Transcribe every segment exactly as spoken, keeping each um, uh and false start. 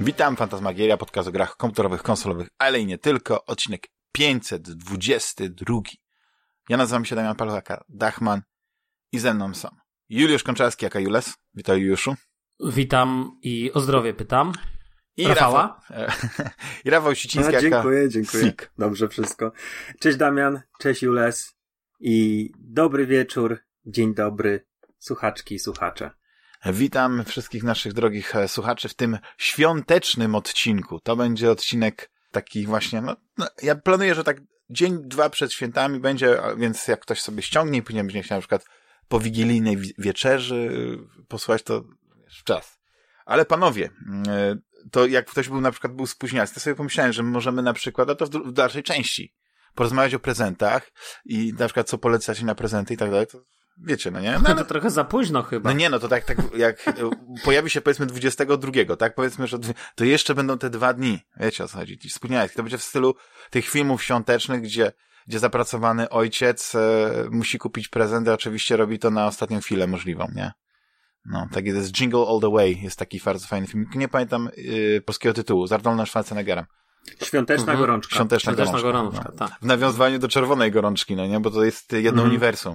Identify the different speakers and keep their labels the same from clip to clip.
Speaker 1: Witam, Fantasmagieria, podcast o grach komputerowych, konsolowych, ale i nie tylko. Odcinek pięćset dwudziesty drugi. Ja nazywam się Damian Paluchaka-Dachman i ze mną są Juliusz Konczarski, aka Jules. Witaj, Juliuszu.
Speaker 2: Witam i o zdrowie pytam.
Speaker 1: I
Speaker 2: Rafała.
Speaker 1: Rafał, I Rafał Siciński,
Speaker 3: no, dziękuję,
Speaker 1: aka
Speaker 3: dziękuję.
Speaker 1: Sik.
Speaker 3: Dobrze wszystko. Cześć Damian, cześć Jules i dobry wieczór, dzień dobry, słuchaczki i słuchacze.
Speaker 1: Witam wszystkich naszych drogich słuchaczy w tym świątecznym odcinku. To będzie odcinek taki właśnie, no, no ja planuję, że tak dzień, dwa przed świętami będzie, więc jak ktoś sobie ściągnie i później będzie chciał na przykład po wigilijnej wieczerzy posłuchać, to wiesz, czas. Ale panowie, to jak ktoś był na przykład był spóźniacy, to sobie pomyślałem, że możemy na przykład, a to w, w dalszej części, porozmawiać o prezentach i na przykład co polecacie na prezenty i tak dalej, to wiecie, no nie? No,
Speaker 2: to trochę za późno chyba.
Speaker 1: No nie, no to tak, tak jak pojawi się powiedzmy dwudziestego drugiego, tak? Powiedzmy, że to jeszcze będą te dwa dni. Wiecie o co chodzi? Spóźniałeś. To będzie w stylu tych filmów świątecznych, gdzie, gdzie zapracowany ojciec e, musi kupić prezent, a oczywiście robi to na ostatnią chwilę możliwą, nie? No, tak jest Jingle All The Way, jest taki bardzo fajny film. Nie pamiętam y, polskiego tytułu, z Arnoldem Schwarzeneggerem.
Speaker 3: Świąteczna mhm. gorączka.
Speaker 1: Świąteczna,
Speaker 2: Świąteczna
Speaker 1: gorączka.
Speaker 2: gorączka,
Speaker 1: no.
Speaker 2: tak.
Speaker 1: W nawiązaniu do Czerwonej Gorączki, no nie? Bo to jest jedno mhm. uniwersum.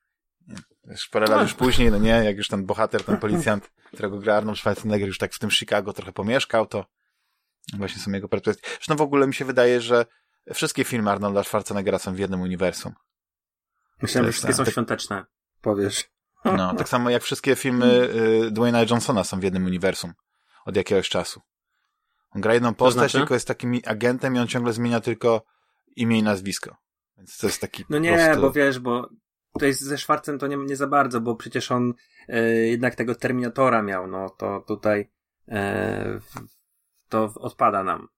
Speaker 1: Już parę lat już później, no nie, jak już ten bohater, ten policjant, którego gra Arnold Schwarzenegger, już tak w tym Chicago trochę pomieszkał, to właśnie są jego perspektywy. Zresztą w ogóle mi się wydaje, że wszystkie filmy Arnolda Schwarzeneggera są w jednym uniwersum.
Speaker 3: Myślałem, że wszystkie są tak, świąteczne, powiesz.
Speaker 1: No, tak samo jak wszystkie filmy y, Dwayne'a Johnsona są w jednym uniwersum od jakiegoś czasu. On gra jedną postać, to znaczy? Tylko jest takim agentem i on ciągle zmienia tylko imię i nazwisko. Więc to jest taki
Speaker 3: No nie,
Speaker 1: prostu...
Speaker 3: bo wiesz, bo to jest ze Schwarzem to nie, nie za bardzo, bo przecież on e, jednak tego Terminatora miał, no to tutaj e, to odpada nam.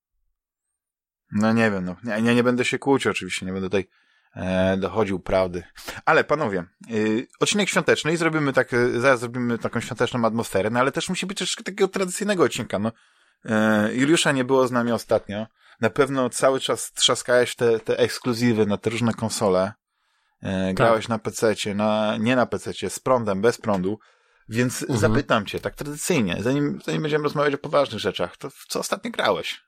Speaker 1: No nie wiem, no ja nie, nie będę się kłócił oczywiście, nie będę tutaj e, dochodził prawdy. Ale panowie, y, odcinek świąteczny i zrobimy tak, y, zaraz zrobimy taką świąteczną atmosferę, no ale też musi być troszkę takiego tradycyjnego odcinka, no. E, Juliusza nie było z nami ostatnio. Na pewno cały czas trzaskałeś te, te ekskluzywy na te różne konsole. E, grałeś tak. na pececie, na, nie na pececie, z prądem, bez prądu, więc mhm. zapytam cię, tak tradycyjnie, zanim, zanim będziemy rozmawiać o poważnych rzeczach, to w co ostatnio grałeś?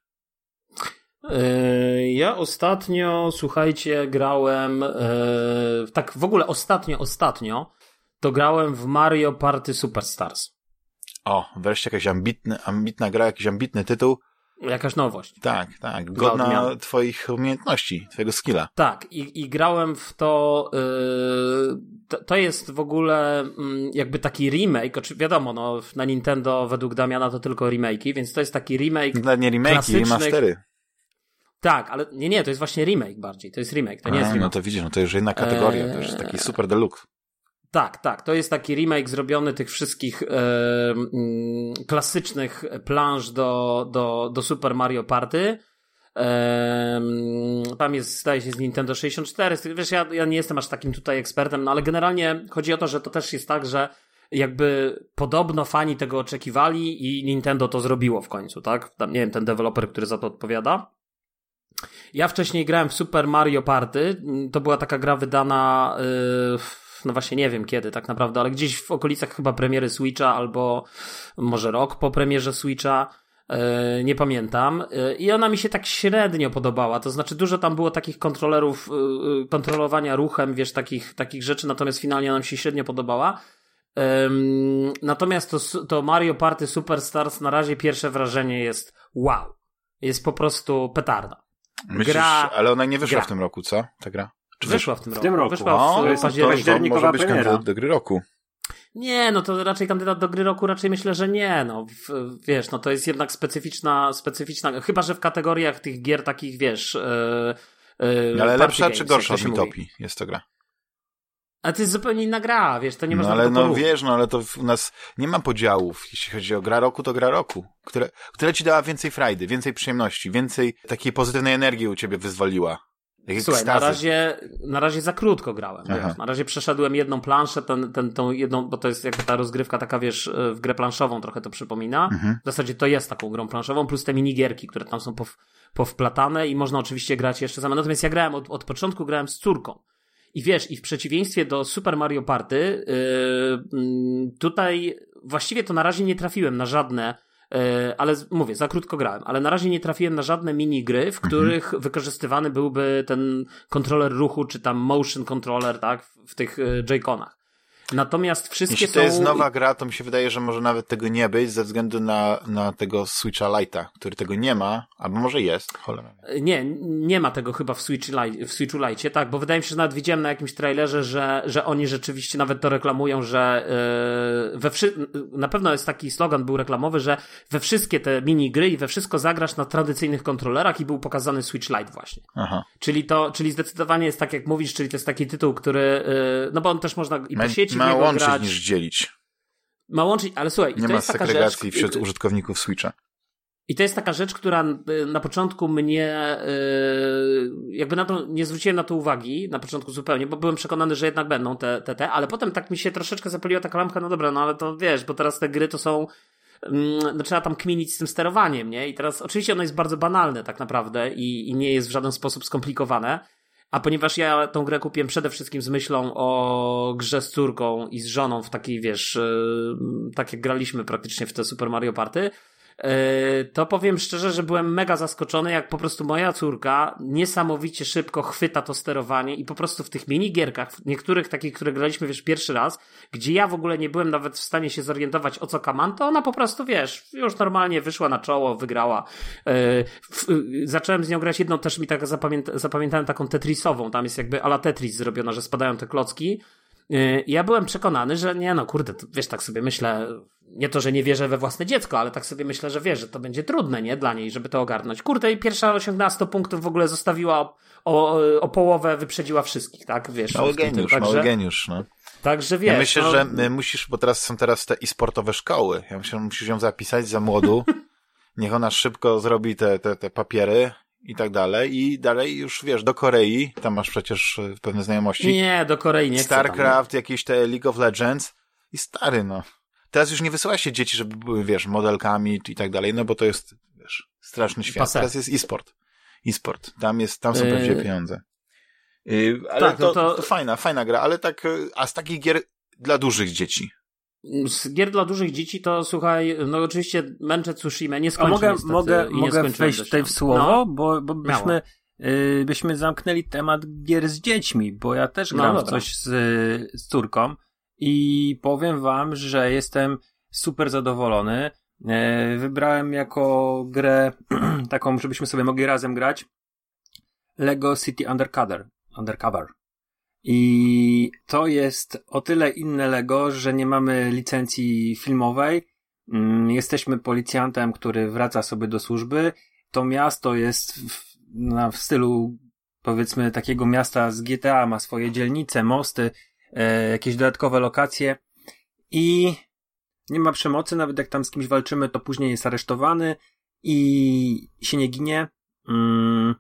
Speaker 2: Yy, ja ostatnio, słuchajcie, grałem, yy, tak w ogóle ostatnio, ostatnio, to grałem w Mario Party Superstars.
Speaker 1: O, wreszcie jakaś ambitny, ambitna gra, jakiś ambitny tytuł.
Speaker 2: Jakaś nowość.
Speaker 1: Tak, tak. Godna twoich umiejętności, twojego skilla.
Speaker 2: Tak, i, i grałem w to, yy, to, to jest w ogóle yy, jakby taki remake, oczy, wiadomo, no na Nintendo według Damiana to tylko remake'i, więc to jest taki remake
Speaker 1: no, nie remake'i,
Speaker 2: klasycznych...
Speaker 1: remastery.
Speaker 2: Tak, ale nie, nie, to jest właśnie remake bardziej, to jest remake, to nie A, jest remake.
Speaker 1: No to widzisz, no to już inna kategoria, eee... to już jest taki super deluxe.
Speaker 2: Tak, tak, to jest taki remake zrobiony tych wszystkich e, mm, klasycznych planż do, do, do Super Mario Party. E, tam jest, zdaje się, z Nintendo sześćdziesiąt cztery. Wiesz, ja, ja nie jestem aż takim tutaj ekspertem, no ale generalnie chodzi o to, że to też jest tak, że jakby podobno fani tego oczekiwali i Nintendo to zrobiło w końcu, tak? Tam, nie wiem, ten deweloper, który za to odpowiada. Ja wcześniej grałem w Super Mario Party. To była taka gra wydana... Yy, no właśnie nie wiem kiedy tak naprawdę, ale gdzieś w okolicach chyba premiery Switcha albo może rok po premierze Switcha, yy, nie pamiętam. Yy, I ona mi się tak średnio podobała, to znaczy dużo tam było takich kontrolerów, yy, kontrolowania ruchem, wiesz, takich, takich rzeczy, natomiast finalnie ona mi się średnio podobała. Yy, natomiast to, to Mario Party Superstars na razie pierwsze wrażenie jest wow. Jest po prostu petarda.
Speaker 1: Myślisz,
Speaker 2: gra,
Speaker 1: ale ona nie wyszła
Speaker 2: gra.
Speaker 1: w tym roku, co? Ta gra?
Speaker 2: Czy wyszła w tym roku?
Speaker 3: W tym roku.
Speaker 2: Wyszła w
Speaker 1: o,
Speaker 2: październiku.
Speaker 1: To może być kandydat do gry roku.
Speaker 2: Nie, no to raczej kandydat do gry roku, raczej myślę, że nie, no, w, wiesz, no to jest jednak specyficzna, specyficzna, chyba, że w kategoriach tych gier takich, wiesz, yy, yy,
Speaker 1: ale lepsza
Speaker 2: games,
Speaker 1: czy gorsza od
Speaker 2: się
Speaker 1: Mitopii jest to gra?
Speaker 2: A to jest zupełnie inna gra, wiesz, to nie
Speaker 1: no
Speaker 2: można
Speaker 1: ale
Speaker 2: tego
Speaker 1: no
Speaker 2: porównać.
Speaker 1: wiesz, no ale to u nas nie ma podziałów, jeśli chodzi o gra roku, to gra roku, które, które ci dała więcej frajdy, więcej przyjemności, więcej takiej pozytywnej energii u ciebie wyzwoliła. Jak
Speaker 2: Słuchaj,
Speaker 1: ekstazy.
Speaker 2: na razie, na razie za krótko grałem, wiesz. Na razie przeszedłem jedną planszę, ten, ten, tą jedną, bo to jest jakby ta rozgrywka taka, wiesz, w grę planszową trochę to przypomina. Mhm. W zasadzie to jest taką grą planszową, plus te minigierki, które tam są pow, powplatane i można oczywiście grać jeszcze sama. Natomiast ja grałem od, od początku, grałem z córką. I wiesz, i w przeciwieństwie do Super Mario Party, yy, tutaj właściwie to na razie nie trafiłem na żadne ale mówię, za krótko grałem, ale na razie nie trafiłem na żadne minigry, w których mhm. wykorzystywany byłby ten kontroler ruchu, czy tam motion controller, tak, w tych Joy-Conach. Natomiast wszystkie
Speaker 1: Jeśli to
Speaker 2: są...
Speaker 1: jest nowa gra, to mi się wydaje, że może nawet tego nie być, ze względu na, na tego Switcha Lite'a, który tego nie ma, albo może jest, cholera.
Speaker 2: Nie, nie ma tego chyba w, Switch Lite, w Switchu Lite, tak, bo wydaje mi się, że nawet widziałem na jakimś trailerze, że, że oni rzeczywiście nawet to reklamują, że yy, we wszy... na pewno jest taki slogan, był reklamowy, że we wszystkie te minigry i we wszystko zagrasz na tradycyjnych kontrolerach i był pokazany Switch Lite właśnie.
Speaker 1: Aha.
Speaker 2: Czyli to, czyli zdecydowanie jest tak, jak mówisz, czyli to jest taki tytuł, który, yy, no bo on też można i po sieci
Speaker 1: ma łączyć
Speaker 2: grać.
Speaker 1: niż dzielić.
Speaker 2: Ma łączyć, ale słuchaj,
Speaker 1: nie
Speaker 2: to
Speaker 1: ma
Speaker 2: jest taka
Speaker 1: segregacji
Speaker 2: rzecz,
Speaker 1: wśród użytkowników Switcha.
Speaker 2: I to jest taka rzecz, która na początku mnie, jakby na to, nie zwróciłem na to uwagi, na początku zupełnie, bo byłem przekonany, że jednak będą te, te, te, ale potem tak mi się troszeczkę zapaliła taka lampka, no dobra, no ale to wiesz, bo teraz te gry to są, no trzeba tam kminić z tym sterowaniem, nie? I teraz oczywiście ono jest bardzo banalne tak naprawdę i, i nie jest w żaden sposób skomplikowane, a ponieważ ja tą grę kupiłem przede wszystkim z myślą o grze z córką i z żoną w takiej, wiesz, tak jak graliśmy praktycznie w te Super Mario Party, to powiem szczerze, że byłem mega zaskoczony, jak po prostu moja córka niesamowicie szybko chwyta to sterowanie i po prostu w tych minigierkach, niektórych takich, które graliśmy, wiesz, pierwszy raz, gdzie ja w ogóle nie byłem nawet w stanie się zorientować, o co kaman, to ona po prostu, wiesz, już normalnie wyszła na czoło, wygrała. Zacząłem z nią grać jedną, też mi tak zapamięta- zapamiętałem taką tetrisową, tam jest jakby ala Tetris zrobiona, że spadają te klocki. Ja byłem przekonany, że nie, no kurde, to, wiesz, tak sobie myślę, nie to, że nie wierzę we własne dziecko, ale tak sobie myślę, że wiesz, że to będzie trudne, nie, dla niej, żeby to ogarnąć. Kurde, i pierwsza osiągnęła sto punktów, w ogóle zostawiła o, o, o połowę, wyprzedziła wszystkich, tak, wiesz.
Speaker 1: Mały geniusz,
Speaker 2: także,
Speaker 1: mały geniusz, no.
Speaker 2: Także wiesz.
Speaker 1: Ja myślę,
Speaker 2: no,
Speaker 1: że musisz, bo teraz są teraz te e-sportowe szkoły, ja myślę, że musisz ją zapisać za młodu, niech ona szybko zrobi te, te, te papiery i tak dalej i dalej już, wiesz, do Korei, tam masz przecież pewne znajomości.
Speaker 2: Nie, do Korei nie chcę
Speaker 1: StarCraft,
Speaker 2: tam,
Speaker 1: jakieś te League of Legends i stary, no. Teraz już nie wysyła się dzieci, żeby były, wiesz, modelkami i tak dalej, no bo to jest, wiesz, straszny świat.
Speaker 2: Pase.
Speaker 1: Teraz jest e-sport. E-sport. Tam jest, tam są yy... prawdziwe pieniądze. Yy, ale
Speaker 2: tak,
Speaker 1: to,
Speaker 2: no to...
Speaker 1: to fajna, fajna gra, ale tak, a z takich gier dla dużych dzieci.
Speaker 2: Z gier dla dużych dzieci to, słuchaj, no oczywiście męczę Tsushima, nie skończę
Speaker 3: A mogę,
Speaker 2: niestety,
Speaker 3: mogę,
Speaker 2: i nie
Speaker 3: mogę wejść tutaj w słowo, no. bo, bo byśmy, yy, byśmy zamknęli temat gier z dziećmi, bo ja też gram no, w coś z, z córką i powiem wam, że jestem super zadowolony. Yy, wybrałem jako grę taką, żebyśmy sobie mogli razem grać Lego City Undercover. Undercover. I to jest o tyle inne Lego, że nie mamy licencji filmowej. Jesteśmy policjantem, który wraca sobie do służby. To miasto jest w, na, w stylu, powiedzmy, takiego miasta z G T A. Ma swoje dzielnice, mosty, e, jakieś dodatkowe lokacje. I nie ma przemocy. Nawet jak tam z kimś walczymy, to później jest aresztowany i się nie ginie. Mm,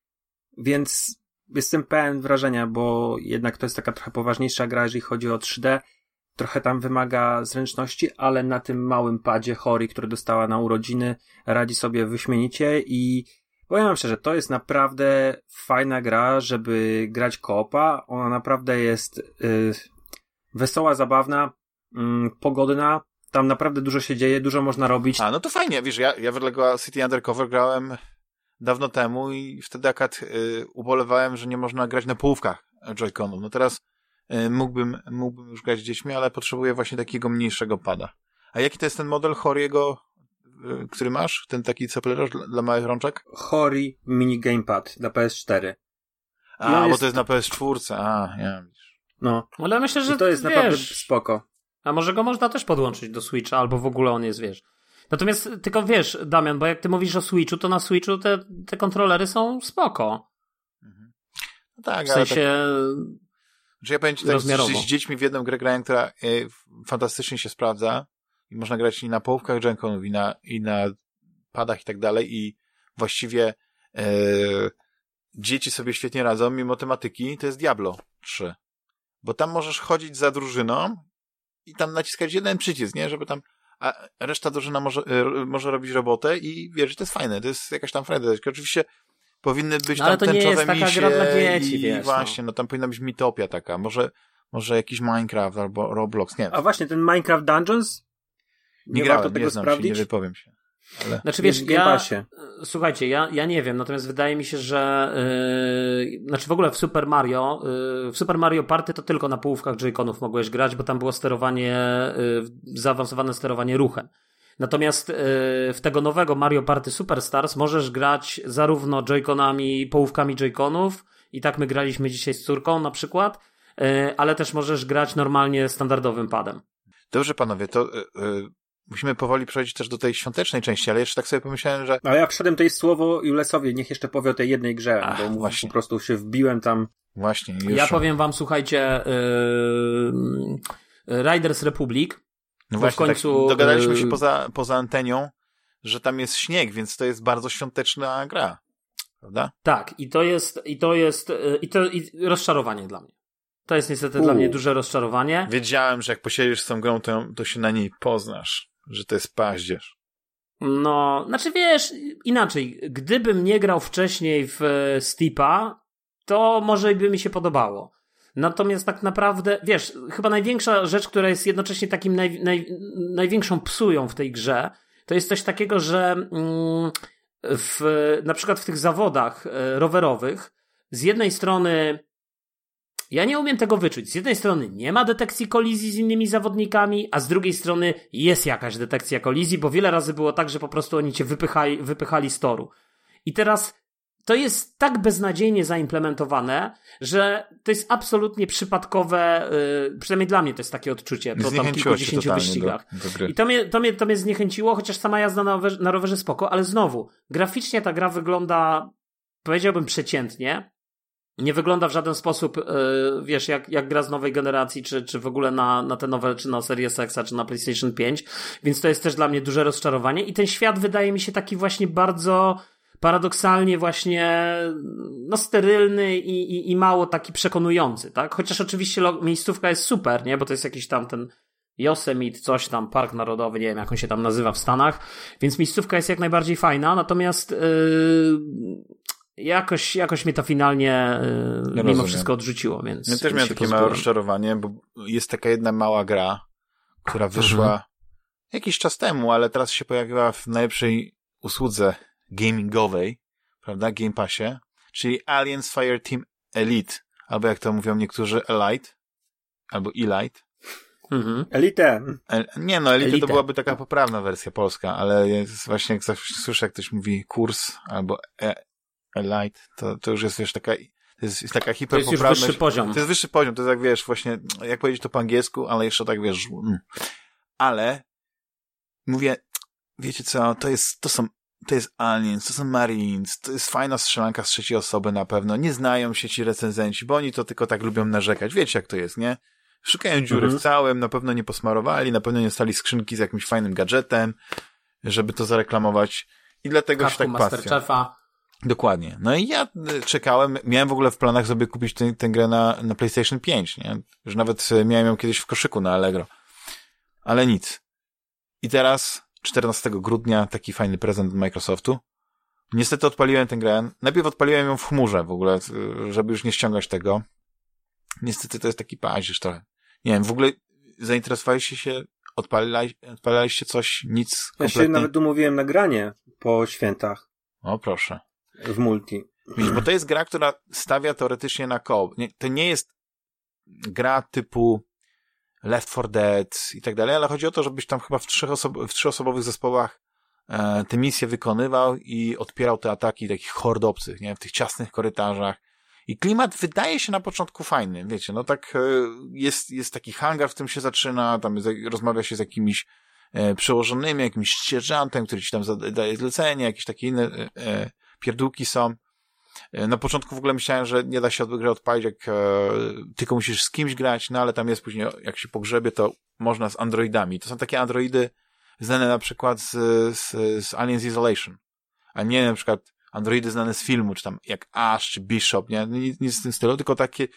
Speaker 3: więc... Jestem pełen wrażenia, bo jednak to jest taka trochę poważniejsza gra, jeżeli chodzi o trzy D. Trochę tam wymaga zręczności, ale na tym małym padzie Hori, który dostała na urodziny, radzi sobie wyśmienicie i powiem wam szczerze, to jest naprawdę fajna gra, żeby grać koopa. Ona naprawdę jest yy, wesoła, zabawna, yy, pogodna. Tam naprawdę dużo się dzieje, dużo można robić.
Speaker 1: A, no to fajnie, wiesz, ja, ja w Lego City Undercover grałem dawno temu i wtedy akad y, ubolewałem, że nie można grać na połówkach Joy-Conów. No teraz y, mógłbym, mógłbym już grać z dziećmi, ale potrzebuję właśnie takiego mniejszego pada. A jaki to jest ten model Horiego, y, który masz? Ten taki ceplerz dla, dla małych rączek?
Speaker 3: Hori Mini Gamepad dla P S cztery.
Speaker 1: A, no bo jest... to jest na P S cztery. A, ja widzisz.
Speaker 3: No.
Speaker 2: Ale myślę, że
Speaker 3: I to jest
Speaker 2: wiesz,
Speaker 3: naprawdę spoko.
Speaker 2: A może go można też podłączyć do Switcha, albo w ogóle on jest, wiesz... Natomiast tylko wiesz, Damian, bo jak ty mówisz o Switchu, to na Switchu te, te kontrolery są spoko.
Speaker 1: Mhm. No tak,
Speaker 2: w sensie
Speaker 1: ale tak, że ja powiem ci tak,
Speaker 2: rozmiarowo.
Speaker 1: Z, z dziećmi w jedną grę grałem, która y, fantastycznie się sprawdza i można grać i na połówkach Joy-Conów, i na, i na padach i tak dalej i właściwie y, dzieci sobie świetnie radzą, mimo tematyki, to jest Diablo trzy. Bo tam możesz chodzić za drużyną i tam naciskać jeden przycisk, nie, żeby tam a reszta drużyna może, y, może robić robotę i wiesz, to jest fajne, to jest jakaś tam frajda. Oczywiście powinny być
Speaker 2: no,
Speaker 1: tam tęczowe misie.
Speaker 2: Ale to nie jest taka gra dla dzieci,
Speaker 1: i
Speaker 2: wiesz.
Speaker 1: właśnie, no. no tam powinna być mitopia taka, może, może jakiś Minecraft albo Roblox, nie wiem.
Speaker 3: A właśnie, ten Minecraft Dungeons?
Speaker 1: Nie, nie grałem, warto tego nie znam sprawdzić? Się, nie wypowiem się.
Speaker 2: Ale... Znaczy wiesz, ja, słuchajcie, ja, ja nie wiem, natomiast wydaje mi się, że yy, znaczy w ogóle w Super Mario yy, w Super Mario Party to tylko na połówkach Joy-Conów mogłeś grać, bo tam było sterowanie, yy, zaawansowane sterowanie ruchem. Natomiast yy, w tego nowego Mario Party Superstars możesz grać zarówno Joy-Conami, połówkami Joy-Conów i tak my graliśmy dzisiaj z córką na przykład, yy, ale też możesz grać normalnie standardowym padem.
Speaker 1: Dobrze panowie, to yy, musimy powoli przechodzić też do tej świątecznej części, ale jeszcze tak sobie pomyślałem, że...
Speaker 3: A ja wszedłem tutaj słowo Julesowi, niech jeszcze powie o tej jednej grze, Ach, bo właśnie. Po prostu się wbiłem tam.
Speaker 1: Właśnie. Już.
Speaker 2: Ja powiem wam, słuchajcie, yy, Riders Republic.
Speaker 1: No właśnie, w końcu, tak dogadaliśmy się poza, poza antenią, że tam jest śnieg, więc to jest bardzo świąteczna gra. Prawda?
Speaker 2: Tak, i to jest, i to jest, i to i rozczarowanie dla mnie. To jest niestety U. dla mnie duże rozczarowanie.
Speaker 1: Wiedziałem, że jak posiedzisz z tą grą, to, to się na niej poznasz, że to jest paździerz.
Speaker 2: No, znaczy wiesz, inaczej, gdybym nie grał wcześniej w Steepa, to może by mi się podobało. Natomiast tak naprawdę, wiesz, chyba największa rzecz, która jest jednocześnie takim naj, naj, największą psują w tej grze, to jest coś takiego, że mm, w, na przykład w tych zawodach rowerowych z jednej strony ja nie umiem tego wyczuć. Z jednej strony nie ma detekcji kolizji z innymi zawodnikami, a z drugiej strony jest jakaś detekcja kolizji, bo wiele razy było tak, że po prostu oni cię wypychali, wypychali z toru. I teraz to jest tak beznadziejnie zaimplementowane, że to jest absolutnie przypadkowe, yy, przynajmniej dla mnie to jest takie odczucie po tam kilkudziesięciu wyścigach. Do, do I to mnie, to, mnie, to mnie zniechęciło, chociaż sama jazda na rowerze, na rowerze spoko, ale znowu, graficznie ta gra wygląda, powiedziałbym, przeciętnie. Nie wygląda w żaden sposób, yy, wiesz, jak, jak gra z nowej generacji, czy, czy w ogóle na, na te nowe, czy na Series X, czy na PlayStation pięć, więc to jest też dla mnie duże rozczarowanie i ten świat wydaje mi się taki właśnie bardzo paradoksalnie właśnie no sterylny i, i, i mało taki przekonujący, tak? Chociaż oczywiście lo- miejscówka jest super, nie? Bo to jest jakiś tam ten Yosemite, coś tam, Park Narodowy, nie wiem jak on się tam nazywa w Stanach, więc miejscówka jest jak najbardziej fajna, natomiast yy, Jakoś, jakoś mnie to finalnie yy, mimo rozumiem. wszystko odrzuciło, więc...
Speaker 1: Ja też miałem takie małe rozczarowanie, bo jest taka jedna mała gra, która wyszła mhm. jakiś czas temu, ale teraz się pojawiła w najlepszej usłudze gamingowej, prawda, Game Passie, czyli Aliens Fireteam Elite, albo jak to mówią niektórzy, Elite, albo Elite.
Speaker 3: Mhm. Elite.
Speaker 1: El, nie no, Elite, Elite to byłaby taka poprawna wersja polska, ale jest właśnie jak zawsze słyszę, jak ktoś mówi kurs, albo e, Elite, to, to już jest, wiesz, taka, to jest, jest taka hiperpoprawność.
Speaker 2: To jest już wyższy poziom.
Speaker 1: To jest wyższy poziom, to jest jak, wiesz, właśnie, jak powiedzieć to po angielsku, ale jeszcze tak, wiesz, mm. ale mówię, wiecie co, to jest, to są, to jest Aliens, to są Marines, to jest fajna strzelanka z trzeciej osoby na pewno, nie znają się ci recenzenci, bo oni to tylko tak lubią narzekać, wiecie jak to jest, nie? Szukają dziury mhm. w całym, na pewno nie posmarowali, na pewno nie dostali skrzynki z jakimś fajnym gadżetem, żeby to zareklamować i dlatego Kaszku się tak
Speaker 2: Masterchefa.
Speaker 1: Dokładnie. No i ja czekałem, miałem w ogóle w planach sobie kupić tę, tę grę na, na PlayStation pięć, nie? Już nawet miałem ją kiedyś w koszyku na Allegro. Ale nic. I teraz, czternastego grudnia, taki fajny prezent od Microsoftu. Niestety odpaliłem tę grę. Najpierw odpaliłem ją w chmurze w ogóle, żeby już nie ściągać tego. Niestety to jest taki paździerz trochę. Nie wiem, w ogóle zainteresowaliście się, odpalali, odpalaliście coś, nic kompletnie?
Speaker 3: Ja się nawet umówiłem na granie po świętach.
Speaker 1: O, proszę.
Speaker 3: W multi.
Speaker 1: Wiesz, bo to jest gra, która stawia teoretycznie na koop. Nie, to nie jest gra typu Left four Dead i tak dalej, ale chodzi o to, żebyś tam chyba w, trzech osob- w trzyosobowych zespołach e, te misje wykonywał i odpierał te ataki takich hord obcych, nie? W tych ciasnych korytarzach. I klimat wydaje się na początku fajny, wiecie, no tak e, jest, jest taki hangar, w którym się zaczyna, tam jest, rozmawia się z jakimiś e, przełożonymi, jakimś sierżantem, który ci tam daje zlecenie, jakieś takie inne e, e, pierdółki są. E, na początku w ogóle myślałem, że nie da się od gry odpalić, jak e, tylko musisz z kimś grać, no ale tam jest później, jak się pogrzebie, to można z androidami. To są takie androidy znane na przykład z, z, z Aliens Isolation, a nie na przykład androidy znane z filmu, czy tam jak Ash, czy Bishop, nie? Nic, nic w tym stylu, tylko takie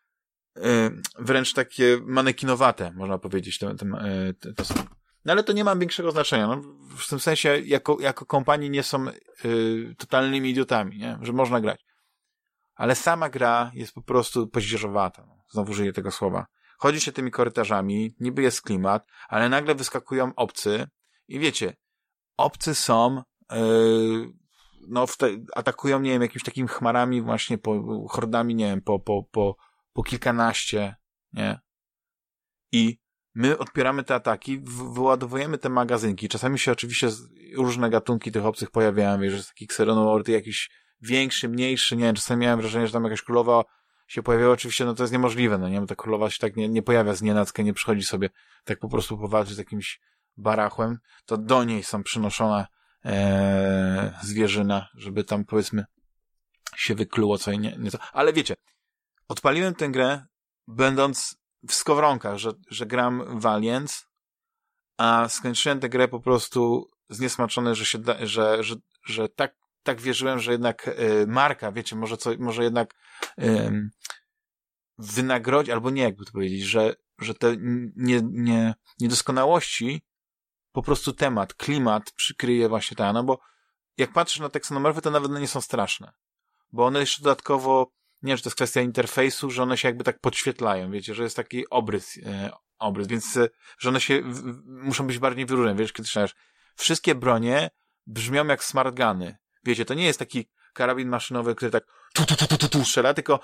Speaker 1: e, wręcz takie manekinowate, można powiedzieć, to, to, to, to są. No ale to nie ma większego znaczenia. No, w tym sensie, jako, jako kompanii nie są y, totalnymi idiotami, nie? Że można grać. Ale sama gra jest po prostu poździerzowata. No. Znowu użyję tego słowa. Chodzi się tymi korytarzami, niby jest klimat, ale nagle wyskakują obcy i wiecie, obcy są, yy, no, w te, atakują, nie wiem, jakimiś takimi chmarami właśnie, po, hordami, nie wiem, po, po, po, po kilkanaście, nie? I my odpieramy te ataki, w, wyładowujemy te magazynki. Czasami się oczywiście różne gatunki tych obcych pojawiają, wiesz, że jest taki Xeronomorph, jakiś większy, mniejszy, nie wiem, czasami miałem wrażenie, że tam jakaś królowa się pojawiała, oczywiście, no to jest niemożliwe, no nie, bo ta królowa się tak nie, nie pojawia znienacka, nie przychodzi sobie tak po prostu powalczyć z jakimś barachłem, to do niej są przynoszone e, zwierzyna, żeby tam, powiedzmy, się wykluło co i nie, nie to. Ale wiecie, odpaliłem tę grę, będąc w skowronkach, że, że gram Valiant, a skończyłem tę grę po prostu zniesmaczony, że się da, że, że, że tak, tak wierzyłem, że jednak y, marka, wiecie, może co, może jednak y, wynagrodzi, albo nie, jakby to powiedzieć, że, że te nie, nie, niedoskonałości po prostu temat, klimat przykryje właśnie ta, no bo jak patrzysz na te Xenomorphy, to nawet one nie są straszne, bo one jeszcze dodatkowo, nie wiem, czy to jest kwestia interfejsu, że one się jakby tak podświetlają, wiecie, że jest taki obrys, e, obrys, więc, e, że one się w, w, muszą być bardziej wyróżnione, wiesz, kiedy strzelasz. Wszystkie bronie brzmią jak smart guny. Wiecie, to nie jest taki karabin maszynowy, który tak tu, tu, tu, tu, tu, tu strzela, tylko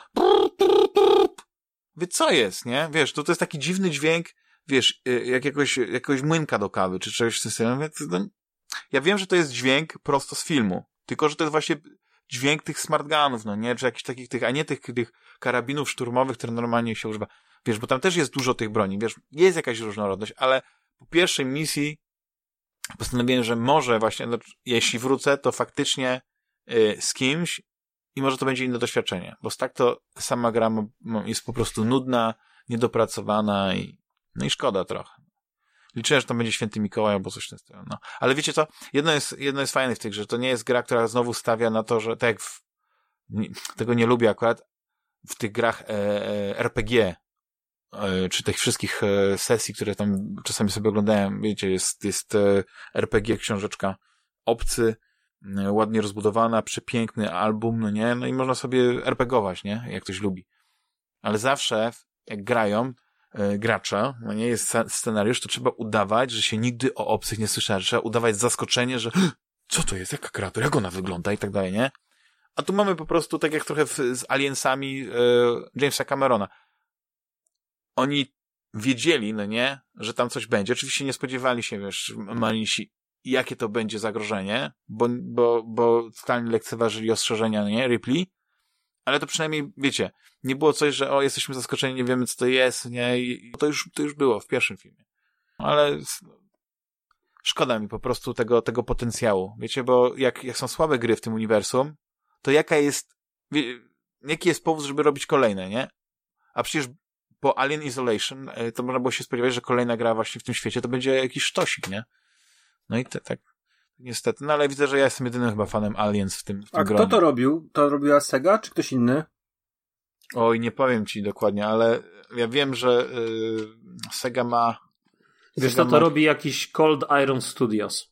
Speaker 1: wie, co jest, nie? Wiesz, to, to jest taki dziwny dźwięk, wiesz, jak jakoś, jakiegoś młynka do kawy, czy czegoś w tym stylu. No, ja wiem, że to jest dźwięk prosto z filmu, tylko że to jest właśnie dźwięk tych smart gunów, no nie? Czy jakichś takich tych, a nie tych, tych karabinów szturmowych, które normalnie się używa. Wiesz, bo tam też jest dużo tych broni, wiesz, jest jakaś różnorodność, ale po pierwszej misji postanowiłem, że może właśnie, no, jeśli wrócę, to faktycznie y, z kimś i może to będzie inne doświadczenie, bo tak to sama gra m- m- jest po prostu nudna, niedopracowana i no i szkoda trochę. Liczyłem, że tam będzie Święty Mikołaj albo coś w tym stylu. No. Ale wiecie co? Jedno jest, jedno jest fajne w tej grze, że to nie jest gra, która znowu stawia na to, że tak jak w, nie, tego nie lubię akurat w tych grach e, e, er pe gie, e, czy tych wszystkich e, sesji, które tam czasami sobie oglądałem, wiecie, jest, jest e, er pe gie książeczka Obcy, e, ładnie rozbudowana, przepiękny album, no nie? No i można sobie erpegować, nie? Jak ktoś lubi. Ale zawsze, jak grają gracza, no nie jest scenariusz, to trzeba udawać, że się nigdy o obcych nie słyszałem. Trzeba udawać zaskoczenie, że co to jest, jaka kreatura, jak ona wygląda i tak dalej, nie? A tu mamy po prostu, tak jak trochę w, z Aliensami e, Jamesa Camerona. Oni wiedzieli, no nie, że tam coś będzie. Oczywiście nie spodziewali się, wiesz, malinsi, jakie to będzie zagrożenie, bo, bo, bo totalnie lekceważyli ostrzeżenia, no nie, Ripley, ale to przynajmniej, wiecie, nie było coś, że o, jesteśmy zaskoczeni, nie wiemy, co to jest, nie, i to już, to już było w pierwszym filmie. Ale szkoda mi po prostu tego, tego potencjału, wiecie, bo jak, jak są słabe gry w tym uniwersum, to jaka jest, wie, jaki jest powód, żeby robić kolejne, nie? A przecież po Alien Isolation to można było się spodziewać, że kolejna gra właśnie w tym świecie to będzie jakiś sztosik, nie? No i te, tak, niestety. No ale widzę, że ja jestem jedynym chyba fanem Aliens w tym, w tym
Speaker 3: A
Speaker 1: gronie.
Speaker 3: kto to robił? To robiła Sega, czy ktoś inny?
Speaker 1: Oj, nie powiem ci dokładnie, ale ja wiem, że yy, Sega ma...
Speaker 2: Wiesz,
Speaker 1: Sega
Speaker 2: to to
Speaker 1: ma...
Speaker 2: robi jakiś Cold Iron Studios.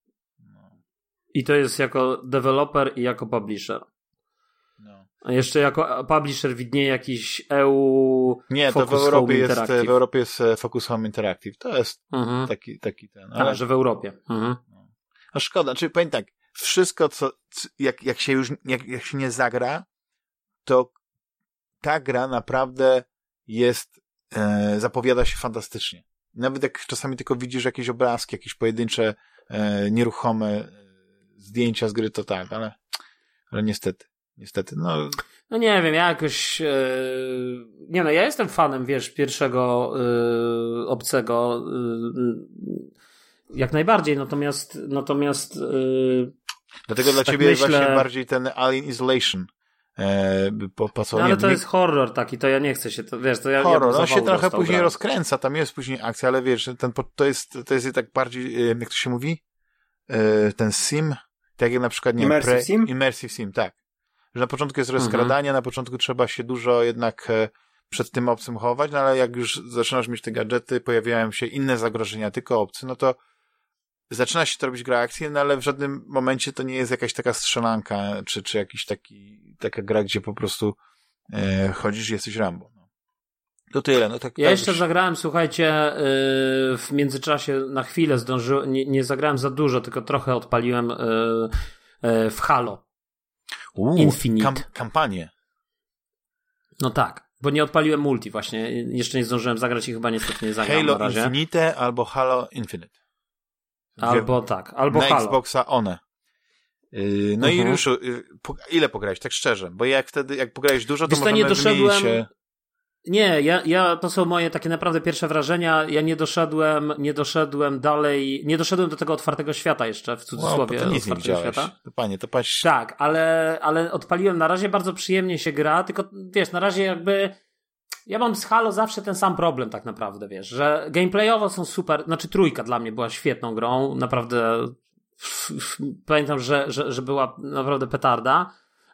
Speaker 2: I to jest jako deweloper i jako publisher. No. A jeszcze jako publisher widnieje jakiś E U
Speaker 1: Nie,
Speaker 2: Focus
Speaker 1: to w Europie,
Speaker 2: Home
Speaker 1: jest,
Speaker 2: Interactive.
Speaker 1: w Europie jest Focus Home Interactive. To jest mhm. taki, taki ten.
Speaker 2: Ale... A, że w Europie. Mhm.
Speaker 1: No. A szkoda, czyli powiem tak, wszystko, co, jak, jak się już, jak, jak się nie zagra, to ta gra naprawdę jest, e, zapowiada się fantastycznie. Nawet jak czasami tylko widzisz jakieś obrazki, jakieś pojedyncze, e, nieruchome e, zdjęcia z gry, to tak, ale, ale niestety, niestety, no.
Speaker 2: No nie wiem, ja jakoś, e, nie no, ja jestem fanem, wiesz, pierwszego e, obcego, e, jak najbardziej, natomiast, natomiast e,
Speaker 1: dlatego dla
Speaker 2: tak
Speaker 1: ciebie
Speaker 2: myślę...
Speaker 1: właśnie bardziej ten Alien Isolation. E, po, po co,
Speaker 2: no, ale
Speaker 1: nie,
Speaker 2: to
Speaker 1: nie...
Speaker 2: jest horror taki, to ja nie chcę się, to, wiesz, to ja...
Speaker 1: Horror,
Speaker 2: ja
Speaker 1: on się trochę później
Speaker 2: grać.
Speaker 1: rozkręca, tam jest później akcja, ale wiesz, ten, to jest, to jest tak bardziej, jak to się mówi? E, ten sim, tak jak na przykład, nie
Speaker 3: Immersive
Speaker 1: pre...
Speaker 3: sim?
Speaker 1: Immersive sim, tak. Że na początku jest
Speaker 2: Mhm.
Speaker 1: rozkradanie, na początku trzeba się dużo jednak e, przed tym obcym chować, no ale jak już zaczynasz mieć te gadżety, pojawiają się inne zagrożenia, tylko obcy, no to zaczyna się to robić gra akcji, no ale w żadnym momencie to nie jest jakaś taka strzelanka, czy, czy jakiś taki, taka gra, gdzie po prostu e, chodzisz i jesteś Rambo. No. To tyle. No tak,
Speaker 2: ja
Speaker 1: tak
Speaker 2: jeszcze
Speaker 1: już...
Speaker 2: zagrałem, słuchajcie, yy, w międzyczasie na chwilę zdążyłem, nie, nie zagrałem za dużo, tylko trochę odpaliłem yy, yy, w Halo.
Speaker 1: Uuu,
Speaker 2: Infinite.
Speaker 1: Kam- kampanię.
Speaker 2: No tak, bo nie odpaliłem multi właśnie. Jeszcze nie zdążyłem zagrać i chyba niestety nie zagram
Speaker 1: Halo
Speaker 2: na razie.
Speaker 1: Infinite albo Halo Infinite.
Speaker 2: Albo tak, albo
Speaker 1: na
Speaker 2: Halo.
Speaker 1: Xboxa one. Yy, no uh-huh. i już yy, po, ile pograłeś, tak szczerze? Bo jak wtedy, jak pograłeś dużo, to
Speaker 2: Wiesz,
Speaker 1: możemy
Speaker 2: nie doszedłem...
Speaker 1: się...
Speaker 2: Nie, ja, ja, to są moje takie naprawdę pierwsze wrażenia. Ja nie doszedłem, nie doszedłem dalej, nie doszedłem do tego otwartego świata jeszcze, w cudzysłowie.
Speaker 1: Wow, to nic nie
Speaker 2: otwartego
Speaker 1: widziałeś.
Speaker 2: Świata.
Speaker 1: To panie, to patrz...
Speaker 2: Tak, ale, ale odpaliłem, na razie bardzo przyjemnie się gra, tylko wiesz, na razie jakby ja mam z Halo zawsze ten sam problem tak naprawdę, wiesz, że gameplayowo są super, znaczy trójka dla mnie była świetną grą, naprawdę f, f, pamiętam, że, że, że była naprawdę petarda.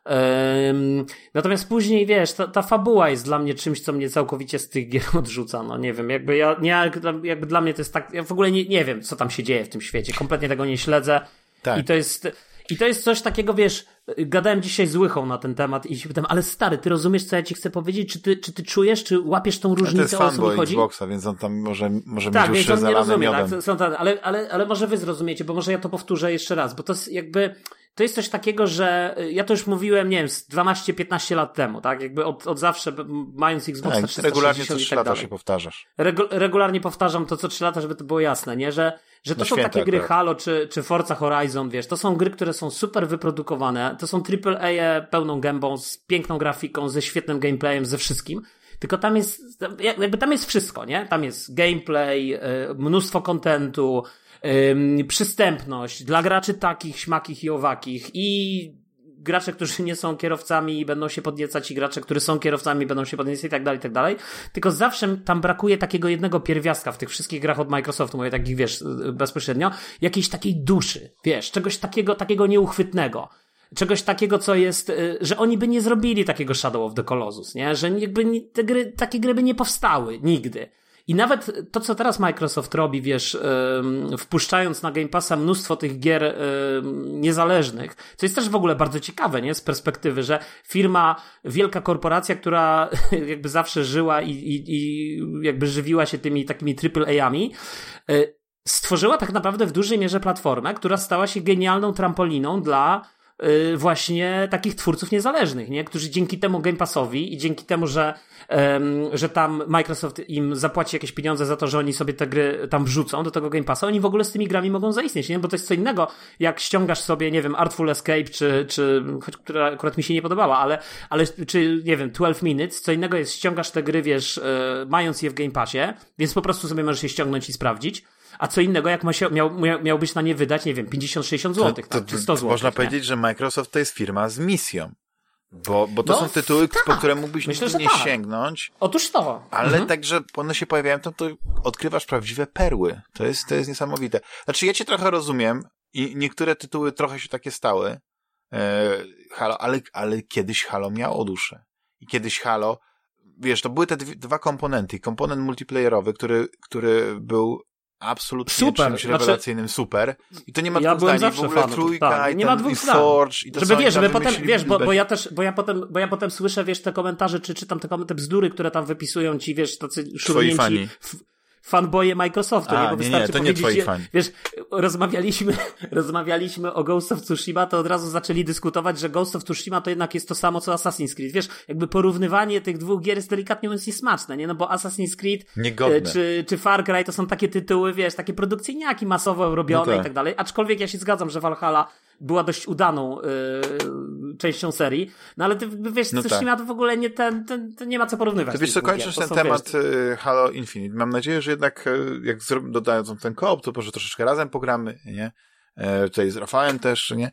Speaker 2: Um, natomiast później, wiesz, ta, ta fabuła jest dla mnie czymś, co mnie całkowicie z tych gier odrzuca, no nie wiem, jakby ja, nie, jakby dla mnie to jest tak, ja w ogóle nie, nie wiem, co tam się dzieje w tym świecie, kompletnie tego nie śledzę. Tak. I to jest, i to jest coś takiego, wiesz, gadałem dzisiaj z Łychą na ten temat i się pytam, ale stary, ty rozumiesz, co ja ci chcę powiedzieć? Czy ty, czy ty czujesz, czy łapiesz tą różnicę, o co mi chodzi?
Speaker 1: Xboxa, więc on tam może, może
Speaker 2: tak,
Speaker 1: mieć już zalane miodem.
Speaker 2: Tak, są tak, ale, ale, ale może wy zrozumiecie, bo może ja to powtórzę jeszcze raz, bo to jest jakby... To jest coś takiego, że ja to już mówiłem, nie wiem, z dwanaście piętnaście lat temu, tak? Jakby od, od zawsze, mając Xboxa
Speaker 1: tak,
Speaker 2: trzysta sześćdziesiąt
Speaker 1: regularnie co
Speaker 2: i
Speaker 1: trzy
Speaker 2: tak
Speaker 1: lata
Speaker 2: dalej.
Speaker 1: się powtarzasz.
Speaker 2: Regu- regularnie powtarzam to co trzy lata, żeby to było jasne, nie? Że, że to
Speaker 1: no
Speaker 2: są
Speaker 1: święta,
Speaker 2: takie gry
Speaker 1: akurat.
Speaker 2: Halo czy, czy Forza Horizon, wiesz, to są gry, które są super wyprodukowane, to są triple A pełną gębą, z piękną grafiką, ze świetnym gameplayem, ze wszystkim. Tylko tam jest, jakby tam jest wszystko, nie? Tam jest gameplay, mnóstwo kontentu, Ym, przystępność dla graczy takich, śmakich i owakich i gracze, którzy nie są kierowcami będą się podniecać i gracze, którzy są kierowcami będą się podniecać i tak dalej, i tak dalej. Tylko zawsze tam brakuje takiego jednego pierwiastka w tych wszystkich grach od Microsoftu, mówię takich, wiesz, bezpośrednio, jakiejś takiej duszy, wiesz, czegoś takiego, takiego nieuchwytnego. Czegoś takiego, co jest, że oni by nie zrobili takiego Shadow of the Colossus, nie? Że jakby te gry, takie gry by nie powstały nigdy. I nawet to, co teraz Microsoft robi, wiesz, yy, wpuszczając na Game Passa mnóstwo tych gier yy, niezależnych, co jest też w ogóle bardzo ciekawe, nie? Z perspektywy, że firma, wielka korporacja, która jakby zawsze żyła i, i, i jakby żywiła się tymi takimi triple A-ami, yy, stworzyła tak naprawdę w dużej mierze platformę, która stała się genialną trampoliną dla właśnie takich twórców niezależnych, nie? Którzy dzięki temu Game Passowi i dzięki temu, że, um, że tam Microsoft im zapłaci jakieś pieniądze za to, że oni sobie te gry tam wrzucą do tego Game Passa, oni w ogóle z tymi grami mogą zaistnieć, nie? Bo to jest co innego, jak ściągasz sobie, nie wiem, Artful Escape, czy, czy choć która akurat mi się nie podobała, ale, ale czy, nie wiem, twelve minutes, co innego jest, ściągasz te gry, wiesz, e, mając je w Game Passie, więc po prostu sobie możesz je ściągnąć i sprawdzić. A co innego, jak ma się, miał, miałbyś na nie wydać, nie wiem, pięćdziesiąt sześćdziesiąt złotych,
Speaker 1: to, to,
Speaker 2: tak, czy sto złotych.
Speaker 1: Można
Speaker 2: nie?
Speaker 1: powiedzieć, że Microsoft to jest firma z misją. Bo, bo to
Speaker 2: no,
Speaker 1: są tytuły,
Speaker 2: tak.
Speaker 1: po które mógłbyś
Speaker 2: Myślę,
Speaker 1: nigdy nie
Speaker 2: tak.
Speaker 1: sięgnąć.
Speaker 2: Otóż to.
Speaker 1: Ale
Speaker 2: mhm.
Speaker 1: tak, że one się pojawiają, to, to odkrywasz prawdziwe perły. To jest, to jest niesamowite. Znaczy, ja cię trochę rozumiem i niektóre tytuły trochę się takie stały. E, Halo, ale, ale kiedyś Halo miało duszę. I kiedyś Halo, wiesz, to były te dwie, dwa komponenty. Komponent multiplayerowy, który, który był absolutnie
Speaker 2: super.
Speaker 1: czymś rewelacyjnym, znaczy, super. I to nie ma
Speaker 2: ja
Speaker 1: dwóch zdań. W ogóle
Speaker 2: fanów,
Speaker 1: trójka
Speaker 2: tak.
Speaker 1: i,
Speaker 2: nie
Speaker 1: ten,
Speaker 2: ma dwóch
Speaker 1: i Forge. I to
Speaker 2: żeby wiesz, żeby potem,
Speaker 1: wymyślili,
Speaker 2: wiesz, bo, bo ja też, bo ja potem, bo ja potem słyszę, wiesz, te komentarze, czy czytam te, te bzdury, które tam wypisują ci, wiesz, tacy szurnięci fanboye Microsoftu,
Speaker 1: A,
Speaker 2: nie? Bo
Speaker 1: nie,
Speaker 2: wystarczy
Speaker 1: nie, to
Speaker 2: powiedzieć,
Speaker 1: nie twoi fani.
Speaker 2: Wiesz, rozmawialiśmy, rozmawialiśmy o Ghost of Tsushima, to od razu zaczęli dyskutować, że Ghost of Tsushima to jednak jest to samo, co Assassin's Creed. Wiesz, jakby porównywanie tych dwóch gier jest delikatnie mówiąc niesmaczne, nie? No bo Assassin's Creed
Speaker 1: Niegodne.
Speaker 2: czy, czy Far Cry to są takie tytuły, wiesz, takie produkcyjniaki masowo robione
Speaker 1: no tak.
Speaker 2: i tak dalej. Aczkolwiek ja się zgadzam, że Valhalla była dość udaną yy, częścią serii, no ale ty wiesz,
Speaker 1: no
Speaker 2: Tsushima
Speaker 1: tak.
Speaker 2: to w ogóle nie, ten, ten, ten nie ma co porównywać.
Speaker 1: To wiesz co, kończysz ten
Speaker 2: są,
Speaker 1: temat
Speaker 2: wiesz,
Speaker 1: Halo Infinite. Mam nadzieję, że jednak jak zro- dodają ten koop, to może troszeczkę razem pogramy, nie? E, tutaj z Rafałem też, nie?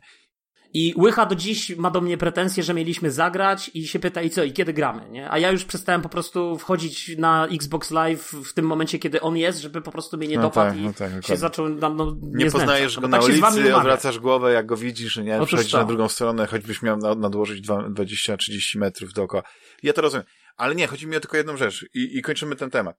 Speaker 2: I Łycha do dziś ma do mnie pretensje, że mieliśmy zagrać i się pyta i co, i kiedy gramy, nie? A ja już przestałem po prostu wchodzić na Xbox Live w tym momencie, kiedy on jest, żeby po prostu mnie nie
Speaker 1: no
Speaker 2: dopadł
Speaker 1: tak,
Speaker 2: i
Speaker 1: no tak,
Speaker 2: się zaczął no, no,
Speaker 1: nie, nie poznajesz go
Speaker 2: no,
Speaker 1: na
Speaker 2: tak
Speaker 1: ulicy, odwracasz głowę, jak go widzisz, nie?
Speaker 2: Otóż
Speaker 1: Przechodzisz
Speaker 2: to.
Speaker 1: na drugą stronę, choćbyś miał nadłożyć dwadzieścia trzydzieści metrów dookoła. Ja to rozumiem. Ale nie, chodzi mi o tylko jedną rzecz i, i kończymy ten temat.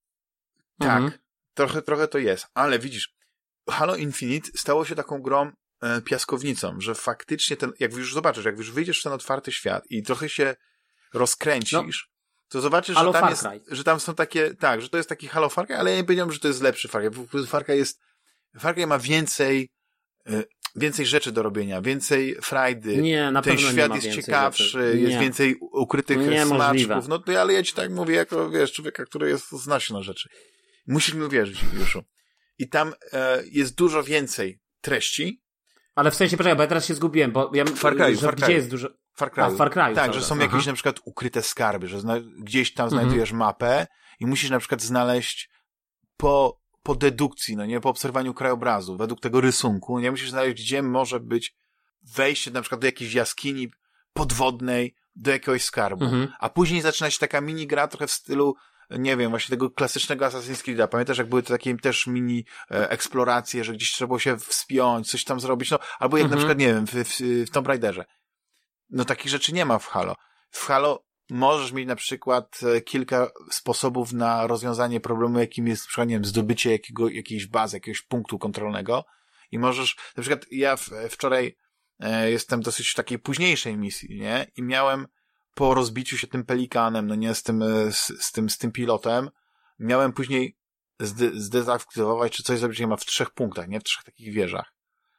Speaker 1: Tak,
Speaker 2: mhm.
Speaker 1: trochę, trochę to jest, ale widzisz, Halo Infinite stało się taką grą piaskownicą, że faktycznie ten, jak już zobaczysz, jak już wyjdziesz w ten otwarty świat i trochę się rozkręcisz, to zobaczysz, że tam, jest, że tam są takie, tak, że to jest taki Halo Far Cry, ale ja nie powiedziałem, że to jest lepszy Far Cry. Far Cry jest, Far Cry ma więcej, więcej rzeczy do robienia, więcej frajdy.
Speaker 2: Nie, na
Speaker 1: ten
Speaker 2: pewno
Speaker 1: świat
Speaker 2: nie
Speaker 1: jest
Speaker 2: rzeczy.
Speaker 1: ciekawszy, jest więcej ukrytych smaczków. No to ale ja ci tak mówię, jako, wiesz, człowieka, który jest, zna się na rzeczy. Musisz mi uwierzyć, Juszu. I tam e, jest dużo więcej treści.
Speaker 2: Ale w sensie, poczekaj, bo ja teraz się zgubiłem, bo ja,
Speaker 1: Far Cry,
Speaker 2: że
Speaker 1: Far
Speaker 2: gdzie
Speaker 1: Cry.
Speaker 2: jest dużo...
Speaker 1: Far Cry.
Speaker 2: A, Far Cry
Speaker 1: tak, że są
Speaker 2: Aha.
Speaker 1: jakieś na przykład ukryte skarby, że zna, gdzieś tam
Speaker 2: Mhm.
Speaker 1: znajdujesz mapę i musisz na przykład znaleźć po, po dedukcji, no nie, po obserwowaniu krajobrazu, według tego rysunku, nie, musisz znaleźć, gdzie może być wejście na przykład do jakiejś jaskini podwodnej, do jakiegoś skarbu.
Speaker 2: Mhm.
Speaker 1: A później zaczyna się taka mini gra trochę w stylu, nie wiem, właśnie tego klasycznego Assassin's Creed'a. Pamiętasz, jak były to takie też mini e, eksploracje, że gdzieś trzeba było się wspiąć, coś tam zrobić, no, albo jak
Speaker 2: Mhm.
Speaker 1: na przykład, nie wiem, w, w, w Tomb Raiderze. No takich rzeczy nie ma w Halo. W Halo możesz mieć na przykład e, kilka sposobów na rozwiązanie problemu, jakim jest, na przykład, nie wiem, zdobycie jakiego, jakiejś bazy, jakiegoś punktu kontrolnego i możesz, na przykład ja w, wczoraj e, jestem dosyć w takiej późniejszej misji, nie? I miałem po rozbiciu się tym pelikanem, no nie, z tym, z, z tym, z tym pilotem, miałem później zde, zdezaktywować, czy coś zrobić, nie ma w trzech punktach, nie? W trzech takich wieżach.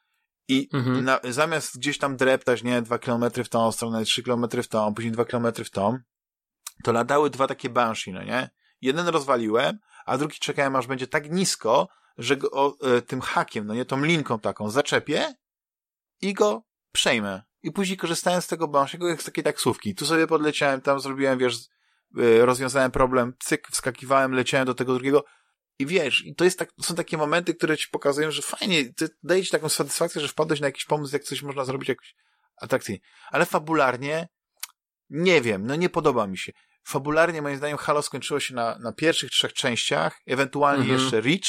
Speaker 1: I
Speaker 2: Mhm.
Speaker 1: na, zamiast gdzieś tam dreptać, nie, dwa kilometry w tą stronę, trzy kilometry w tą, później dwa kilometry w tą, to latały dwa takie Banshee, no nie? Jeden rozwaliłem, a drugi czekałem, aż będzie tak nisko, że go o, e, tym hakiem, no nie, tą linką taką zaczepię i go przejmę. I później korzystałem z tego Banshee'ego jak z takiej taksówki. Tu sobie podleciałem, tam zrobiłem, wiesz, e, rozwiązałem problem, cyk, wskakiwałem, leciałem do tego drugiego i wiesz, i to jest tak, są takie momenty, które ci pokazują, że fajnie, daje ci taką satysfakcję, że wpadłeś na jakiś pomysł, jak coś można zrobić jakoś atrakcyjnie. Ale fabularnie nie wiem, no nie podoba mi się. Fabularnie, moim zdaniem, Halo skończyło się na, na pierwszych trzech częściach, ewentualnie
Speaker 2: Mhm.
Speaker 1: jeszcze Reach,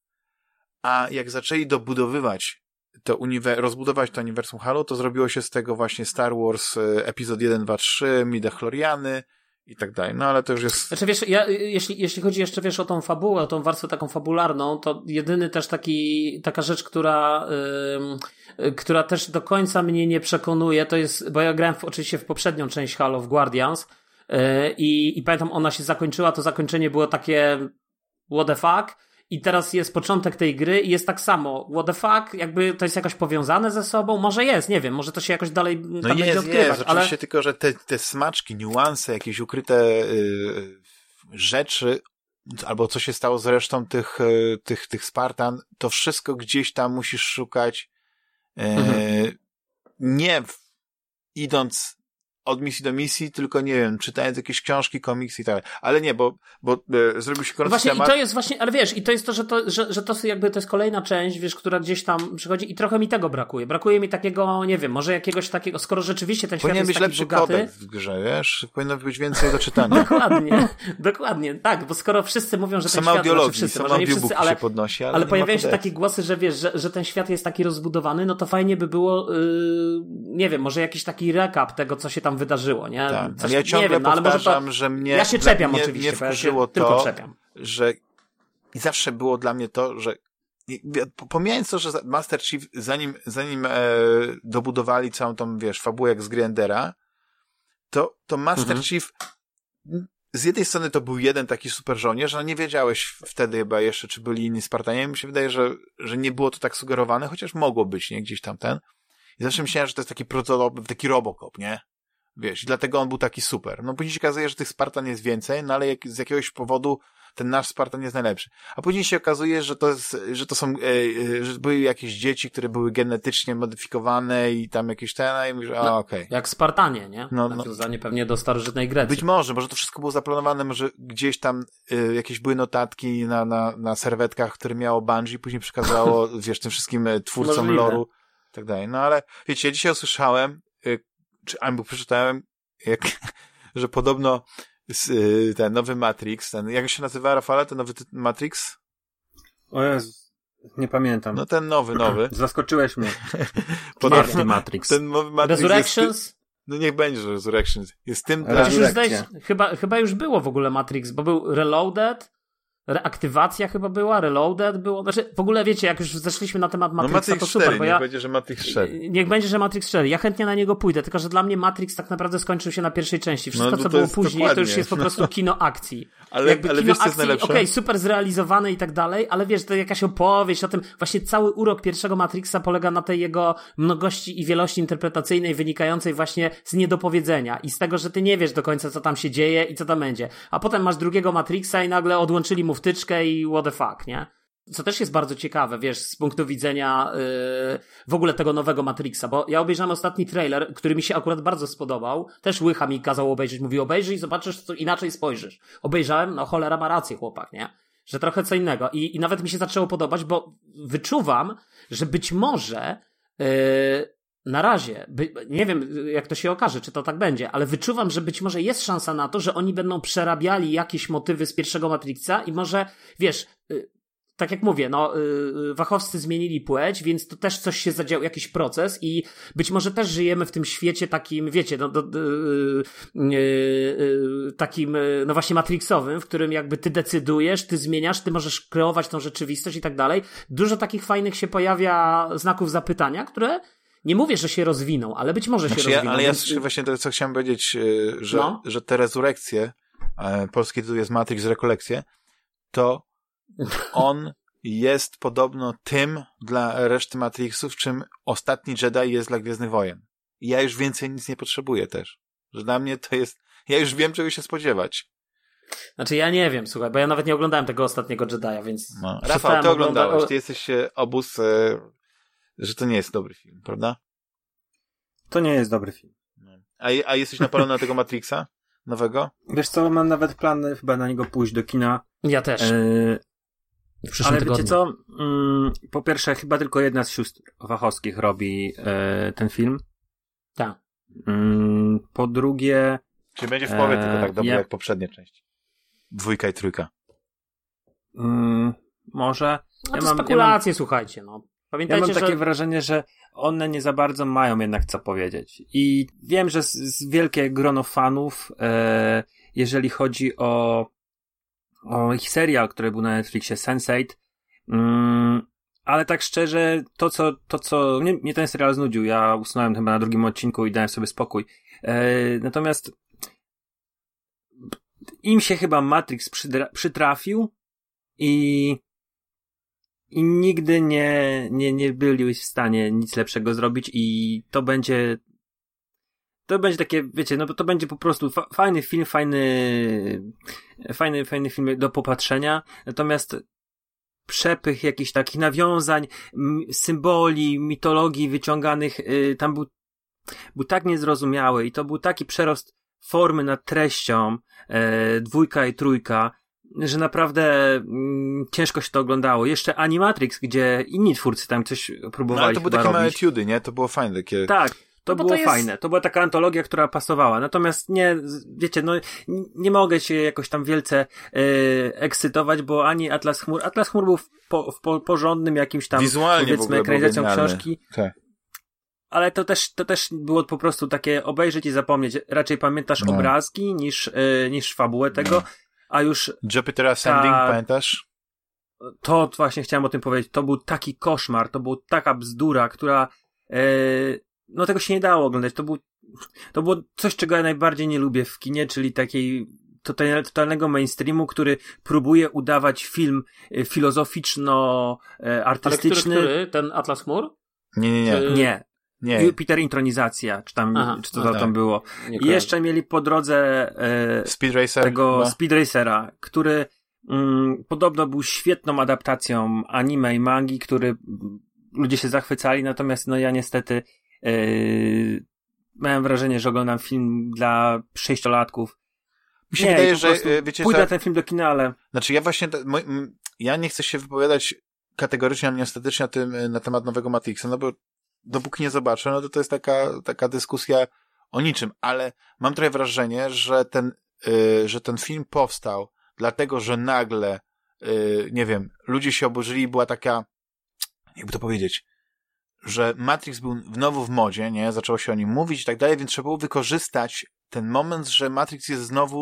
Speaker 1: a jak zaczęli dobudowywać to uniwer- rozbudować to uniwersum Halo, to zrobiło się z tego właśnie Star Wars e, epizod jeden, dwa, trzy, Midichloriany i tak dalej. No ale to już jest...
Speaker 2: Znaczy wiesz, ja, jeśli, jeśli chodzi jeszcze wiesz o tą fabułę, o tą warstwę taką fabularną, to jedyny też taki, taka rzecz, która, yy, która też do końca mnie nie przekonuje, to jest, bo ja grałem w, oczywiście w poprzednią część Halo, w Guardians yy, i, i pamiętam, ona się zakończyła, to zakończenie było takie what the fuck. I teraz jest początek tej gry i jest tak samo. What the fuck? Jakby to jest jakoś powiązane ze sobą? Może jest, nie wiem. Może to się jakoś dalej tam
Speaker 1: no
Speaker 2: będzie
Speaker 1: jest,
Speaker 2: odkrywać.
Speaker 1: jest,
Speaker 2: ale...
Speaker 1: oczywiście, tylko że te, te smaczki, niuanse, jakieś ukryte yy, rzeczy, albo co się stało z resztą tych, yy, tych, tych Spartan, to wszystko gdzieś tam musisz szukać yy, mhm. nie w, idąc od misji do misji, tylko nie wiem, czytając jakieś książki, komiksy i tak dalej. Ale nie, bo, bo e, zrobił się krótki
Speaker 2: właśnie
Speaker 1: temat.
Speaker 2: I to jest właśnie, ale wiesz, i to jest to, że to, że, że to jakby to jest kolejna część, wiesz, która gdzieś tam przychodzi i trochę mi tego brakuje. Brakuje mi takiego, nie wiem, może jakiegoś takiego, skoro rzeczywiście ten
Speaker 1: Powinien
Speaker 2: świat jest
Speaker 1: być
Speaker 2: taki
Speaker 1: lepszy
Speaker 2: bogaty.
Speaker 1: kodeks w grze, wiesz? Powinno być więcej do czytania.
Speaker 2: Dokładnie, dokładnie, tak, bo skoro wszyscy mówią, że ten
Speaker 1: są
Speaker 2: świat, znaczy wszyscy,
Speaker 1: są
Speaker 2: może nie wszyscy, ale,
Speaker 1: się podnosi, ale,
Speaker 2: ale pojawiają się
Speaker 1: kodeksu.
Speaker 2: takie głosy, że wiesz, że, że ten świat jest taki rozbudowany, no to fajnie by było, yy, nie wiem, może jakiś taki recap tego, co się tam wydarzyło, nie?
Speaker 1: Tak.
Speaker 2: Coś,
Speaker 1: ja ciągle
Speaker 2: nie wiem, no, ale może
Speaker 1: powtarzam,
Speaker 2: to,
Speaker 1: że mnie,
Speaker 2: ja się czepiam
Speaker 1: mnie,
Speaker 2: oczywiście,
Speaker 1: mnie
Speaker 2: bo ja się
Speaker 1: wkurzyło
Speaker 2: tylko
Speaker 1: to,
Speaker 2: czepiam.
Speaker 1: że i zawsze było dla mnie to, że pomijając to, że Master Chief, zanim, zanim e, dobudowali całą tą, wiesz, fabułę jak z Grandera, to, to Master
Speaker 2: mhm.
Speaker 1: Chief z jednej strony to był jeden taki super żołnierz, ale nie wiedziałeś wtedy chyba jeszcze, czy byli inni Spartanie. Mi się wydaje, że, że nie było to tak sugerowane, chociaż mogło być, nie? Gdzieś tam ten. I zawsze myślałem, że to jest taki prototyp, taki Robocop, nie? Wiesz, i dlatego on był taki super. No później się okazuje, że tych Spartan jest więcej, no ale jak, z jakiegoś powodu ten nasz Spartan jest najlepszy. A później się okazuje, że to jest, że to są, e, e, że były jakieś dzieci, które były genetycznie modyfikowane i tam jakieś ten, i mówisz, a
Speaker 2: no,
Speaker 1: okej. Okay.
Speaker 2: Jak Spartanie, nie?
Speaker 1: No, no.
Speaker 2: Nawiązanie pewnie do starożytnej Grecji.
Speaker 1: Być może, może to wszystko było zaplanowane, może gdzieś tam y, jakieś były notatki na, na, na serwetkach, które miało Bungie, później przekazało, wiesz, tym wszystkim twórcom
Speaker 2: Możliwe.
Speaker 1: loru i tak dalej. No ale, wiecie, ja dzisiaj usłyszałem, y, czy albo przeczytałem, jak, że podobno y, ten nowy Matrix, ten, jak się nazywa, Rafale, ten nowy ty- Matrix?
Speaker 3: O Jezu, nie pamiętam.
Speaker 1: No ten nowy, nowy.
Speaker 3: Zaskoczyłeś mnie.
Speaker 1: Podobno,
Speaker 3: Matrix.
Speaker 1: ten nowy Matrix
Speaker 2: Resurrections?
Speaker 1: jest, no niech będzie, że Resurrections. Jest tym...
Speaker 2: Chociaż już
Speaker 3: Resurrekcja.
Speaker 2: zdaje, chyba, chyba już było w ogóle Matrix, bo był Reloaded, reaktywacja chyba była, Reloaded było, znaczy w ogóle wiecie, jak już zeszliśmy na temat Matrixa, no Matrix to super,
Speaker 1: cztery,
Speaker 2: bo
Speaker 1: niech
Speaker 2: ja...
Speaker 1: będzie, że Matrix cztery.
Speaker 2: Niech będzie, że Matrix cztery. Ja chętnie na niego pójdę, tylko że dla mnie Matrix tak naprawdę skończył się na pierwszej części. Wszystko,
Speaker 1: no,
Speaker 2: co było później,
Speaker 1: dokładnie.
Speaker 2: to już jest po prostu kino akcji.
Speaker 1: Ale,
Speaker 2: Jakby
Speaker 1: ale
Speaker 2: kino
Speaker 1: wiesz, co jest
Speaker 2: akcji,
Speaker 1: najlepsze?
Speaker 2: okej, okay, super zrealizowane i tak dalej, ale wiesz, to jakaś opowieść o tym, właśnie cały urok pierwszego Matrixa polega na tej jego mnogości i wielości interpretacyjnej wynikającej właśnie z niedopowiedzenia i z tego, że ty nie wiesz do końca, co tam się dzieje i co tam będzie. A potem masz drugiego Matrixa i nagle odłączyli mu wtyczkę i what the fuck, nie? Co też jest bardzo ciekawe, wiesz, z punktu widzenia yy, w ogóle tego nowego Matrixa, bo ja obejrzałem ostatni trailer, który mi się akurat bardzo spodobał. Też Łycha mi kazał obejrzeć, mówi obejrzyj i zobaczysz, co inaczej spojrzysz. Obejrzałem, no cholera ma rację chłopak, nie? Że trochę co innego. I, i nawet mi się zaczęło podobać, bo wyczuwam, że być może yy, na razie, by, nie wiem jak to się okaże, czy to tak będzie, ale wyczuwam, że być może jest szansa na to, że oni będą przerabiali jakieś motywy z pierwszego Matrixa i może, wiesz... Yy, tak jak mówię, no, yy, Wachowscy zmienili płeć, więc to też coś się zadział, jakiś proces i być może też żyjemy w tym świecie takim, wiecie, no, do, yy, yy, yy, takim, yy, no właśnie matrixowym, w którym jakby ty decydujesz, ty zmieniasz, ty możesz kreować tą rzeczywistość i tak dalej. Dużo takich fajnych się pojawia znaków zapytania, które nie mówię, że się rozwiną, ale być może
Speaker 1: znaczy
Speaker 2: się
Speaker 1: ja,
Speaker 2: rozwiną.
Speaker 1: Ale
Speaker 2: więc...
Speaker 1: ja właśnie to, co chciałem powiedzieć, yy, że,
Speaker 2: no.
Speaker 1: że te rezurekcje, yy, polski tytuł jest Matrix Rekolekcje, to on jest podobno tym dla reszty Matrixów, czym ostatni Jedi jest dla Gwiezdnych Wojen. I ja już więcej nic nie potrzebuję też. Że dla mnie to jest... Ja już wiem, czego się spodziewać.
Speaker 2: Znaczy ja nie wiem, słuchaj, bo ja nawet nie oglądałem tego ostatniego Jedi'a, więc...
Speaker 1: No. Rafał, ty oglądałeś, ogląda... ty jesteś obóz, e, że to nie jest dobry film, prawda?
Speaker 3: To nie jest dobry film.
Speaker 1: A, a jesteś napalony na tego Matrixa nowego?
Speaker 3: Wiesz co, mam nawet plan chyba na niego pójść do kina.
Speaker 2: Ja też.
Speaker 3: E...
Speaker 2: Ale
Speaker 3: tygodniu. Wiecie co? Mm, po pierwsze, chyba tylko jedna z sióstr Wachowskich robi e, ten film.
Speaker 2: Tak.
Speaker 3: Mm, po drugie...
Speaker 1: Czy będzie w połowie e, tylko tak dobry
Speaker 3: ja...
Speaker 1: jak poprzednie części? Dwójka i trójka.
Speaker 3: Mm, może.
Speaker 2: No ja to mam, spekulacje, ja mam, słuchajcie. No. Pamiętajcie,
Speaker 3: ja mam takie
Speaker 2: że...
Speaker 3: wrażenie, że one nie za bardzo mają jednak co powiedzieć. I wiem, że z, z wielkie grono fanów, e, jeżeli chodzi o o ich serial, który był na Netflixie, sense eight, mm, ale tak szczerze, to co, to co, mnie, mnie ten serial znudził, ja usunąłem chyba na drugim odcinku i dałem sobie spokój. E, natomiast im się chyba Matrix przydra- przytrafił i i nigdy nie, nie, nie byli w stanie nic lepszego zrobić i to będzie To będzie takie, wiecie, no to będzie po prostu fa- fajny film, fajny, fajny, fajny film do popatrzenia, natomiast przepych jakichś takich nawiązań, m- symboli, mitologii wyciąganych, y- tam był, był tak niezrozumiały i to był taki przerost formy nad treścią, y- dwójka i trójka, że naprawdę mm, ciężko się to oglądało. Jeszcze Animatrix, gdzie inni twórcy tam coś próbowali. No ale
Speaker 1: to były takie małe etiudy, nie? To było fajne. Takie...
Speaker 3: Tak. To no było to jest... fajne. To była taka antologia, która pasowała. Natomiast nie, wiecie, no nie mogę się jakoś tam wielce yy, ekscytować, bo ani Atlas Chmur... Atlas Chmur był w, po, w po, porządnym jakimś tam,
Speaker 1: wizualnie
Speaker 3: powiedzmy, ekranizacją książki.
Speaker 1: Tak.
Speaker 3: Ale to też, to też było po prostu takie obejrzeć i zapomnieć. Raczej pamiętasz no. obrazki niż, yy, niż fabułę tego, no. a już...
Speaker 1: Jupiter Ascending, ta... pamiętasz?
Speaker 3: To właśnie chciałem o tym powiedzieć. To był taki koszmar, to była taka bzdura, która... Yy, no tego się nie dało oglądać. To, był, to było coś, czego ja najbardziej nie lubię w kinie, czyli takiej totalnego mainstreamu, który próbuje udawać film filozoficzno-artystyczny.
Speaker 2: Ale który, który? Ten Atlas Chmur?
Speaker 1: Nie, nie, nie.
Speaker 3: Czy... Nie. nie. Jupiter Intronizacja, czy tam, Aha, czy to no tam tak. było. I jeszcze mieli po drodze e,
Speaker 1: Speed Racer,
Speaker 3: tego
Speaker 1: chyba?
Speaker 3: Speed Racera, który mm, podobno był świetną adaptacją anime i mangi, który ludzie się zachwycali, natomiast no ja niestety Yy, miałem wrażenie, że oglądam film dla sześciolatków.
Speaker 1: Mi się nie, wydaje, że wiecie,
Speaker 3: pójdę
Speaker 1: że...
Speaker 3: na ten film do kina, ale...
Speaker 1: Znaczy ja właśnie, ja nie chcę się wypowiadać kategorycznie, a nie ostatecznie na, tym, na temat nowego Matrixa, no bo dopóki nie zobaczę, no to to jest taka, taka dyskusja o niczym, ale mam trochę wrażenie, że ten, yy, że ten film powstał dlatego, że nagle, yy, nie wiem, ludzie się oburzyli i była taka, jakby to powiedzieć, że Matrix był znowu w modzie, nie? Zaczęło się o nim mówić i tak dalej, więc trzeba było wykorzystać ten moment, że Matrix jest znowu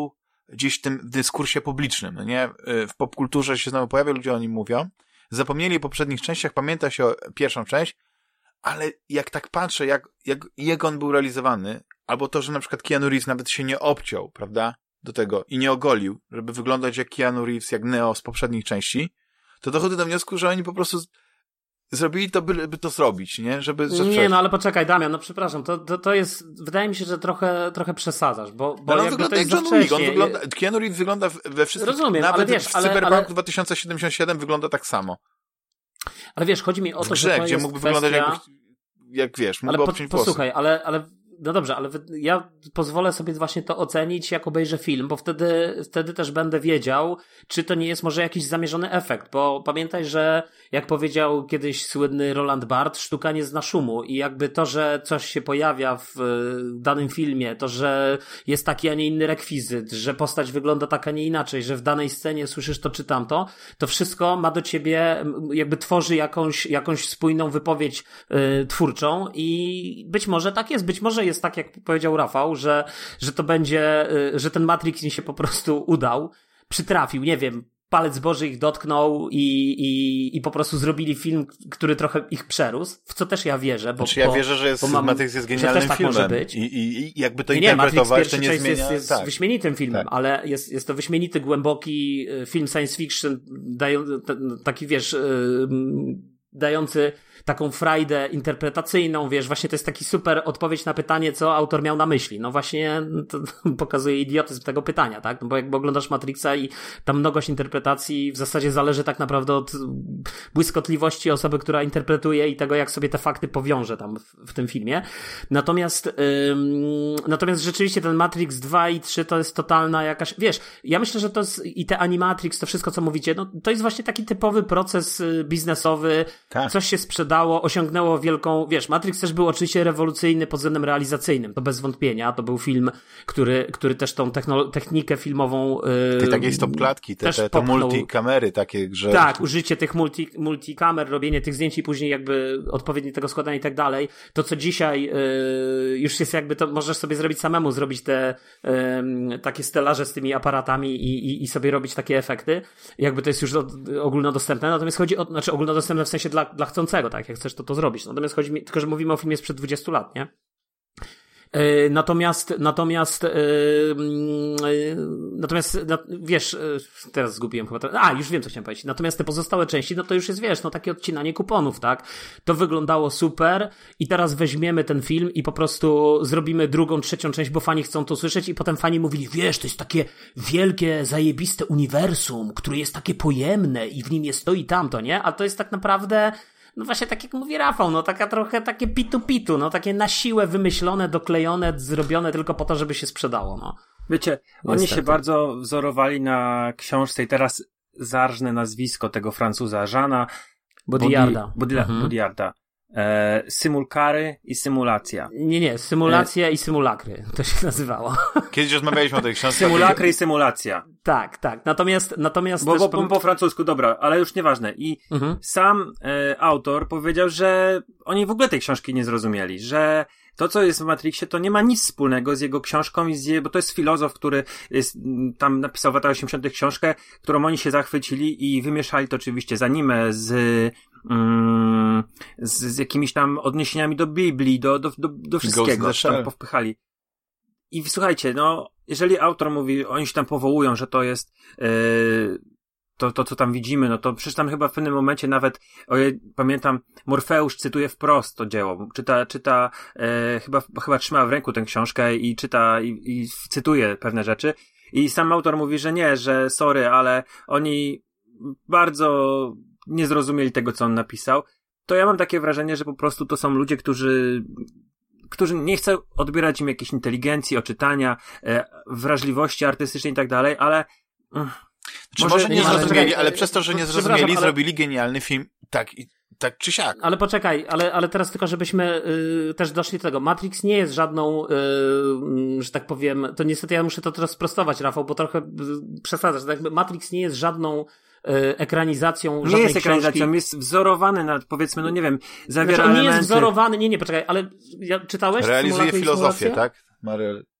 Speaker 1: gdzieś w tym dyskursie publicznym, no nie? W popkulturze się znowu pojawia, ludzie o nim mówią. Zapomnieli o poprzednich częściach, pamięta się o pierwszą część, ale jak tak patrzę, jak, jak, jak on był realizowany, albo to, że na przykład Keanu Reeves nawet się nie obciął, prawda, do tego i nie ogolił, żeby wyglądać jak Keanu Reeves, jak Neo z poprzednich części, to dochodzę do wniosku, że oni po prostu zrobili to, by, by to zrobić, nie? Żeby, żeby
Speaker 2: nie, no ale poczekaj, Damian, no przepraszam, to, to, to jest, wydaje mi się, że trochę, trochę przesadzasz, bo, bo
Speaker 1: no,
Speaker 2: jakby
Speaker 1: wygląda
Speaker 2: to jest
Speaker 1: jak
Speaker 2: za
Speaker 1: John Wick, on
Speaker 2: wcześnie.
Speaker 1: wygląda, Keanu Reeves wygląda we wszystkich,
Speaker 2: Rozumiem,
Speaker 1: nawet
Speaker 2: ale wiesz,
Speaker 1: w
Speaker 2: ale,
Speaker 1: Cyberpunk
Speaker 2: ale...
Speaker 1: dwa tysiące siedemdziesiąt siedem wygląda tak samo.
Speaker 2: Ale wiesz, chodzi mi o to,
Speaker 1: w grze,
Speaker 2: że to
Speaker 1: gdzie
Speaker 2: jest
Speaker 1: mógłby
Speaker 2: kwestia...
Speaker 1: wyglądać jak, jak wiesz, mógłby
Speaker 2: ale po,
Speaker 1: obciąć
Speaker 2: posłuchaj,
Speaker 1: włosy.
Speaker 2: ale, ale no dobrze, ale ja pozwolę sobie właśnie to ocenić, jak obejrzę film, bo wtedy, wtedy też będę wiedział, czy to nie jest może jakiś zamierzony efekt, bo pamiętaj, że jak powiedział kiedyś słynny Roland Barthes, sztuka nie zna szumu i jakby to, że coś się pojawia w danym filmie, to, że jest taki, a nie inny rekwizyt, że postać wygląda tak, a nie inaczej, że w danej scenie słyszysz to czy tamto, to wszystko ma do ciebie, jakby tworzy jakąś, jakąś spójną wypowiedź y, twórczą i być może tak jest, być może jest tak, jak powiedział Rafał, że, że to będzie, że ten Matrix mi się po prostu udał, przytrafił, nie wiem, palec Boży ich dotknął i, i, i po prostu zrobili film, który trochę ich przerósł, w co też ja wierzę. Bo,
Speaker 1: znaczy ja
Speaker 2: bo,
Speaker 1: wierzę, że jest,
Speaker 2: mam,
Speaker 1: Matrix jest genialnym
Speaker 2: że tak
Speaker 1: filmem
Speaker 2: może być.
Speaker 1: I, i, i jakby to
Speaker 2: nie,
Speaker 1: interpretować,
Speaker 2: nie,
Speaker 1: to nie zmienia.
Speaker 2: jest, jest
Speaker 1: tak.
Speaker 2: wyśmienitym filmem,
Speaker 1: tak.
Speaker 2: ale jest, jest to wyśmienity, głęboki film science fiction, dają, taki wiesz, dający taką frajdę interpretacyjną, wiesz, właśnie to jest taki super odpowiedź na pytanie, co autor miał na myśli. No właśnie to pokazuje idiotyzm tego pytania, tak? No bo jakby oglądasz Matrixa i tam mnogość interpretacji w zasadzie zależy tak naprawdę od błyskotliwości osoby, która interpretuje i tego, jak sobie te fakty powiąże tam w, w tym filmie. Natomiast ym, natomiast rzeczywiście ten Matrix dwa i trzy to jest totalna jakaś, wiesz, ja myślę, że to jest i te Animatrix, to wszystko, co mówicie, no to jest właśnie taki typowy proces biznesowy, tak. Coś się sprzedało, osiągnęło wielką, wiesz, Matrix też był oczywiście rewolucyjny pod względem realizacyjnym, to bez wątpienia, to był film, który, który też tą technolo- technikę filmową yy,
Speaker 1: tej takiej stop-klatki, te, te, te multikamery takie, że...
Speaker 2: Tak, użycie tych multi, multikamer, robienie tych zdjęć i później jakby odpowiednie tego składania i tak dalej, to co dzisiaj yy, już jest jakby, to możesz sobie zrobić samemu, zrobić te yy, takie stelaże z tymi aparatami i, i, i sobie robić takie efekty, jakby to jest już od, ogólnodostępne, natomiast chodzi o, znaczy ogólnodostępne w sensie dla, dla chcącego, tak, jak chcesz to to zrobić. Natomiast chodzi mi, tylko że mówimy o filmie sprzed dwudziestu lat, nie? Yy, natomiast, natomiast, yy, yy, natomiast, no, wiesz, yy, teraz zgubiłem chyba, to, a, już wiem, co chciałem powiedzieć. Natomiast te pozostałe części, no to już jest, wiesz, no takie odcinanie kuponów, tak? To wyglądało super i teraz weźmiemy ten film i po prostu zrobimy drugą, trzecią część, bo fani chcą to słyszeć i potem fani mówili, wiesz, to jest takie wielkie, zajebiste uniwersum, które jest takie pojemne i w nim jest to i tamto, nie? A to jest tak naprawdę... No właśnie tak jak mówi Rafał, no taka trochę takie pitu-pitu, no takie na siłę wymyślone, doklejone, zrobione tylko po to, żeby się sprzedało, no.
Speaker 3: Wiecie, oni Niestety. się bardzo wzorowali na książce i teraz zarżnę nazwisko tego Francuza, Jeana
Speaker 2: Baudrillarda.
Speaker 3: Baudrillarda. E, symulkary i symulacja.
Speaker 2: Nie, nie, symulacja e... i symulakry to się nazywało.
Speaker 1: Kiedyś rozmawialiśmy o tej książce.
Speaker 3: Symulakry i symulacja.
Speaker 2: Tak, tak. Natomiast, natomiast
Speaker 3: bo, bo, bo po francusku, dobra, ale już nieważne. I mhm. sam e, autor powiedział, że oni w ogóle tej książki nie zrozumieli, że to, co jest w Matrixie, to nie ma nic wspólnego z jego książką i z je, bo to jest filozof, który jest, tam napisał w latach osiemdziesiątych książkę, którą oni się zachwycili i wymieszali to oczywiście z anime, z, mm, z, z jakimiś tam odniesieniami do Biblii, do, do, do, do wszystkiego, co tam powpychali. I słuchajcie, no, jeżeli autor mówi, oni się tam powołują, że to jest, yy, to, to, co tam widzimy, no to przecież tam chyba w pewnym momencie nawet, ojej, pamiętam, Morfeusz cytuje wprost to dzieło, czyta, czyta, e, chyba, chyba trzyma w ręku tę książkę i czyta i, i cytuje pewne rzeczy i sam autor mówi, że nie, że sorry, ale oni bardzo nie zrozumieli tego, co on napisał. To ja mam takie wrażenie, że po prostu to są ludzie, którzy którzy nie chcą odbierać im jakiejś inteligencji, oczytania, e, wrażliwości artystycznej i tak dalej, ale
Speaker 1: Czy może, może nie zrozumieli, ale, ale przez to, że nie zrozumieli, ale... zrobili genialny film tak i tak czy siak.
Speaker 2: Ale poczekaj, ale, ale teraz tylko, żebyśmy y, też doszli do tego. Matrix nie jest żadną, y, że tak powiem, to niestety ja muszę to teraz sprostować, Rafał, bo trochę y, przesadzasz. Tak, Matrix nie jest żadną y, ekranizacją żadnej
Speaker 3: Nie jest ekranizacją,
Speaker 2: książki.
Speaker 3: jest wzorowany na, powiedzmy, no nie wiem, zawiera
Speaker 2: znaczy, on
Speaker 3: elementy...
Speaker 2: nie jest wzorowany, nie, nie, poczekaj, ale ja, czytałeś?
Speaker 1: Realizuje filozofię, tak? Mariel...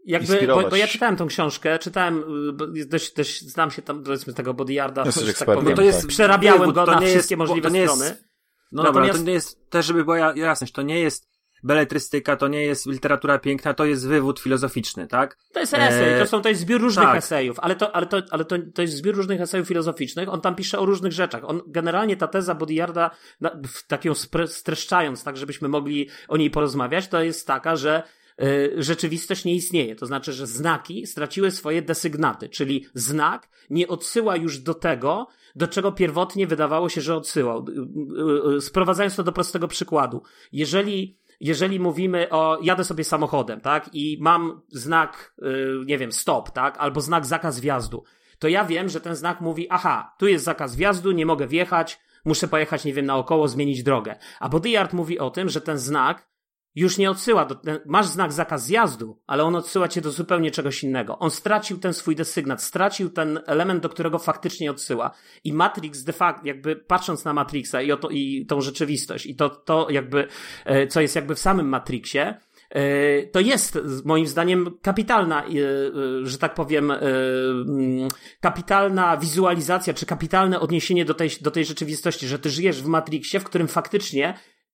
Speaker 2: jakby, bo, bo ja czytałem tą książkę, czytałem, dość, dość znam się tam, powiedzmy, tego Bodyarda,
Speaker 1: no,
Speaker 2: tak powiem, to jest, tak. przerabiałem go na wszystkie jest, możliwe
Speaker 3: nie
Speaker 2: strony.
Speaker 3: Jest, no Natomiast... dobra, to nie jest, też żeby była jasność, to nie jest beletrystyka, to nie jest literatura piękna, to jest wywód filozoficzny, tak?
Speaker 2: To jest esej, to, są, to jest zbiór różnych tak. esejów, ale, to, ale, to, ale to, to jest zbiór różnych esejów filozoficznych, on tam pisze o różnych rzeczach. On, generalnie ta teza Bodyarda, taką streszczając, tak żebyśmy mogli o niej porozmawiać, to jest taka, że y, rzeczywistość nie istnieje. To znaczy, że znaki straciły swoje desygnaty, czyli znak nie odsyła już do tego, do czego pierwotnie wydawało się, że odsyłał. Y, y, y, sprowadzając to do prostego przykładu. Jeżeli Jeżeli mówimy o, jadę sobie samochodem, tak, i mam znak, yy, nie wiem, stop, tak, albo znak zakaz wjazdu, to ja wiem, że ten znak mówi, aha, tu jest zakaz wjazdu, nie mogę wjechać, muszę pojechać, nie wiem, naokoło, zmienić drogę. A Baudrillard mówi o tym, że ten znak już nie odsyła, do, ten, masz znak zakaz zjazdu, ale on odsyła cię do zupełnie czegoś innego. On stracił ten swój desygnat, stracił ten element, do którego faktycznie odsyła. I Matrix de facto, jakby patrząc na Matrixa i, o to, i tą rzeczywistość, i to, to jakby, co jest jakby w samym Matrixie, to jest moim zdaniem kapitalna, że tak powiem, kapitalna wizualizacja, czy kapitalne odniesienie do tej, do tej rzeczywistości, że ty żyjesz w Matrixie, w którym faktycznie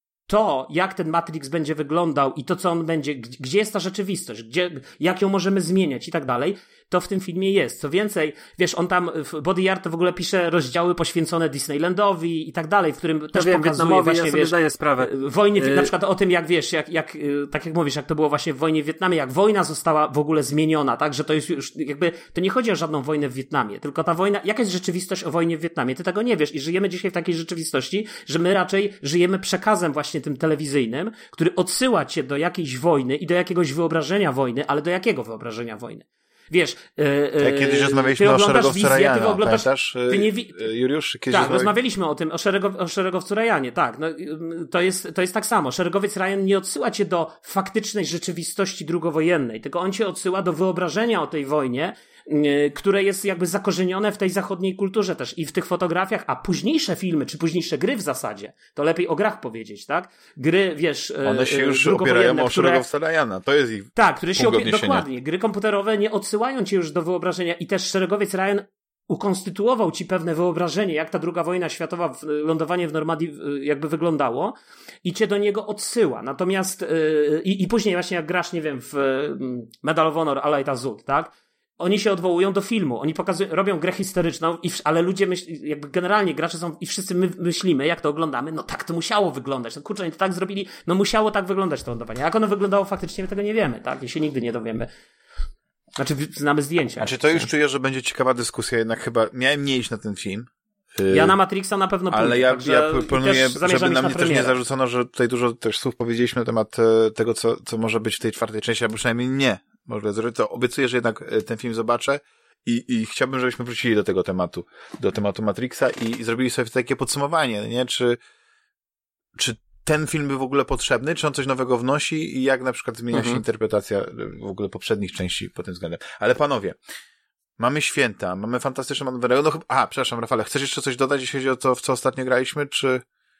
Speaker 2: to, jak ten Matrix będzie wyglądał i to, co on będzie, gdzie jest ta rzeczywistość, gdzie, jak ją możemy zmieniać i tak dalej, to w tym filmie jest. Co więcej, wiesz, on tam, Baudrillard to w ogóle pisze rozdziały poświęcone Disneylandowi i tak dalej, w którym ja też wiem, pokazuje właśnie, ja wiesz, zdaję sprawę. Wojnie, yy... na przykład o tym, jak wiesz, jak, jak, tak jak mówisz, jak to było właśnie w wojnie w Wietnamie, jak wojna została w ogóle zmieniona, tak, że to jest już, jakby, to nie chodzi o żadną wojnę w Wietnamie, tylko ta wojna, jaka jest rzeczywistość o wojnie w Wietnamie? Ty tego nie wiesz i żyjemy dzisiaj w takiej rzeczywistości, że my raczej żyjemy przekazem właśnie tym telewizyjnym, który odsyła cię do jakiejś wojny i do jakiegoś wyobrażenia wojny, ale do jakiego wyobrażenia wojny? Wiesz, yy,
Speaker 1: jak kiedyś rozmawialiśmy o szeregowcu Ryana, pamiętasz,
Speaker 2: ty nie wi-
Speaker 1: Juliusz?
Speaker 2: Tak, rozmawiali... rozmawialiśmy o tym, o, szeregow, o szeregowcu Ryanie, tak. No, to, jest, to jest tak samo. Szeregowiec Ryan nie odsyła cię do faktycznej rzeczywistości drugowojennej, tylko on cię odsyła do wyobrażenia o tej wojnie, yy, które jest jakby zakorzenione w tej zachodniej kulturze też i w tych fotografiach, a późniejsze filmy, czy późniejsze gry w zasadzie, to lepiej o grach powiedzieć, tak? Gry, wiesz, yy,
Speaker 1: one się już opierają o szeregowca Ryana, to jest ich
Speaker 2: Tak, które się opierają, dokładnie. Gry komputerowe nie odsyłają cię już do wyobrażenia i też Szeregowiec Ryan ukonstytuował ci pewne wyobrażenie, jak ta druga wojna światowa, lądowanie w Normandii jakby wyglądało i cię do niego odsyła. Natomiast yy, i, i później właśnie jak grasz, nie wiem, w yy, Medal of Honor Allied Azul, tak? Oni się odwołują do filmu, oni pokazują, robią grę historyczną, i w, ale ludzie myśl, jakby generalnie gracze są i wszyscy my myślimy, jak to oglądamy, no tak to musiało wyglądać, no kurczę, oni to tak zrobili, no musiało tak wyglądać to lądowanie. Jak ono wyglądało faktycznie, my tego nie wiemy, tak? I się nigdy nie dowiemy. Znaczy, znamy zdjęcia.
Speaker 1: Znaczy, to już czuję, że będzie ciekawa dyskusja, jednak chyba miałem nie iść na ten film.
Speaker 2: Ja na Matrixa na pewno pójdę.
Speaker 1: Ale ja, ja planuję, żeby na mnie też nie zarzucono, że tutaj dużo też słów powiedzieliśmy na temat tego, co, co może być w tej czwartej części, albo przynajmniej nie. Może to obiecuję, że jednak ten film zobaczę i, i chciałbym, żebyśmy wrócili do tego tematu, do tematu Matrixa i, i zrobili sobie takie podsumowanie, nie? Czy, czy ten film był w ogóle potrzebny, czy on coś nowego wnosi i jak na przykład zmienia mhm. się interpretacja w ogóle poprzednich części pod tym względem. Ale panowie, mamy święta, mamy fantastyczne manewry. No, a, przepraszam, Rafale, chcesz jeszcze coś dodać, jeśli chodzi o to, w co ostatnio graliśmy, czy...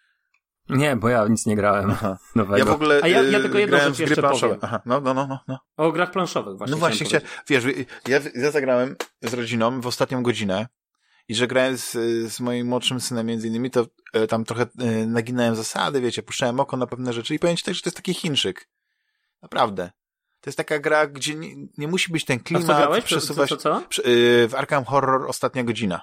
Speaker 3: Nie, bo ja nic nie grałem. Aha. Nowego.
Speaker 1: Ja w ogóle
Speaker 2: A ja, ja tylko jedną rzecz jeszcze powiem.
Speaker 1: Aha, no, no, no, no.
Speaker 2: O grach planszowych właśnie.
Speaker 1: No właśnie, chcia... wiesz, ja, ja zagrałem z rodziną w ostatnią godzinę i że grałem z, z moim młodszym synem między innymi, to e, tam trochę e, naginałem zasady, wiecie, puszczałem oko na pewne rzeczy i powiem ci tak, że to jest taki Chińczyk. Naprawdę. To jest taka gra, gdzie nie, nie musi być ten klimat.
Speaker 2: A co grałeś?
Speaker 1: Przesuwać...
Speaker 2: Co, co, co?
Speaker 1: Przy, e, w Arkham Horror ostatnia godzina.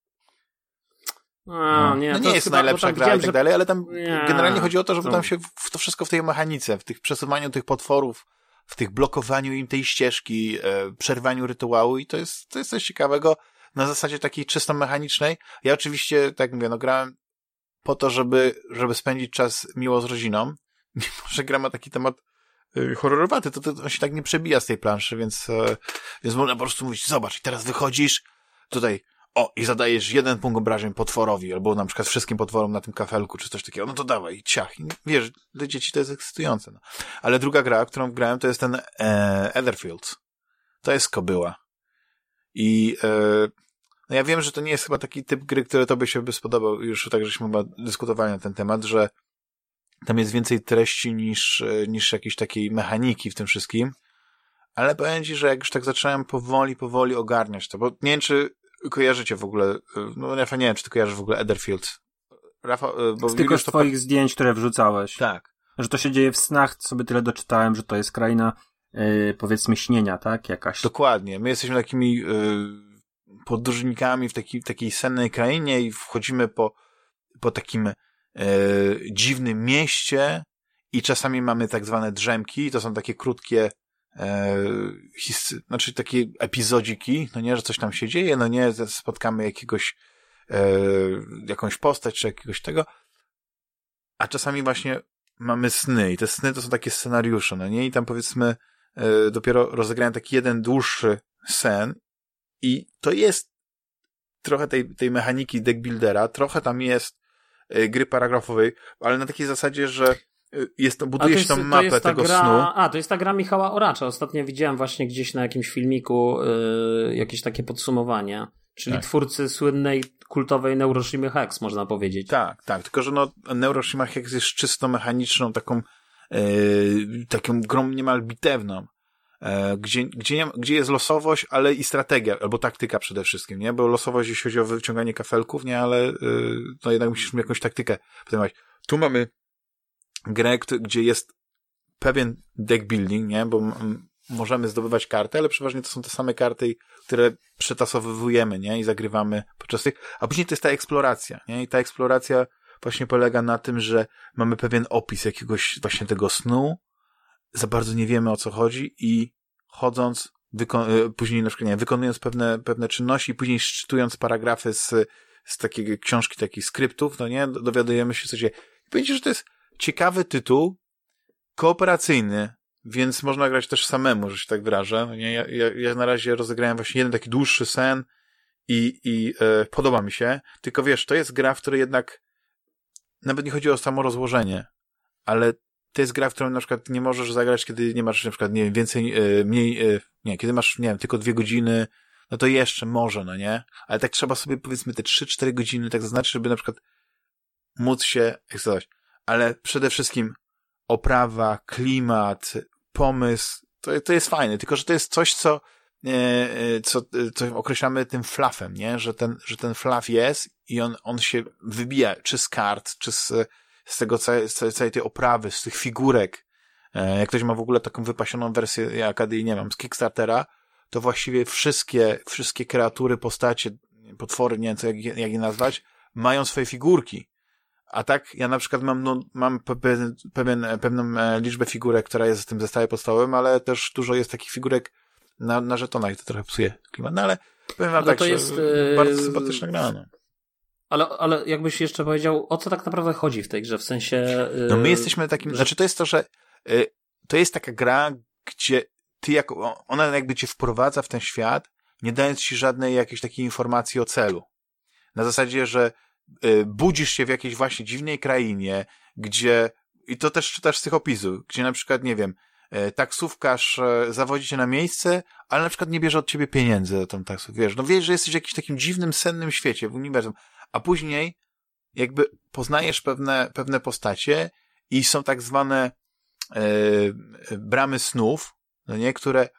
Speaker 2: A, nie,
Speaker 1: no nie jest chyba, najlepsza gra i tak dalej, ale tam
Speaker 2: nie,
Speaker 1: generalnie chodzi o to, żeby
Speaker 2: to...
Speaker 1: tam się w to wszystko w tej mechanice, w tych przesuwaniu tych potworów, w tych blokowaniu im tej ścieżki, e, przerwaniu rytuału i to jest, to jest coś ciekawego na zasadzie takiej czysto mechanicznej. Ja oczywiście, tak jak mówię, no grałem po to, żeby, żeby spędzić czas miło z rodziną, mimo że gra ma taki temat e, horrorowaty, to, to on się tak nie przebija z tej planszy, więc, e, więc można po prostu mówić, zobacz, i teraz wychodzisz tutaj o, i zadajesz jeden punkt obrażeń potworowi, albo na przykład wszystkim potworom na tym kafelku, czy coś takiego, no to dawaj, ciach. I wiesz, dla dzieci to jest ekscytujące. No. Ale druga gra, którą grałem, to jest ten e, Etherfield. To jest kobyła. I e, no ja wiem, że to nie jest chyba taki typ gry, który tobie się by spodobał, już tak żeśmy chyba dyskutowali na ten temat, że tam jest więcej treści niż, niż jakiejś takiej mechaniki w tym wszystkim. ale powiem ci, że jak już tak zacząłem powoli, powoli ogarniać to, bo nie wiem, czy kojarzycie w ogóle, no Rafa, nie wiem, czy ty kojarzysz w ogóle Etherfield. Rafa, bo
Speaker 3: z tylko z twoich to... zdjęć, które wrzucałeś.
Speaker 1: Tak.
Speaker 3: Że to się dzieje w snach, sobie tyle doczytałem, że to jest kraina, yy, powiedzmy, śnienia, tak? Jakaś.
Speaker 1: Dokładnie. My jesteśmy takimi yy, podróżnikami w takiej, takiej sennej krainie i wchodzimy po, po takim yy, dziwnym mieście i czasami mamy tak zwane drzemki, to są takie krótkie yy, his, znaczy takie epizodziki, no nie, że coś tam się dzieje, no nie, spotkamy jakiegoś yy, jakąś postać czy jakiegoś tego, a czasami właśnie mamy sny i te sny to są takie scenariusze, no nie, i tam powiedzmy yy, dopiero rozegrałem taki jeden dłuższy sen i to jest trochę tej, tej mechaniki deckbuildera, trochę tam jest y, gry paragrafowej, ale na takiej zasadzie, że y, jest to, buduje się tą mapę tego
Speaker 2: gra,
Speaker 1: snu.
Speaker 2: A, to jest ta gra Michała Oracza. Ostatnio widziałem właśnie gdzieś na jakimś filmiku y, jakieś takie podsumowanie, czyli tak. Twórcy słynnej kultowej Neuroshimy Hex, można powiedzieć.
Speaker 1: Tak, tak, tylko że no Neuroshima Hex jest czysto mechaniczną, taką y, taką grą niemal bitewną. Gdzie, gdzie, nie, gdzie jest losowość, ale i strategia, albo taktyka przede wszystkim, nie? Bo losowość, jeśli chodzi o wyciąganie kafelków, nie? Ale yy, no jednak musisz mieć jakąś taktykę podejmować. Tu mamy grę, gdzie jest pewien deck building, nie? Bo m- możemy zdobywać karty, ale przeważnie to są te same karty, które przetasowywujemy, nie? I zagrywamy podczas tych, a później to jest ta eksploracja, nie? I ta eksploracja właśnie polega na tym, że mamy pewien opis jakiegoś właśnie tego snu, za bardzo nie wiemy, o co chodzi i chodząc, wyko- później na przykład, nie wiem, wykonując pewne, pewne czynności i później szczytując paragrafy z, z takiej książki, takich skryptów, no nie, dowiadujemy się, co się... Powiedzcie, że to jest ciekawy tytuł, kooperacyjny, więc można grać też samemu, że się tak wyrażę. No nie? Ja, ja, ja na razie rozegrałem właśnie jeden taki dłuższy sen i, i e, podoba mi się, tylko wiesz, to jest gra, w której jednak nawet nie chodzi o samo rozłożenie, ale to jest gra, w którą na przykład nie możesz zagrać, kiedy nie masz na przykład, nie wiem, więcej, yy, mniej, yy, nie, kiedy masz, nie wiem, tylko dwie godziny, no to jeszcze może, no nie? Ale tak trzeba sobie, powiedzmy, te trzy cztery godziny tak zaznaczyć, żeby na przykład móc się ekscytować. Ale przede wszystkim oprawa, klimat, pomysł, to, to jest fajne, tylko że to jest coś, co, yy, co, co określamy tym fluffem, nie? Że ten, że ten fluff jest i on, on się wybija, czy z kart, czy z z tego całej, z całej tej oprawy, z tych figurek. Jak ktoś ma w ogóle taką wypasioną wersję, ja akady nie mam, z Kickstartera, to właściwie wszystkie, wszystkie kreatury, postacie, potwory, nie wiem co, jak, jak je nazwać, mają swoje figurki. A tak, ja na przykład mam, no, mam pewien, pewien, pewną liczbę figurek, która jest w tym zestawie podstawowym, ale też dużo jest takich figurek na, na żetonach i to trochę psuje klimat. No ale powiem wam no tak, to jest, że bardzo sympatyczna gra, no.
Speaker 2: Ale, ale jakbyś jeszcze powiedział, o co tak naprawdę chodzi w tej grze, w sensie... Yy,
Speaker 1: no my jesteśmy takim, że... znaczy to jest to, że yy, to jest taka gra, gdzie ty jako, ona jakby cię wprowadza w ten świat, nie dając ci żadnej jakiejś takiej informacji o celu. Na zasadzie, że yy, budzisz się w jakiejś właśnie dziwnej krainie, gdzie, i to też czytasz z tych opisów, gdzie na przykład, nie wiem, yy, taksówkarz yy, zawodzi cię na miejsce, ale na przykład nie bierze od ciebie pieniędzy za tą taksówkę. Wiesz, no wiesz, że jesteś w jakimś takim dziwnym, sennym świecie, w uniwersum. A później jakby poznajesz pewne, pewne postacie i są tak zwane e, bramy snów, no nie, które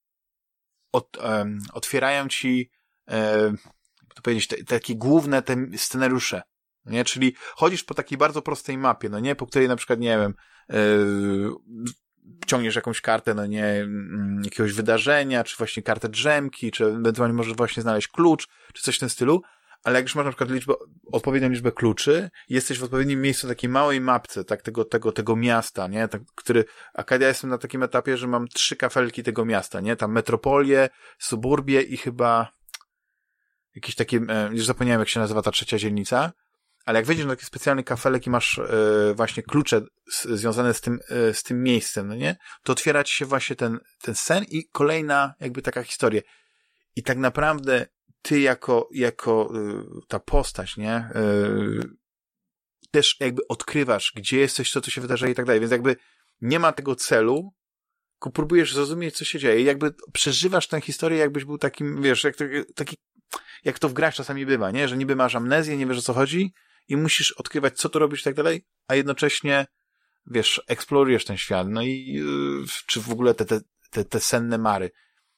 Speaker 1: od, e, otwierają ci e, jak to powiedzieć, te, takie główne te scenariusze, no nie, czyli chodzisz po takiej bardzo prostej mapie, no nie, po której na przykład, nie wiem, e, ciągniesz jakąś kartę, no nie, jakiegoś wydarzenia, czy właśnie kartę drzemki, czy ewentualnie możesz właśnie znaleźć klucz, czy coś w tym stylu. Ale jak już masz na przykład liczbę, odpowiednią liczbę kluczy, jesteś w odpowiednim miejscu, takiej małej mapce, tak, tego, tego, tego miasta, nie, tak, który, Akadia jestem na takim etapie, że mam trzy kafelki tego miasta, nie, tam metropolię, suburbię i chyba jakieś takie, e, już zapomniałem jak się nazywa ta trzecia dzielnica, ale jak wejdziesz na taki specjalny kafelek i masz e, właśnie klucze z, związane z tym, e, z tym miejscem, no nie, to otwiera ci się właśnie ten, ten sen i kolejna jakby taka historia. I tak naprawdę ty jako, jako y, ta postać, nie, y, też jakby odkrywasz, gdzie jesteś, co tu się wydarza i tak dalej, więc jakby nie ma tego celu, tylko próbujesz zrozumieć, co się dzieje i jakby przeżywasz tę historię, jakbyś był takim, wiesz, jak to, taki, jak to w grach czasami bywa, nie, że niby masz amnezję, nie wiesz, o co chodzi i musisz odkrywać, co tu robisz i tak dalej, a jednocześnie, wiesz, eksplorujesz ten świat, no i yy, czy w ogóle te, te te, te senne mary.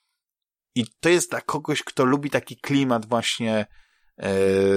Speaker 1: I to jest dla kogoś, kto lubi taki klimat właśnie... E,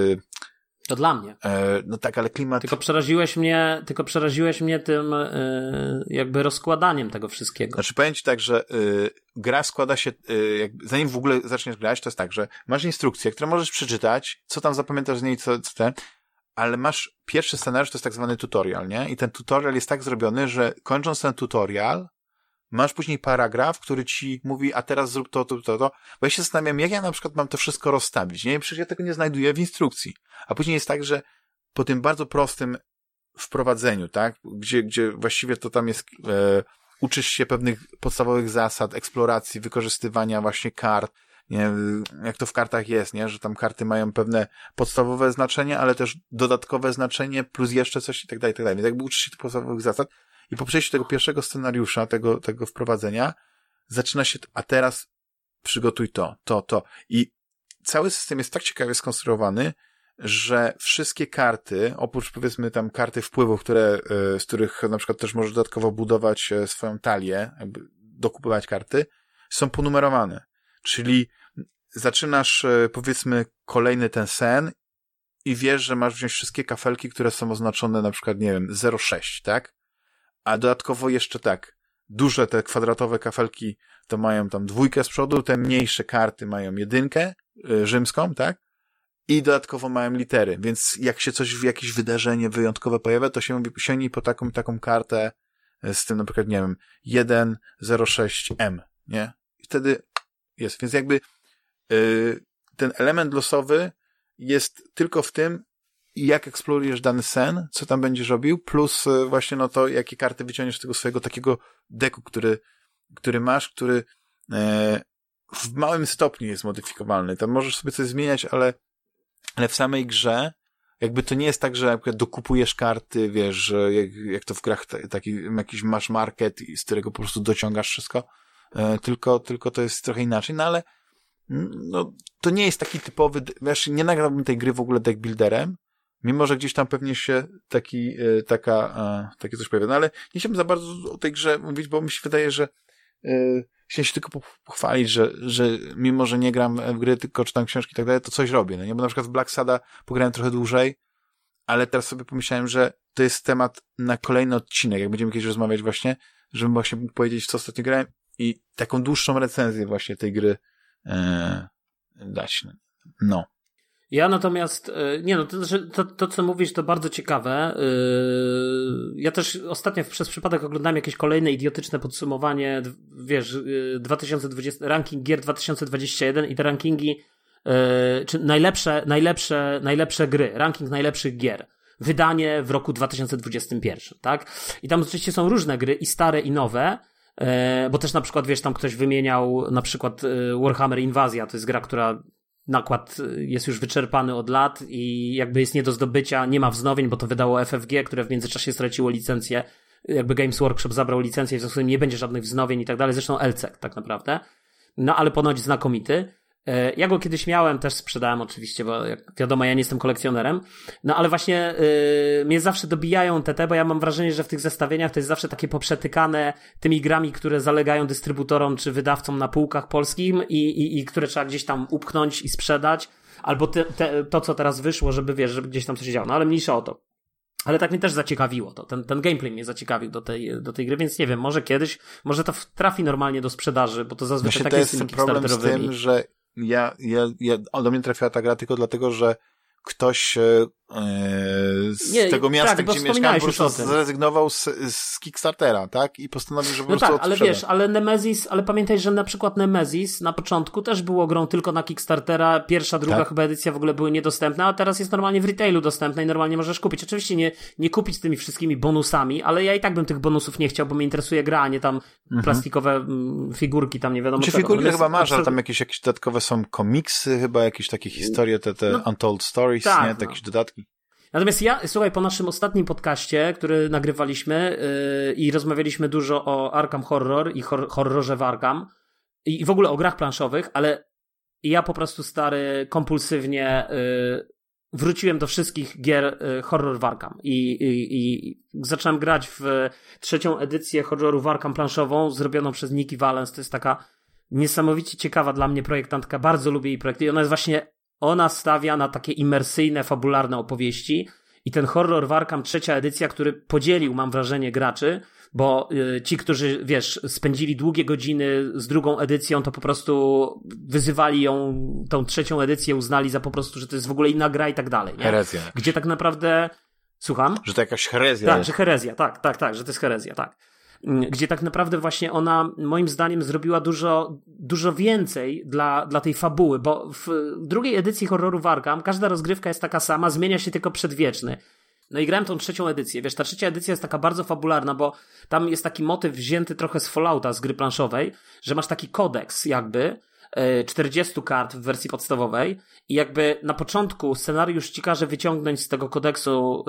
Speaker 2: to dla mnie.
Speaker 1: E, no tak, ale klimat...
Speaker 2: Tylko przeraziłeś mnie, tylko przeraziłeś mnie tym e, jakby rozkładaniem tego wszystkiego.
Speaker 1: Znaczy powiem ci tak, że y, gra składa się, y, jakby, zanim w ogóle zaczniesz grać, to jest tak, że masz instrukcję, którą możesz przeczytać, co tam zapamiętasz z niej, co, co ten, ale masz pierwszy scenariusz, to jest tak zwany tutorial, nie? I ten tutorial jest tak zrobiony, że kończąc ten tutorial, masz później paragraf, który ci mówi, a teraz zrób to, to, to, to. Bo ja się zastanawiam, jak ja na przykład mam to wszystko rozstawić, nie? Przecież ja tego nie znajduję w instrukcji. A później jest tak, że po tym bardzo prostym wprowadzeniu, tak? Gdzie, gdzie właściwie to tam jest, e, uczysz się pewnych podstawowych zasad, eksploracji, wykorzystywania właśnie kart, nie? Jak to w kartach jest, nie? Że tam karty mają pewne podstawowe znaczenie, ale też dodatkowe znaczenie, plus jeszcze coś i tak dalej, i tak dalej. Więc jakby uczysz się tych podstawowych zasad i po przejściu tego pierwszego scenariusza, tego, tego wprowadzenia, zaczyna się, a teraz przygotuj to, to, to. I cały system jest tak ciekawie skonstruowany, że wszystkie karty, oprócz powiedzmy tam karty wpływów, które, z których na przykład też możesz dodatkowo budować swoją talię, jakby dokupywać karty, są ponumerowane. Czyli zaczynasz powiedzmy kolejny ten sen i wiesz, że masz wziąć wszystkie kafelki, które są oznaczone na przykład, nie wiem, zero sześć, tak? A dodatkowo jeszcze tak, duże te kwadratowe kafelki to mają tam dwójkę z przodu, te mniejsze karty mają jedynkę y, rzymską, tak? I dodatkowo mają litery, więc jak się coś, jakieś wydarzenie wyjątkowe pojawia, to się mówi, sięgnij po taką taką kartę z tym na przykład, nie wiem, jeden zero sześć M, nie? I wtedy jest, więc jakby yy, ten element losowy jest tylko w tym, jak eksplorujesz dany sen, co tam będziesz robił, plus yy, właśnie no to, jakie karty wyciągniesz z tego swojego takiego deku, który, który masz, który yy, w małym stopniu jest modyfikowalny. Tam możesz sobie coś zmieniać, ale ale w samej grze jakby to nie jest tak, że na przykład dokupujesz karty, wiesz, że jak, jak to w grach t- taki jakiś masz market, z którego po prostu dociągasz wszystko, e, tylko, tylko to jest trochę inaczej, no ale no, to nie jest taki typowy, wiesz, nie nagrałbym tej gry w ogóle deck builderem, mimo że gdzieś tam pewnie się taki, e, taka, e, takie coś pojawia, no ale nie chciałbym za bardzo o tej grze mówić, bo mi się wydaje, że e, chciałem się tylko pochwalić, że, że mimo, że nie gram w gry, tylko czytam książki i tak dalej, to coś robię, no nie? Bo na przykład w Black Sada pograłem trochę dłużej, ale teraz sobie pomyślałem, że to jest temat na kolejny odcinek, jak będziemy kiedyś rozmawiać właśnie, żebym właśnie mógł powiedzieć, co ostatnio grałem i taką dłuższą recenzję właśnie tej gry e, dać. No.
Speaker 2: Ja natomiast, nie no, to, to, to co mówisz, to bardzo ciekawe. Ja też ostatnio przez przypadek oglądałem jakieś kolejne idiotyczne podsumowanie, wiesz, dwa tysiące dwudziesty, ranking gier dwa tysiące dwudziesty jeden i te rankingi, czy najlepsze, najlepsze, najlepsze gry, ranking najlepszych gier. Wydanie w roku dwa tysiące dwudziestym pierwszym, tak? I tam oczywiście są różne gry, i stare, i nowe, bo też na przykład, wiesz, tam ktoś wymieniał na przykład Warhammer Inwazja, to jest gra, która nakład jest już wyczerpany od lat i jakby jest nie do zdobycia, nie ma wznowień, bo to wydało F F G, które w międzyczasie straciło licencję, jakby Games Workshop zabrał licencję, w związku z tym nie będzie żadnych wznowień i tak dalej, zresztą L C E tak naprawdę, no ale ponoć znakomity. Ja go kiedyś miałem, też sprzedałem oczywiście, bo jak wiadomo, ja nie jestem kolekcjonerem, no ale właśnie yy, mnie zawsze dobijają te te, bo ja mam wrażenie, że w tych zestawieniach to jest zawsze takie poprzetykane tymi grami, które zalegają dystrybutorom czy wydawcom na półkach polskim i, i, i które trzeba gdzieś tam upchnąć i sprzedać, albo te, te, to, co teraz wyszło, żeby wiesz, żeby gdzieś tam coś działo, no ale mniejsza o to. Ale tak mnie też zaciekawiło to, ten, ten gameplay mnie zaciekawił do tej, do tej gry, więc nie wiem, może kiedyś, może to trafi normalnie do sprzedaży, bo to zazwyczaj tak jest z tymi
Speaker 1: Kickstarterowymi. To jest problem z tym, że Ja, ja, ja, do mnie trafiła ta gra tylko dlatego, że ktoś e, z nie, tego miasta, tak, gdzie mieszkałem, po prostu zrezygnował z, z Kickstartera, tak? I postanowił, że po
Speaker 2: no
Speaker 1: prostu
Speaker 2: tak, ale wiesz, ale Nemesis, ale pamiętaj, że na przykład Nemesis na początku też było grą tylko na Kickstartera, pierwsza, druga tak? chyba edycja w ogóle były niedostępne, a teraz jest normalnie w retailu dostępna i normalnie możesz kupić. Oczywiście nie, nie kupić z tymi wszystkimi bonusami, ale ja i tak bym tych bonusów nie chciał, bo mnie interesuje gra, a nie tam mhm. plastikowe m, figurki, tam nie wiadomo
Speaker 1: Czy
Speaker 2: czego.
Speaker 1: figurki chyba masz, ale tam jakieś, jakieś dodatkowe są komiksy, chyba jakieś takie historie, te, te no, Untold Stories, tak, nie? Te no. jakieś dodatki.
Speaker 2: Natomiast ja, słuchaj, po naszym ostatnim podcaście, który nagrywaliśmy yy, i rozmawialiśmy dużo o Arkham Horror i hor- horrorze w Arkham i, i w ogóle o grach planszowych, ale ja po prostu, stary, kompulsywnie yy, wróciłem do wszystkich gier y, horror w Arkham i, i, i zacząłem grać w trzecią edycję horroru w Arkham planszową, zrobioną przez Nikki Valens. To jest taka niesamowicie ciekawa dla mnie projektantka, bardzo lubię jej projekty i ona jest właśnie, ona stawia na takie imersyjne, fabularne opowieści i ten horror w Arkham trzecia edycja, który podzielił, mam wrażenie, graczy, bo y, ci, którzy, wiesz, spędzili długie godziny z drugą edycją, to po prostu wyzywali ją, tą trzecią edycję uznali za po prostu, że to jest w ogóle inna gra i tak dalej, nie?
Speaker 1: Herezja.
Speaker 2: Gdzie tak naprawdę... Słucham?
Speaker 1: Że to jakaś herezja
Speaker 2: Tak,
Speaker 1: jest.
Speaker 2: że herezja, tak, tak, tak, że to jest herezja, tak. Gdzie tak naprawdę właśnie ona, moim zdaniem, zrobiła dużo, dużo więcej dla, dla tej fabuły, bo w drugiej edycji horroru w Arkham każda rozgrywka jest taka sama, zmienia się tylko przedwieczny. No i grałem tą trzecią edycję. Wiesz, ta trzecia edycja jest taka bardzo fabularna, bo tam jest taki motyw wzięty trochę z Fallouta, z gry planszowej, że masz taki kodeks jakby, czterdzieści kart w wersji podstawowej i jakby na początku scenariusz ci każe wyciągnąć z tego kodeksu,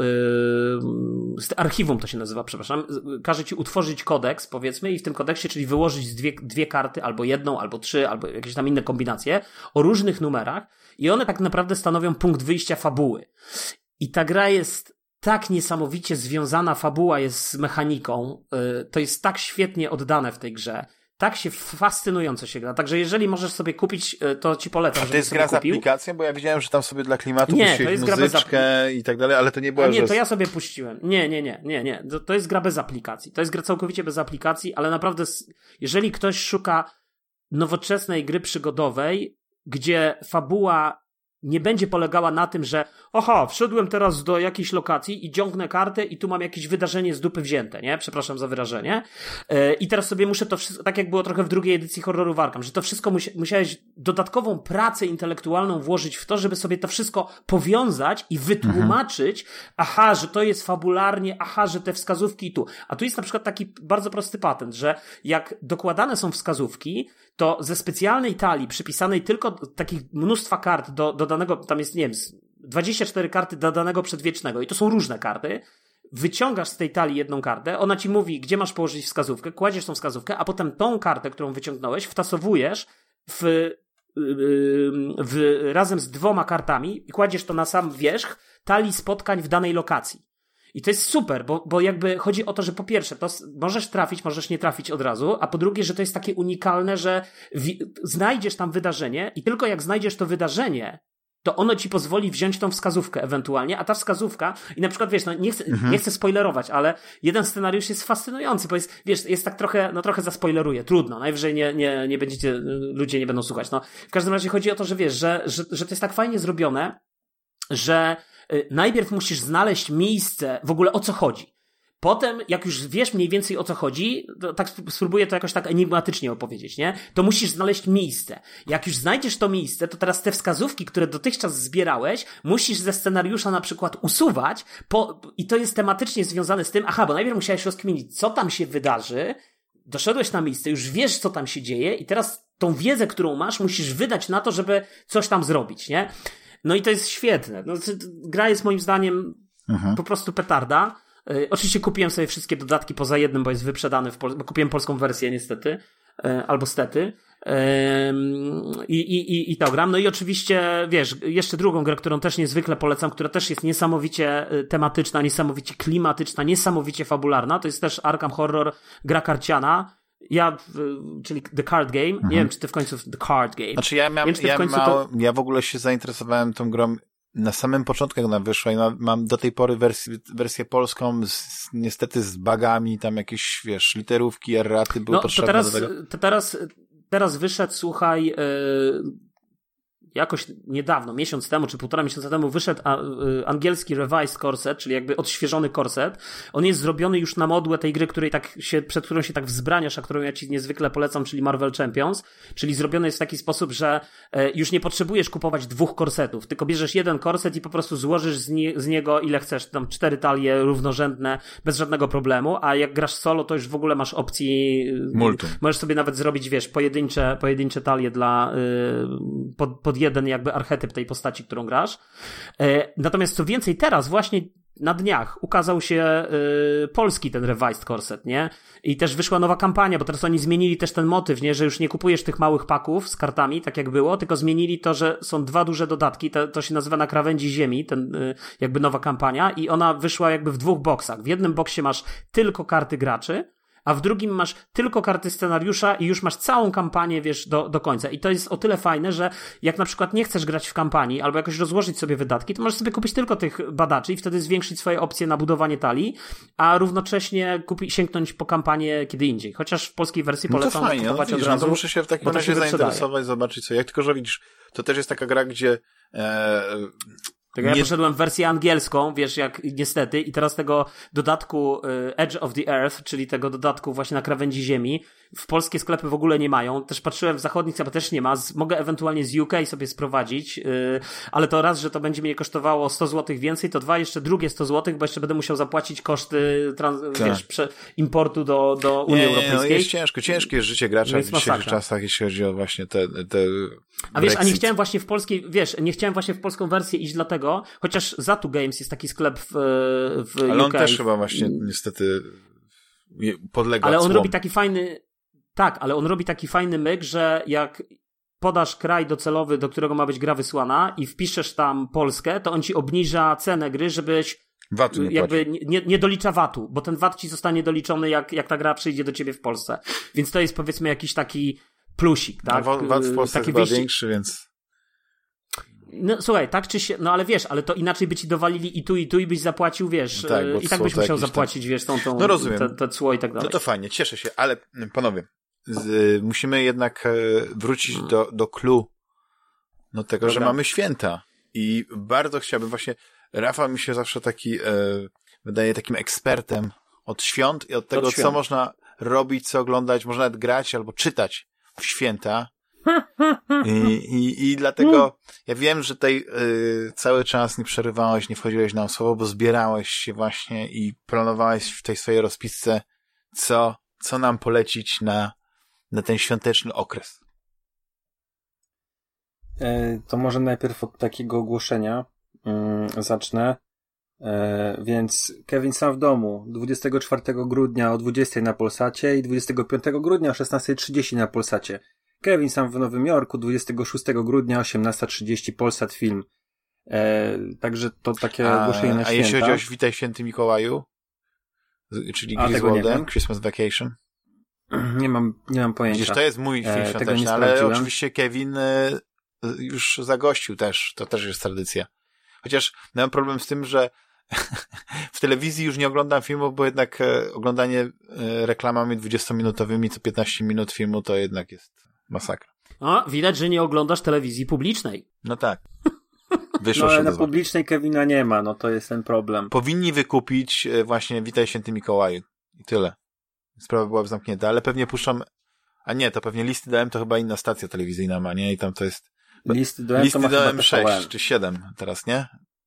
Speaker 2: yy, z archiwum to się nazywa, przepraszam, każe ci utworzyć kodeks, powiedzmy, i w tym kodeksie, czyli wyłożyć dwie, dwie karty, albo jedną, albo trzy, albo jakieś tam inne kombinacje o różnych numerach i one tak naprawdę stanowią punkt wyjścia fabuły. I ta gra jest tak niesamowicie związana, fabuła jest z mechaniką, yy, to jest tak świetnie oddane w tej grze. Tak się fascynująco się gra. Także jeżeli możesz sobie kupić, to ci polecam,
Speaker 1: żebyś to jest
Speaker 2: sobie
Speaker 1: gra z
Speaker 2: kupił.
Speaker 1: aplikacją? Bo ja widziałem, że tam sobie dla klimatu
Speaker 2: nie,
Speaker 1: puściłeś
Speaker 2: to jest
Speaker 1: muzyczkę
Speaker 2: gra bez
Speaker 1: i tak dalej, ale to nie było,
Speaker 2: A nie,
Speaker 1: że...
Speaker 2: to ja sobie puściłem. Nie, nie, nie, nie, nie. To, to jest gra bez aplikacji. To jest gra całkowicie bez aplikacji, ale naprawdę jeżeli ktoś szuka nowoczesnej gry przygodowej, gdzie fabuła nie będzie polegała na tym, że aha, wszedłem teraz do jakiejś lokacji i ciągnę kartę i tu mam jakieś wydarzenie z dupy wzięte, nie? Przepraszam za wyrażenie. Yy, I teraz sobie muszę to wszystko, tak jak było trochę w drugiej edycji horroru w Arkham, że to wszystko musia, musiałeś dodatkową pracę intelektualną włożyć w to, żeby sobie to wszystko powiązać i wytłumaczyć, mhm. aha, że to jest fabularnie, aha, że te wskazówki i tu. A tu jest na przykład taki bardzo prosty patent, że jak dokładane są wskazówki, to ze specjalnej talii przypisanej tylko takich mnóstwa kart do, do danego, tam jest, nie wiem, dwadzieścia cztery karty do danego przedwiecznego i to są różne karty, wyciągasz z tej talii jedną kartę, ona ci mówi, gdzie masz położyć wskazówkę, kładziesz tą wskazówkę, a potem tą kartę, którą wyciągnąłeś, wtasowujesz w, w, razem z dwoma kartami i kładziesz to na sam wierzch talii spotkań w danej lokacji. I to jest super, bo, bo jakby chodzi o to, że po pierwsze, to możesz trafić, możesz nie trafić od razu, a po drugie, że to jest takie unikalne, że wi- znajdziesz tam wydarzenie i tylko jak znajdziesz to wydarzenie, to ono ci pozwoli wziąć tą wskazówkę ewentualnie, a ta wskazówka, i na przykład wiesz, no nie chcę, mhm. nie chcę spoilerować, ale jeden scenariusz jest fascynujący, bo jest, wiesz, jest tak trochę, no trochę zaspoileruję, trudno, najwyżej nie, nie, nie będziecie, ludzie nie będą słuchać, no. W każdym razie chodzi o to, że wiesz, że, że, że to jest tak fajnie zrobione, że najpierw musisz znaleźć miejsce, w ogóle o co chodzi. Potem, jak już wiesz mniej więcej o co chodzi, to tak spróbuję to jakoś tak enigmatycznie opowiedzieć, nie? To musisz znaleźć miejsce. Jak już znajdziesz to miejsce, to teraz te wskazówki, które dotychczas zbierałeś, musisz ze scenariusza na przykład usuwać po, i to jest tematycznie związane z tym, aha, bo najpierw musiałeś rozkminić, co tam się wydarzy, doszedłeś na miejsce, już wiesz, co tam się dzieje i teraz tą wiedzę, którą masz, musisz wydać na to, żeby coś tam zrobić, nie? No i to jest świetne. No, gra jest moim zdaniem mhm. po prostu petarda. Yy, oczywiście kupiłem sobie wszystkie dodatki poza jednym, bo jest wyprzedany, w Pol- bo kupiłem polską wersję niestety, yy, albo stety. Yy, i, i, I to gram. No i oczywiście, wiesz, jeszcze drugą grę, którą też niezwykle polecam, która też jest niesamowicie tematyczna, niesamowicie klimatyczna, niesamowicie fabularna. To jest też Arkham Horror, gra karciana. Ja, czyli The Card Game. Mhm. Nie wiem, czy ty w końcu The Card Game.
Speaker 1: Znaczy ja, miałem, wiem, ja, w mało, to... ja w ogóle się zainteresowałem tą grą na samym początku, jak ona wyszła i mam, mam do tej pory wersję, wersję polską z, niestety z bugami, tam jakieś, wiesz, literówki, erraty były
Speaker 2: no,
Speaker 1: potrzebne
Speaker 2: to teraz,
Speaker 1: do tego.
Speaker 2: To teraz, teraz wyszedł, słuchaj, yy, jakoś niedawno, miesiąc temu, czy półtora miesiąca temu wyszedł a, y, angielski revised corset, czyli jakby odświeżony korset. On jest zrobiony już na modłę tej gry, której tak się, przed którą się tak wzbraniasz, a którą ja ci niezwykle polecam, czyli Marvel Champions. Czyli zrobiony jest w taki sposób, że y, już nie potrzebujesz kupować dwóch korsetów, tylko bierzesz jeden korset i po prostu złożysz z, nie, z niego ile chcesz, tam cztery talie równorzędne, bez żadnego problemu, a jak grasz solo, to już w ogóle masz opcji
Speaker 1: multum.
Speaker 2: Możesz sobie nawet zrobić, wiesz, pojedyncze, pojedyncze talie dla y, pod, pod jeden jakby archetyp tej postaci, którą grasz. E, natomiast co więcej, teraz właśnie na dniach ukazał się y, polski ten Revised Corset, nie? I też wyszła nowa kampania, bo teraz oni zmienili też ten motyw, nie? Że już nie kupujesz tych małych paków z kartami, tak jak było, tylko zmienili to, że są dwa duże dodatki, to, to się nazywa Na krawędzi ziemi, ten y, jakby nowa kampania i ona wyszła jakby w dwóch boksach. W jednym boksie masz tylko karty graczy, a w drugim masz tylko karty scenariusza i już masz całą kampanię, wiesz, do, do końca. I to jest o tyle fajne, że jak na przykład nie chcesz grać w kampanii albo jakoś rozłożyć sobie wydatki, to możesz sobie kupić tylko tych badaczy i wtedy zwiększyć swoje opcje na budowanie talii, a równocześnie kupi, sięgnąć po kampanię kiedy indziej. Chociaż w polskiej wersji polecam
Speaker 1: no to fajnie,
Speaker 2: kupować
Speaker 1: no, widzisz,
Speaker 2: od razu.
Speaker 1: No to muszę się w takim razie zainteresować, zobaczyć co. Jak tylko, że widzisz, to też jest taka gra, gdzie e,
Speaker 2: Tak, ja nie... poszedłem w wersję angielską, wiesz, jak niestety, i teraz tego dodatku y, Edge of the Earth, czyli tego dodatku właśnie Na krawędzi ziemi, w polskie sklepy w ogóle nie mają. Też patrzyłem w zachodnich, ale też nie ma. Z, mogę ewentualnie z U K sobie sprowadzić, y, ale to raz, że to będzie mnie kosztowało sto złotych więcej, to dwa, jeszcze drugie sto złotych, bo jeszcze będę musiał zapłacić koszty trans, wiesz, prze, importu do, do Unii
Speaker 1: nie,
Speaker 2: Europejskiej.
Speaker 1: Nie, no jest ciężko, ciężkie jest życie gracza w dzisiejszych czasach, jeśli chodzi o właśnie te, te
Speaker 2: A wiesz, a nie chciałem właśnie w polskiej, wiesz, nie chciałem właśnie w polską wersję iść dlatego, chociaż Zatu Games jest taki sklep w, w
Speaker 1: Ale
Speaker 2: U K.
Speaker 1: on też chyba właśnie niestety podlega
Speaker 2: Ale on
Speaker 1: cłom.
Speaker 2: robi taki fajny, tak, ale on robi taki fajny myk, że jak podasz kraj docelowy, do którego ma być gra wysłana i wpiszesz tam Polskę, to on ci obniża cenę gry, żebyś
Speaker 1: Vatu nie
Speaker 2: jakby nie, nie dolicza vatu, bo ten vat ci zostanie doliczony jak, jak ta gra przyjdzie do ciebie w Polsce. Więc to jest powiedzmy jakiś taki plusik, tak?
Speaker 1: No, vat w Polsce
Speaker 2: taki
Speaker 1: jest wyjście... większy, więc...
Speaker 2: No słuchaj, tak czy się, no ale wiesz, ale to inaczej by ci dowalili i tu, i tu i byś zapłacił, wiesz, no tak, i tak byś musiał zapłacić, tam... wiesz, tą, tą,
Speaker 1: no rozumiem.
Speaker 2: te, te cło i tak dalej.
Speaker 1: No to fajnie, cieszę się, ale panowie, z, musimy jednak wrócić do, do clue, no tego, Dobra. że mamy święta i bardzo chciałbym właśnie, Rafał mi się zawsze taki, e, wydaje takim ekspertem od świąt i od tego, od co można robić, co oglądać, można nawet grać albo czytać w święta. I, i, i dlatego ja wiem, że tutaj y, cały czas nie przerywałeś, nie wchodziłeś na słowo, bo zbierałeś się właśnie i planowałeś w tej swojej rozpisce, co, co nam polecić na, na ten świąteczny okres.
Speaker 3: E, to może najpierw od takiego ogłoszenia y, zacznę. E, więc Kevin sam w domu dwudziestego czwartego grudnia o dwudziestej na Polsacie i dwudziestego piątego grudnia o szesnastej trzydzieści na Polsacie. Kevin sam w Nowym Jorku dwudziestego szóstego grudnia osiemnasta trzydzieści Polsat Film. E, także to takie a, ogłoszenie na święta.
Speaker 1: A jeśli chodzi o Witaj Święty Mikołaju? Czyli Griswoldem, Christmas Vacation?
Speaker 3: Nie mam, nie mam pojęcia.
Speaker 1: Widzisz, to jest mój film e, świąteczny, ale oczywiście Kevin e, już zagościł też. To też jest tradycja. Chociaż mam problem z tym, że w telewizji już nie oglądam filmów, bo jednak e, oglądanie e, reklamami dwudziestominutowymi co piętnaście minut filmu to jednak jest masakra.
Speaker 2: A, widać, że nie oglądasz telewizji publicznej.
Speaker 1: No tak. Wyszło
Speaker 3: no ale
Speaker 1: się
Speaker 3: na publicznej Kevina nie ma, no to jest ten problem.
Speaker 1: Powinni wykupić e, właśnie Witaj Święty Mikołaju. I tyle. Sprawa byłaby zamknięta, ale pewnie puszczam... A nie, to pewnie Listy do M to chyba inna stacja telewizyjna ma, nie? I tam to jest...
Speaker 3: Listy do M
Speaker 1: Listy
Speaker 3: to ma
Speaker 1: do
Speaker 3: chyba
Speaker 1: M sześć czy siedem teraz, nie?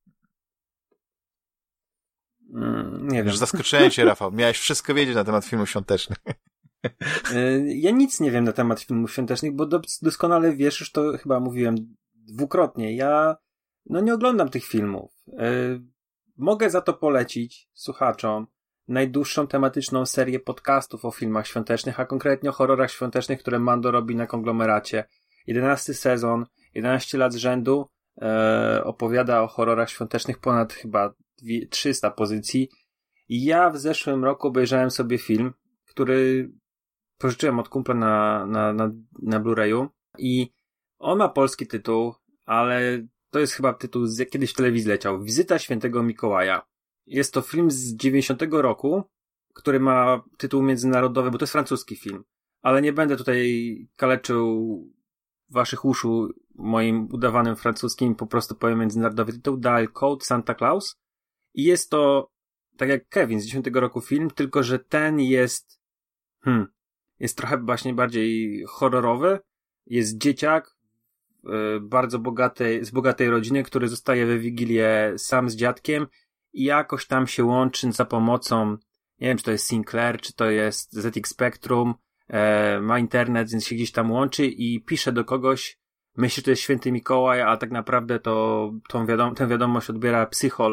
Speaker 3: Mm, nie wiem.
Speaker 1: Już zaskoczyłem cię, Rafał. Miałeś wszystko wiedzieć na temat filmów świątecznych.
Speaker 3: Ja nic nie wiem na temat filmów świątecznych, bo doskonale wiesz, już to chyba mówiłem dwukrotnie. Ja no nie oglądam tych filmów. Mogę za to polecić słuchaczom najdłuższą tematyczną serię podcastów o filmach świątecznych, a konkretnie o horrorach świątecznych, które Mando robi na konglomeracie. Jedenasty sezon, jedenaście lat z rzędu e, opowiada o horrorach świątecznych, ponad chyba trzysta pozycji. I ja w zeszłym roku obejrzałem sobie film, który pożyczyłem od kumpla na, na, na, na Blu-rayu i on ma polski tytuł, ale to jest chyba tytuł, z, kiedyś w telewizji leciał. Wizyta Świętego Mikołaja. Jest to film z dziewięćdziesiątego roku, który ma tytuł międzynarodowy, bo to jest francuski film. Ale nie będę tutaj kaleczył waszych uszu moim udawanym francuskim, po prostu powiem międzynarodowy tytuł. Dial Code Santa Claus. I jest to, tak jak Kevin z dziesiątego roku film, tylko że ten jest hmm, jest trochę właśnie bardziej horrorowy. Jest dzieciak yy, bardzo bogatej, z bogatej rodziny, który zostaje we Wigilię sam z dziadkiem i jakoś tam się łączy za pomocą, nie wiem, czy to jest Sinclair, czy to jest Z X Spectrum, e, ma internet, więc się gdzieś tam łączy i pisze do kogoś, myśli, że to jest Święty Mikołaj, a tak naprawdę to tą wiadom- tę wiadomość odbiera psychol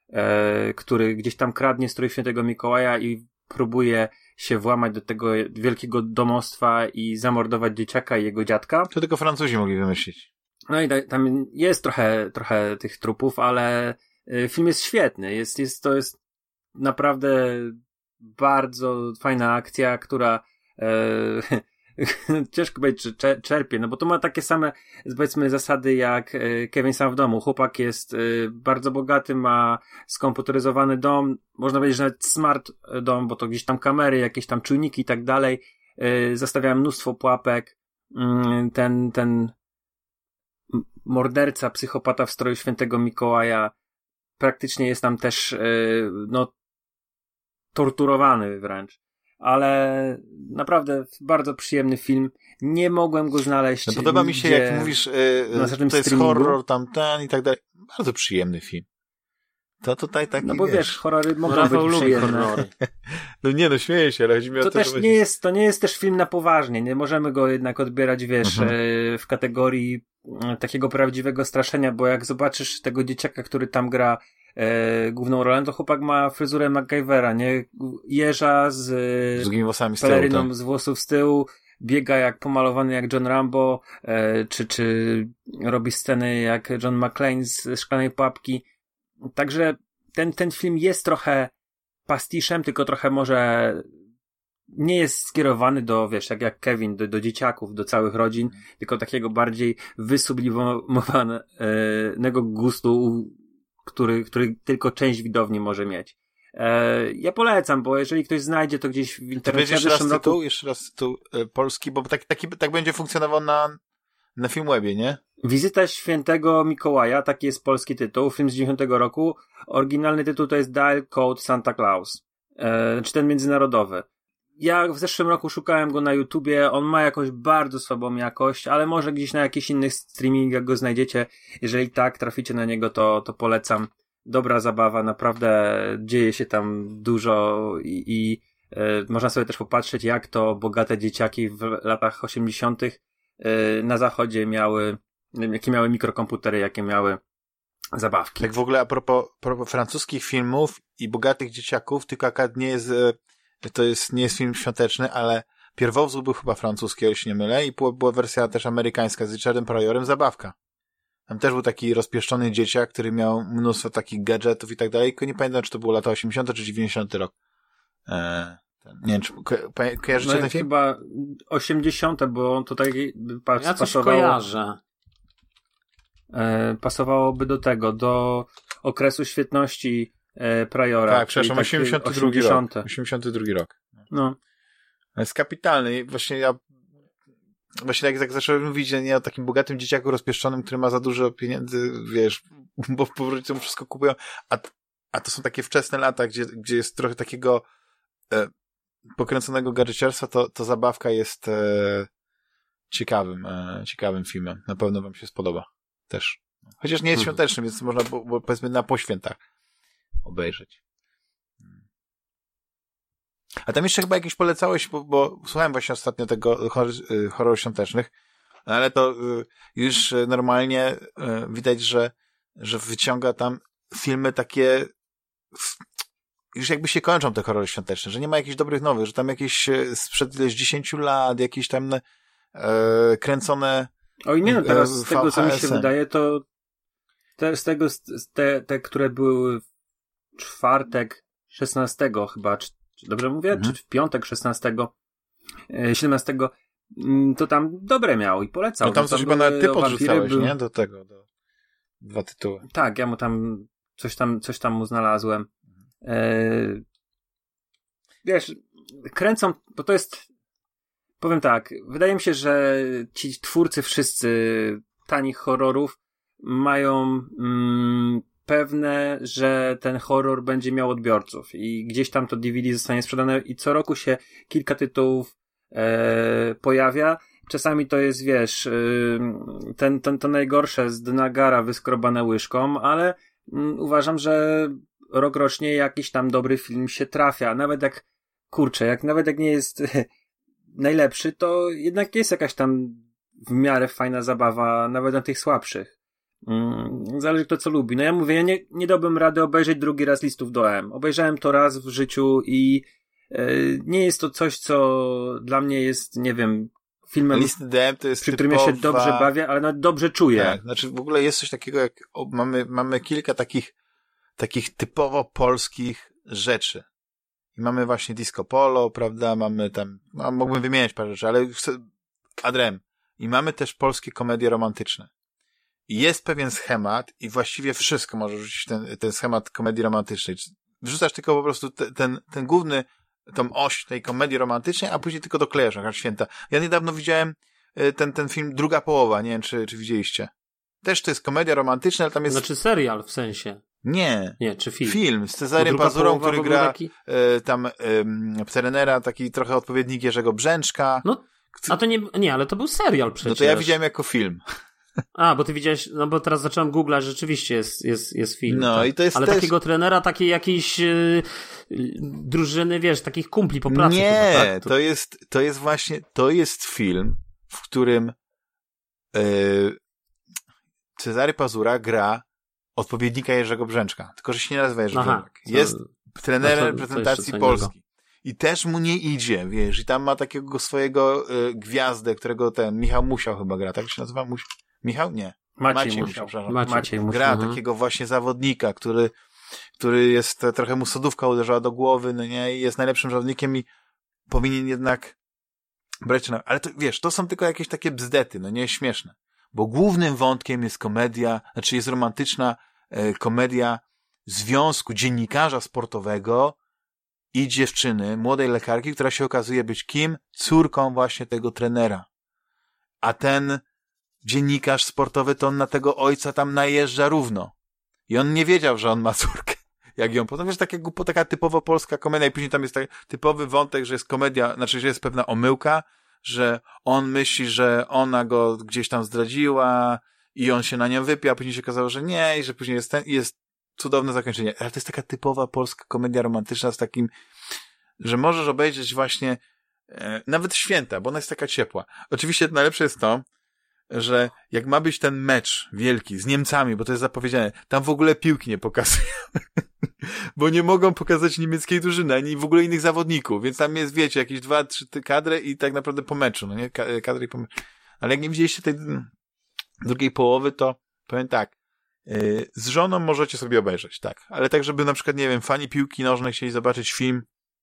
Speaker 3: e, który gdzieś tam kradnie strój Świętego Mikołaja i próbuje się włamać do tego wielkiego domostwa i zamordować dzieciaka i jego dziadka.
Speaker 1: To tylko Francuzi mogli wymyślić.
Speaker 3: No i ta, tam jest trochę, trochę tych trupów, ale y, film jest świetny. Jest, jest, to jest naprawdę bardzo fajna akcja, która e, ciężko powiedzieć, że czerpie, no bo to ma takie same, powiedzmy, zasady jak Kevin Sam w domu. Chłopak jest bardzo bogaty, ma skomputeryzowany dom, można powiedzieć, że nawet smart dom, bo to gdzieś tam kamery, jakieś tam czujniki i tak dalej. Zastawiałem mnóstwo pułapek. Ten, ten morderca, psychopata w stroju Świętego Mikołaja praktycznie jest tam też, no, torturowany wręcz. Ale naprawdę bardzo przyjemny film. Nie mogłem go znaleźć.
Speaker 1: No podoba mi się, jak mówisz, yy, to jest horror, tam ten i tak dalej. Bardzo przyjemny film. To tutaj taki,
Speaker 3: no bo wiesz, wiesz horrory mogą
Speaker 2: Rafał
Speaker 3: być
Speaker 2: lubi horrory.
Speaker 1: No nie, no śmieję się, ale chodzi mi o
Speaker 3: to.
Speaker 1: To
Speaker 3: też nie jest, to nie jest też film na poważnie. Nie możemy go jednak odbierać, wiesz, mhm. w kategorii takiego prawdziwego straszenia, bo jak zobaczysz tego dzieciaka, który tam gra E, główną rolę, to chłopak ma fryzurę MacGyvera, nie? Jeża z,
Speaker 1: z włosami
Speaker 3: z peleryną z, tak. z włosów z tyłu, biega jak pomalowany jak John Rambo, e, czy, czy robi sceny jak John McClane z Szklanej Pułapki. Także ten, ten film jest trochę pastiszem, tylko trochę może nie jest skierowany do, wiesz, jak, jak Kevin, do, do dzieciaków, do całych rodzin, hmm. tylko takiego bardziej wysublimowanego gustu, który, który tylko część widowni może mieć. E, ja polecam, bo jeżeli ktoś znajdzie to gdzieś w internecie...
Speaker 1: To jeszcze raz tytuł, roku... jeszcze raz tytuł e, polski, bo tak, taki, tak będzie funkcjonował na, na Filmwebie, nie?
Speaker 3: Wizyta Świętego Mikołaja, taki jest polski tytuł, film z dziewięćdziesiątego roku. Oryginalny tytuł to jest Dial Code Santa Claus, e, czy ten międzynarodowy. Ja w zeszłym roku szukałem go na YouTubie, on ma jakąś bardzo słabą jakość, ale może gdzieś na jakichś innych streamingach go znajdziecie. Jeżeli tak, traficie na niego, to, to polecam. Dobra zabawa, naprawdę dzieje się tam dużo i, i e, można sobie też popatrzeć, jak to bogate dzieciaki w latach osiemdziesiątych e, na zachodzie miały, jakie miały mikrokomputery, jakie miały zabawki.
Speaker 1: Tak w ogóle a propos, a propos francuskich filmów i bogatych dzieciaków, tylko akurat nie jest... E... To jest, nie jest film świąteczny, ale pierwowzór był chyba francuski, o ile się nie mylę, i była wersja też amerykańska z Richardem Pryorem, Zabawka. Tam też był taki rozpieszczony dzieciak, który miał mnóstwo takich gadżetów i tak dalej, tylko nie pamiętam, czy to było lata osiemdziesiąte czy dziewięćdziesiąty rok. Eee, nie wiem, czy ko ko kojarzycie
Speaker 3: no
Speaker 1: ten film?
Speaker 3: Chyba osiemdziesiąte, bo on tutaj pas
Speaker 2: ja coś
Speaker 3: pasowało...
Speaker 2: kojarzę.
Speaker 3: E, pasowałoby do tego, do okresu świetności E, Priora.
Speaker 1: Tak, przepraszam, osiemdziesiąty drugi rok. osiemdziesiąty drugi rok.
Speaker 3: No.
Speaker 1: Jest kapitalny i właśnie ja właśnie jak, jak zacząłem mówić, że nie o takim bogatym dzieciaku rozpieszczonym, który ma za dużo pieniędzy, wiesz, bo po prostu wszystko kupują, a, a to są takie wczesne lata, gdzie, gdzie jest trochę takiego e, pokręconego gadżeciarstwa, to, to Zabawka jest e, ciekawym, e, ciekawym filmem. Na pewno wam się spodoba też. Chociaż nie jest świąteczny, więc można, bo, bo powiedzmy na poświętach obejrzeć. A tam jeszcze chyba jakieś polecałeś, bo, bo słuchałem właśnie ostatnio tego horror, horror świątecznych, ale to już normalnie widać, że, że wyciąga tam filmy takie już jakby się kończą te horrory świąteczne, że nie ma jakichś dobrych nowych, że tam jakieś sprzed ileś dziesięciu lat, jakieś tam e, kręcone
Speaker 3: Oj nie, no teraz z tego co mi się wydaje, to te, z tego te, te, które były w czwartek szesnastego chyba, czy, czy dobrze mówię? Mhm. Czy w piątek szesnastego, siedemnastego, to tam dobre miał i polecał.
Speaker 1: No tam coś chyba nawet ty podrzucałeś,
Speaker 3: był...
Speaker 1: nie? Do tego, do dwa tytuły.
Speaker 3: Tak, ja mu tam coś tam, coś tam mu znalazłem. E... Wiesz, kręcą, bo to jest, powiem tak, wydaje mi się, że ci twórcy wszyscy tanich horrorów mają mm, pewne, że ten horror będzie miał odbiorców i gdzieś tam to D V D zostanie sprzedane i co roku się kilka tytułów e, pojawia. Czasami to jest, wiesz, y, ten, ten, to najgorsze z dna gara wyskrobane łyżką, ale mm, uważam, że rok rocznie jakiś tam dobry film się trafia. Nawet jak, kurczę, jak nawet jak nie jest najlepszy, to jednak jest jakaś tam w miarę fajna zabawa, nawet na tych słabszych. Mm, zależy kto co lubi. No ja mówię, ja nie, nie dałbym rady obejrzeć drugi raz Listów do M. Obejrzałem to raz w życiu i yy, nie jest to coś, co dla mnie jest, nie wiem, filmem,
Speaker 1: Listy do M to jest
Speaker 3: przy
Speaker 1: typowa...
Speaker 3: którym ja się dobrze bawię, ale nawet dobrze czuję.
Speaker 1: Tak, znaczy w ogóle jest coś takiego jak, o, mamy, mamy kilka takich takich typowo polskich rzeczy. I mamy właśnie Disco Polo, prawda, mamy tam, no, mógłbym wymieniać parę rzeczy, ale chcę, adrem. I mamy też polskie komedie romantyczne. I jest pewien schemat i właściwie wszystko może rzucić ten, ten schemat komedii romantycznej. Wrzucasz tylko po prostu te, ten, ten główny, tą oś tej komedii romantycznej, a później tylko doklejasz na święta. Ja niedawno widziałem ten, ten film Druga połowa, nie wiem, czy, czy widzieliście. Też to jest komedia romantyczna, ale tam jest...
Speaker 2: Znaczy serial w sensie.
Speaker 1: Nie.
Speaker 2: Nie, czy film?
Speaker 1: Film z Cezarym Pazurą, który gra taki... y, tam y, trenera, taki trochę odpowiednik Jerzego Brzęczka.
Speaker 2: No, a to nie, nie, ale to był serial przecież.
Speaker 1: No to ja widziałem jako film.
Speaker 2: A, bo ty widziałeś, no bo teraz zacząłem googlać, rzeczywiście jest, jest, jest film.
Speaker 1: No
Speaker 2: tak.
Speaker 1: i to jest
Speaker 2: ale
Speaker 1: też...
Speaker 2: takiego trenera, takiej jakiejś yy, drużyny, wiesz, takich kumpli po pracy.
Speaker 1: Nie,
Speaker 2: chyba, tak? to...
Speaker 1: to jest, to jest właśnie, to jest film, w którym yy, Cezary Pazura gra odpowiednika Jerzego Brzęczka. Tylko, że się nie nazywa Jerzy Brzęczek. Jest to, trenerem no to, reprezentacji to Polski. I też mu nie idzie, wiesz, i tam ma takiego swojego y, gwiazdę, którego ten Michał Musiał chyba gra, tak się nazywa? Muś... Michał? Nie.
Speaker 3: Maciej,
Speaker 1: Maciej
Speaker 3: Musiał.
Speaker 1: Musiał,
Speaker 3: Maciej, Maciej Musiał.
Speaker 1: Gra
Speaker 3: mhm.
Speaker 1: takiego właśnie zawodnika, który, który jest, trochę mu sodówka uderzała do głowy, no nie, i jest najlepszym zawodnikiem i powinien jednak brać na... Ale to, wiesz, to są tylko jakieś takie bzdety, no nie, śmieszne. Bo głównym wątkiem jest komedia, znaczy jest romantyczna e, komedia związku dziennikarza sportowego i dziewczyny, młodej lekarki, która się okazuje być kim? Córką właśnie tego trenera. A ten dziennikarz sportowy, to on na tego ojca tam najeżdża równo. I on nie wiedział, że on ma córkę. Jak ją potem, wiesz, taka, taka typowo polska komedia i później tam jest taki typowy wątek, że jest komedia, znaczy, że jest pewna omyłka, że on myśli, że ona go gdzieś tam zdradziła i on się na nią wypił, a później się okazało, że nie i że później jest ten, i jest cudowne zakończenie. Ale to jest taka typowa polska komedia romantyczna z takim, że możesz obejrzeć właśnie e, nawet święta, bo ona jest taka ciepła. Oczywiście najlepsze jest to, że jak ma być ten mecz wielki z Niemcami, bo to jest zapowiedziane, tam w ogóle piłki nie pokazują. Bo nie mogą pokazać niemieckiej drużyny, ani w ogóle innych zawodników, więc tam jest, wiecie, jakieś dwa, trzy kadry i tak naprawdę po meczu, no nie? Kadry i po meczu. Ale jak nie widzieliście tej drugiej połowy, to powiem tak, yy, z żoną możecie sobie obejrzeć, tak. Ale tak, żeby na przykład, nie wiem, fani piłki nożnej chcieli zobaczyć film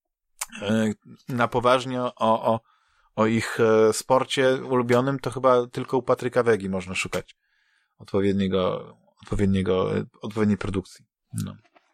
Speaker 1: yy, na poważnie o, o, o ich yy, sporcie ulubionym, to chyba tylko u Patryka Wegi można szukać odpowiedniego, odpowiedniego, yy, odpowiedniej produkcji. No.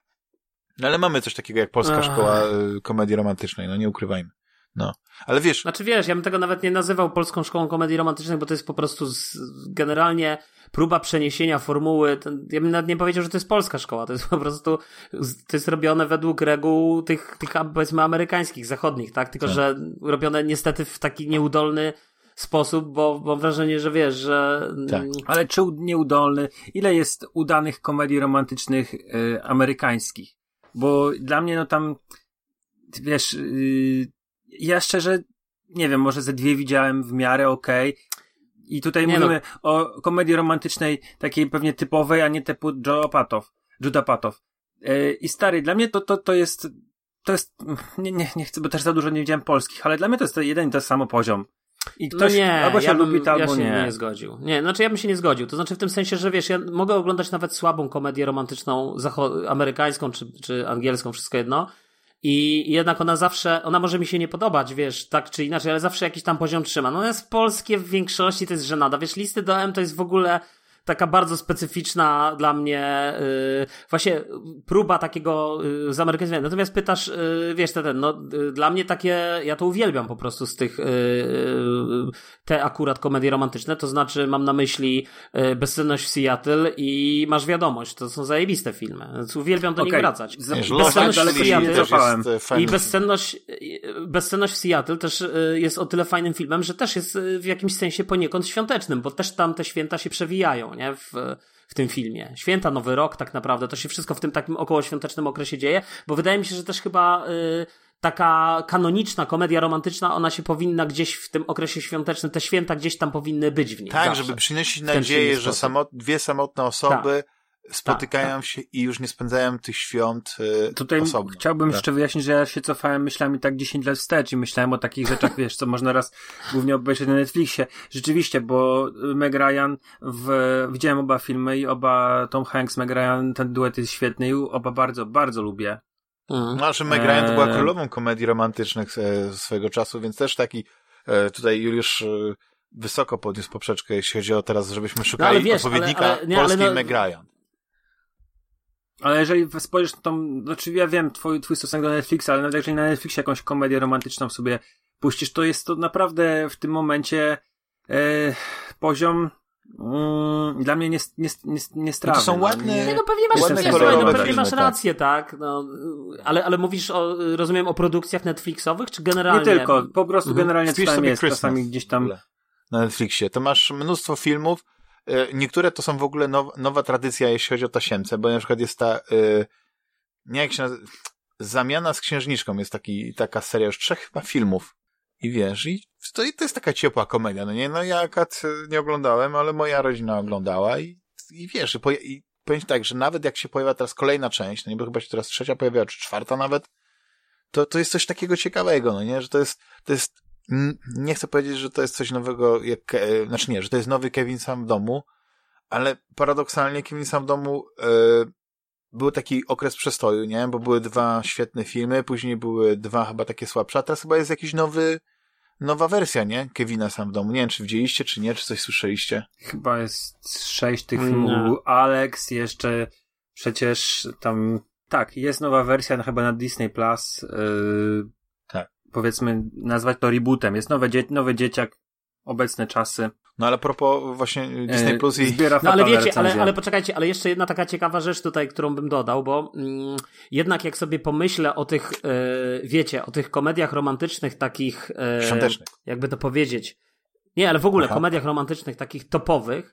Speaker 1: No ale mamy coś takiego jak Polska Ach. Szkoła y, Komedii Romantycznej, no nie ukrywajmy. No. Ale wiesz...
Speaker 2: Znaczy wiesz, ja bym tego nawet nie nazywał Polską Szkołą Komedii Romantycznej, bo to jest po prostu z, generalnie próba przeniesienia formuły. Ten, ja bym nawet nie powiedział, że to jest polska szkoła, to jest po prostu, to jest robione według reguł tych, tych powiedzmy amerykańskich, zachodnich, tak? Tylko, tak. że robione niestety w taki nieudolny sposób, bo mam wrażenie, że wiesz, że...
Speaker 3: Tak. Ale czy nieudolny? Ile jest udanych komedii romantycznych y, amerykańskich? Bo dla mnie, no tam, wiesz, yy, ja szczerze, nie wiem, może ze dwie widziałem w miarę okej. Okay. I tutaj nie mówimy no. o komedii romantycznej, takiej pewnie typowej, a nie typu Joe Patow, Judah Patow. Yy, I stary, dla mnie to, to, to jest, to jest, nie, nie, nie chcę, bo też za dużo nie widziałem polskich, ale dla mnie to jest jeden i ten sam poziom. I ktoś
Speaker 2: no nie,
Speaker 3: albo się
Speaker 2: ja
Speaker 3: lubi, to
Speaker 2: ja
Speaker 3: albo
Speaker 2: się
Speaker 3: nie.
Speaker 2: nie zgodził. Nie, znaczy ja bym się nie zgodził. To znaczy w tym sensie, że wiesz, ja mogę oglądać nawet słabą komedię romantyczną zacho- amerykańską czy, czy angielską, wszystko jedno. I jednak ona zawsze, ona może mi się nie podobać, wiesz, tak czy inaczej, ale zawsze jakiś tam poziom trzyma. No jest polskie w większości, to jest żenada. Wiesz, Listy do M to jest w ogóle taka bardzo specyficzna dla mnie yy, właśnie próba takiego yy, zamerykańskiego. Natomiast pytasz, yy, wiesz, ten, ten, no yy, dla mnie takie, ja to uwielbiam po prostu z tych yy, te akurat komedie romantyczne, to znaczy mam na myśli yy, Bezsenność w Seattle i Masz wiadomość, to są zajebiste filmy, więc uwielbiam do okay. nich wracać. Bezsenność w Seattle i Bezsenność, Bezsenność w Seattle też yy, jest o tyle fajnym filmem, że też jest w jakimś sensie poniekąd świątecznym, bo też tam te święta się przewijają, nie? W, w tym filmie. Święta, Nowy Rok tak naprawdę, to się wszystko w tym takim okołoświątecznym okresie dzieje, bo wydaje mi się, że też chyba y, taka kanoniczna komedia romantyczna, ona się powinna gdzieś w tym okresie świątecznym, te święta gdzieś tam powinny być w niej.
Speaker 1: Tak,
Speaker 2: zawsze.
Speaker 1: żeby przynosić nadzieję, że samot, dwie samotne osoby tak. spotykają tak, tak. się i już nie spędzają tych świąt y,
Speaker 3: Tutaj
Speaker 1: osobno.
Speaker 3: Chciałbym
Speaker 1: tak.
Speaker 3: jeszcze wyjaśnić, że ja się cofałem myślami tak dziesięć lat wstecz i myślałem o takich rzeczach, wiesz, co można raz głównie obejrzeć na Netflixie. Rzeczywiście, bo Meg Ryan, w, widziałem oba filmy i oba Tom Hanks, Meg Ryan, ten duet jest świetny i oba bardzo, bardzo lubię.
Speaker 1: Mm. No, że Meg Ryan to była królową komedii romantycznych e, swojego czasu, więc też taki e, tutaj Juliusz e, wysoko podniósł poprzeczkę, jeśli chodzi o teraz, żebyśmy szukali no, wiesz, odpowiednika ale, ale, nie, polskiej ale no... Meg Ryan.
Speaker 3: Ale jeżeli spojrzysz na tą, znaczy ja wiem, twój, twój stosunek do Netflixa, ale nawet jeżeli na Netflixie jakąś komedię romantyczną sobie puścisz, to jest to naprawdę w tym momencie e, poziom Mm, dla mnie nie, nie, nie, nie strawny.
Speaker 1: No to są ładne...
Speaker 2: No, nie, no pewnie masz, ładne słuchaj, no, pewnie masz rację, tak. tak no, ale, ale mówisz o, rozumiem, o produkcjach Netflixowych, czy generalnie?
Speaker 3: Nie tylko, po prostu mhm. generalnie co tam jest,
Speaker 1: Christmas
Speaker 3: czasami gdzieś tam...
Speaker 1: Na Netflixie. To masz mnóstwo filmów, niektóre to są w ogóle now, nowa tradycja, jeśli chodzi o tasiemce, bo na przykład jest ta, nie jak się nazywa, Zamiana z księżniczką, jest taki, taka seria już trzech chyba filmów. I wiesz, i to, to jest taka ciepła komedia, no nie? No ja akurat nie oglądałem, ale moja rodzina oglądała i, i wiesz, i, poja- i powiem tak, że nawet jak się pojawia teraz kolejna część, no nie, bo chyba się teraz trzecia pojawiła, czy czwarta nawet, to, to jest coś takiego ciekawego, no nie? Że to jest, to jest, nie chcę powiedzieć, że to jest coś nowego, jak, e, znaczy nie, że to jest nowy Kevin Sam w domu, ale paradoksalnie Kevin Sam w domu e, był taki okres przestoju, nie? Bo były dwa świetne filmy, później były dwa chyba takie słabsze, a teraz chyba jest jakiś nowy, nowa wersja, nie? Kevina Sam w domu. Nie wiem, czy widzieliście, czy nie, czy coś słyszeliście?
Speaker 3: Chyba jest sześć tych filmów. No. Alex, jeszcze przecież tam, tak, jest nowa wersja, no chyba na Disney Plus. Yy,
Speaker 1: tak.
Speaker 3: Powiedzmy, nazwać to rebootem. Jest nowe, dzie- nowy dzieciak, obecne czasy.
Speaker 1: No ale propos właśnie Disney Plus i...
Speaker 3: Zbiera
Speaker 2: no ale wiecie, ale, ale poczekajcie, ale jeszcze jedna taka ciekawa rzecz tutaj, którą bym dodał, bo mm, jednak jak sobie pomyślę o tych, yy, wiecie, o tych komediach romantycznych takich... Yy,
Speaker 1: świątecznych.
Speaker 2: Jakby to powiedzieć. Nie, ale w ogóle
Speaker 1: Aha.
Speaker 2: komediach romantycznych takich topowych,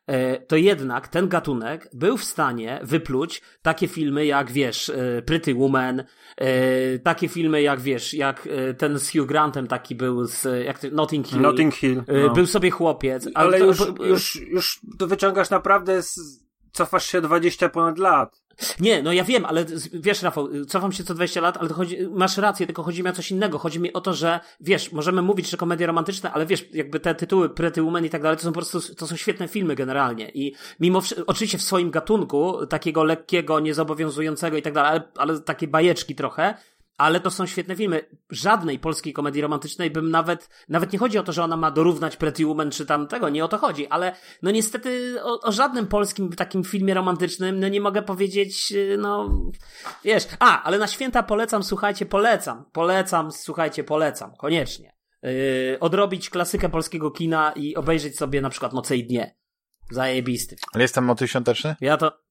Speaker 2: to jednak ten gatunek był w stanie wypluć takie filmy jak, wiesz, Pretty Woman, takie filmy jak, wiesz, jak ten z Hugh Grantem taki był z jak to, Notting Hill.
Speaker 3: Notting Hill. No.
Speaker 2: Był sobie chłopiec.
Speaker 3: Ale, ale
Speaker 2: to,
Speaker 3: już,
Speaker 2: bo,
Speaker 3: już, już to wyciągasz naprawdę, z, cofasz się dwadzieścia ponad lat.
Speaker 2: Nie, no ja wiem, ale wiesz, Rafał, cofam się co dwadzieścia lat, ale to chodzi, masz rację, tylko chodzi mi o coś innego. Chodzi mi o to, że wiesz, możemy mówić, że komedie romantyczne, ale wiesz, jakby te tytuły Pretty Woman i tak dalej, to są po prostu, to są świetne filmy generalnie i mimo, oczywiście w swoim gatunku, takiego lekkiego, niezobowiązującego i tak dalej, ale, ale takie bajeczki trochę, ale to są świetne filmy. Żadnej polskiej komedii romantycznej bym nawet, nawet nie chodzi o to, że ona ma dorównać Pretty Woman czy tam tego, nie o to chodzi, ale no niestety o, o żadnym polskim takim filmie romantycznym, no nie mogę powiedzieć, no wiesz, a, ale na święta polecam, słuchajcie, polecam, polecam, słuchajcie, polecam, koniecznie. Yy, odrobić klasykę polskiego kina i obejrzeć sobie na przykład Noce i dnie. Zajebisty.
Speaker 1: Ale jest tam motyw świąteczny?
Speaker 2: Ja to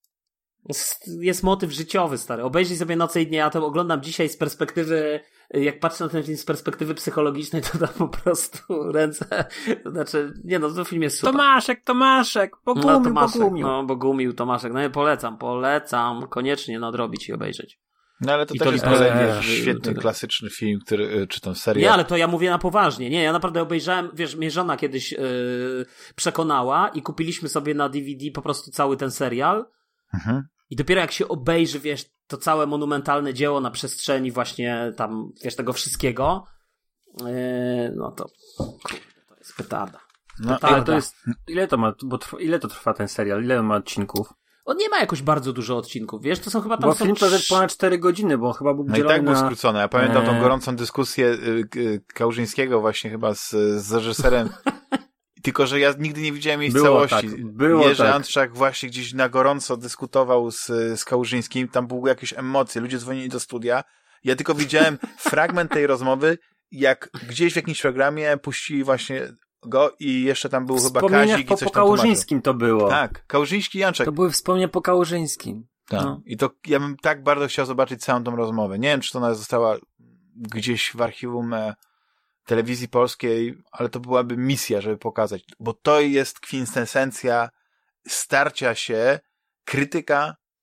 Speaker 2: jest motyw życiowy, stary. Obejrzyj sobie Noce i dnie, ja to oglądam dzisiaj z perspektywy, jak patrzę na ten film z perspektywy psychologicznej, to tam po prostu ręce, znaczy, nie no, to film jest super.
Speaker 3: Tomaszek, Tomaszek, pogumił,
Speaker 2: no, Tomaszek,
Speaker 3: pogumił.
Speaker 2: No, pogumił Tomaszek, no ja polecam, polecam, koniecznie nadrobić i obejrzeć.
Speaker 1: No ale to
Speaker 2: I
Speaker 1: też
Speaker 2: to
Speaker 1: jest kolejny świetny, klasyczny film, który, czy tą serię.
Speaker 2: Nie, ale to ja mówię na poważnie. Nie, ja naprawdę obejrzałem, wiesz, mnie żona kiedyś yy, przekonała i kupiliśmy sobie na D V D po prostu cały ten serial.
Speaker 1: Mhm.
Speaker 2: I dopiero jak się obejrzy, wiesz, to całe monumentalne dzieło na przestrzeni właśnie tam, wiesz, tego wszystkiego, yy, no to kurde, to jest petarda.
Speaker 3: No, ale to jest, ile to ma, bo trwa, ile to trwa ten serial? Ile on ma odcinków?
Speaker 2: On nie ma jakoś bardzo dużo odcinków, wiesz, to są chyba tam...
Speaker 3: Bo film to jest ponad cztery godziny, bo chyba był
Speaker 1: No i tak był
Speaker 3: na...
Speaker 1: skrócony. Ja pamiętam tą gorącą dyskusję y, y, Kałużyńskiego właśnie chyba z, z reżyserem. Tylko, że ja nigdy nie widziałem jej w
Speaker 3: było
Speaker 1: całości.
Speaker 3: Tak, było
Speaker 1: Jerzy
Speaker 3: tak.
Speaker 1: Antczak właśnie gdzieś na gorąco dyskutował z, z Kałużyńskim, tam były jakieś emocje, ludzie dzwonili do studia. Ja tylko widziałem fragment tej rozmowy, jak gdzieś w jakimś programie puścili właśnie go i jeszcze tam był chyba Kazik
Speaker 3: po,
Speaker 1: i coś
Speaker 3: po
Speaker 1: tam
Speaker 3: Kałużyńskim to było.
Speaker 1: Tak, Kałużyński i Janczak.
Speaker 3: To były wspomnienia po Kałużyńskim.
Speaker 1: Tak. No. I to ja bym tak bardzo chciał zobaczyć całą tą rozmowę. Nie wiem, czy to ona została gdzieś w archiwum e, telewizji polskiej, ale to byłaby misja, żeby pokazać, bo to jest kwintesencja starcia się krytyka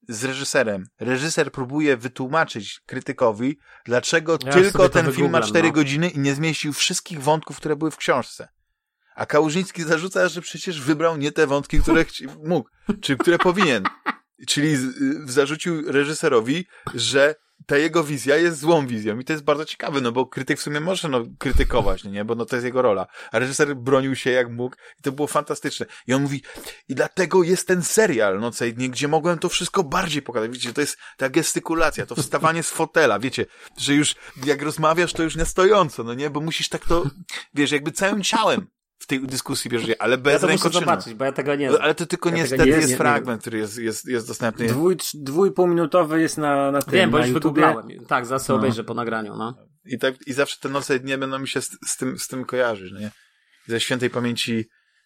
Speaker 1: z reżyserem. Reżyser próbuje wytłumaczyć krytykowi, dlaczego
Speaker 2: ja
Speaker 1: tylko ten film ma cztery
Speaker 2: no.
Speaker 1: godziny i nie zmieścił wszystkich wątków, które były w książce. A Kałużyński zarzuca, że przecież wybrał nie te wątki, które chci- mógł, czy które powinien. Czyli z, zarzucił reżyserowi, że ta jego wizja jest złą wizją. I to jest bardzo ciekawe, no bo krytyk w sumie może no, krytykować, nie? Bo no, to jest jego rola. A reżyser bronił się jak mógł i to było fantastyczne. I on mówi, i dlatego jest ten serial Noce i dnie, gdzie mogłem to wszystko bardziej pokazać. Wiecie, to jest ta gestykulacja, to wstawanie z fotela, wiecie, że już jak rozmawiasz, to już nie stojąco, no nie? Bo musisz tak to, wiesz, jakby całym ciałem w tej dyskusji bierzesz, ale bez
Speaker 2: ja to
Speaker 1: rękoczynu.
Speaker 2: muszę zobaczyć, bo ja tego nie
Speaker 1: znam. Ale to tylko ja niestety nie, jest nie, fragment, nie który jest, jest, jest dostępny.
Speaker 3: Dwój, dwójpółminutowy jest na, na tym,
Speaker 2: Wiem, bo
Speaker 3: na
Speaker 2: już
Speaker 3: YouTubie.
Speaker 2: wygooglałem. Tak, zaraz sobie no. obejrzę po nagraniu, no.
Speaker 1: I tak, i zawsze te Noce i dnie będą mi się z, z tym, z tym kojarzyć, no nie? Ze świętej pamięci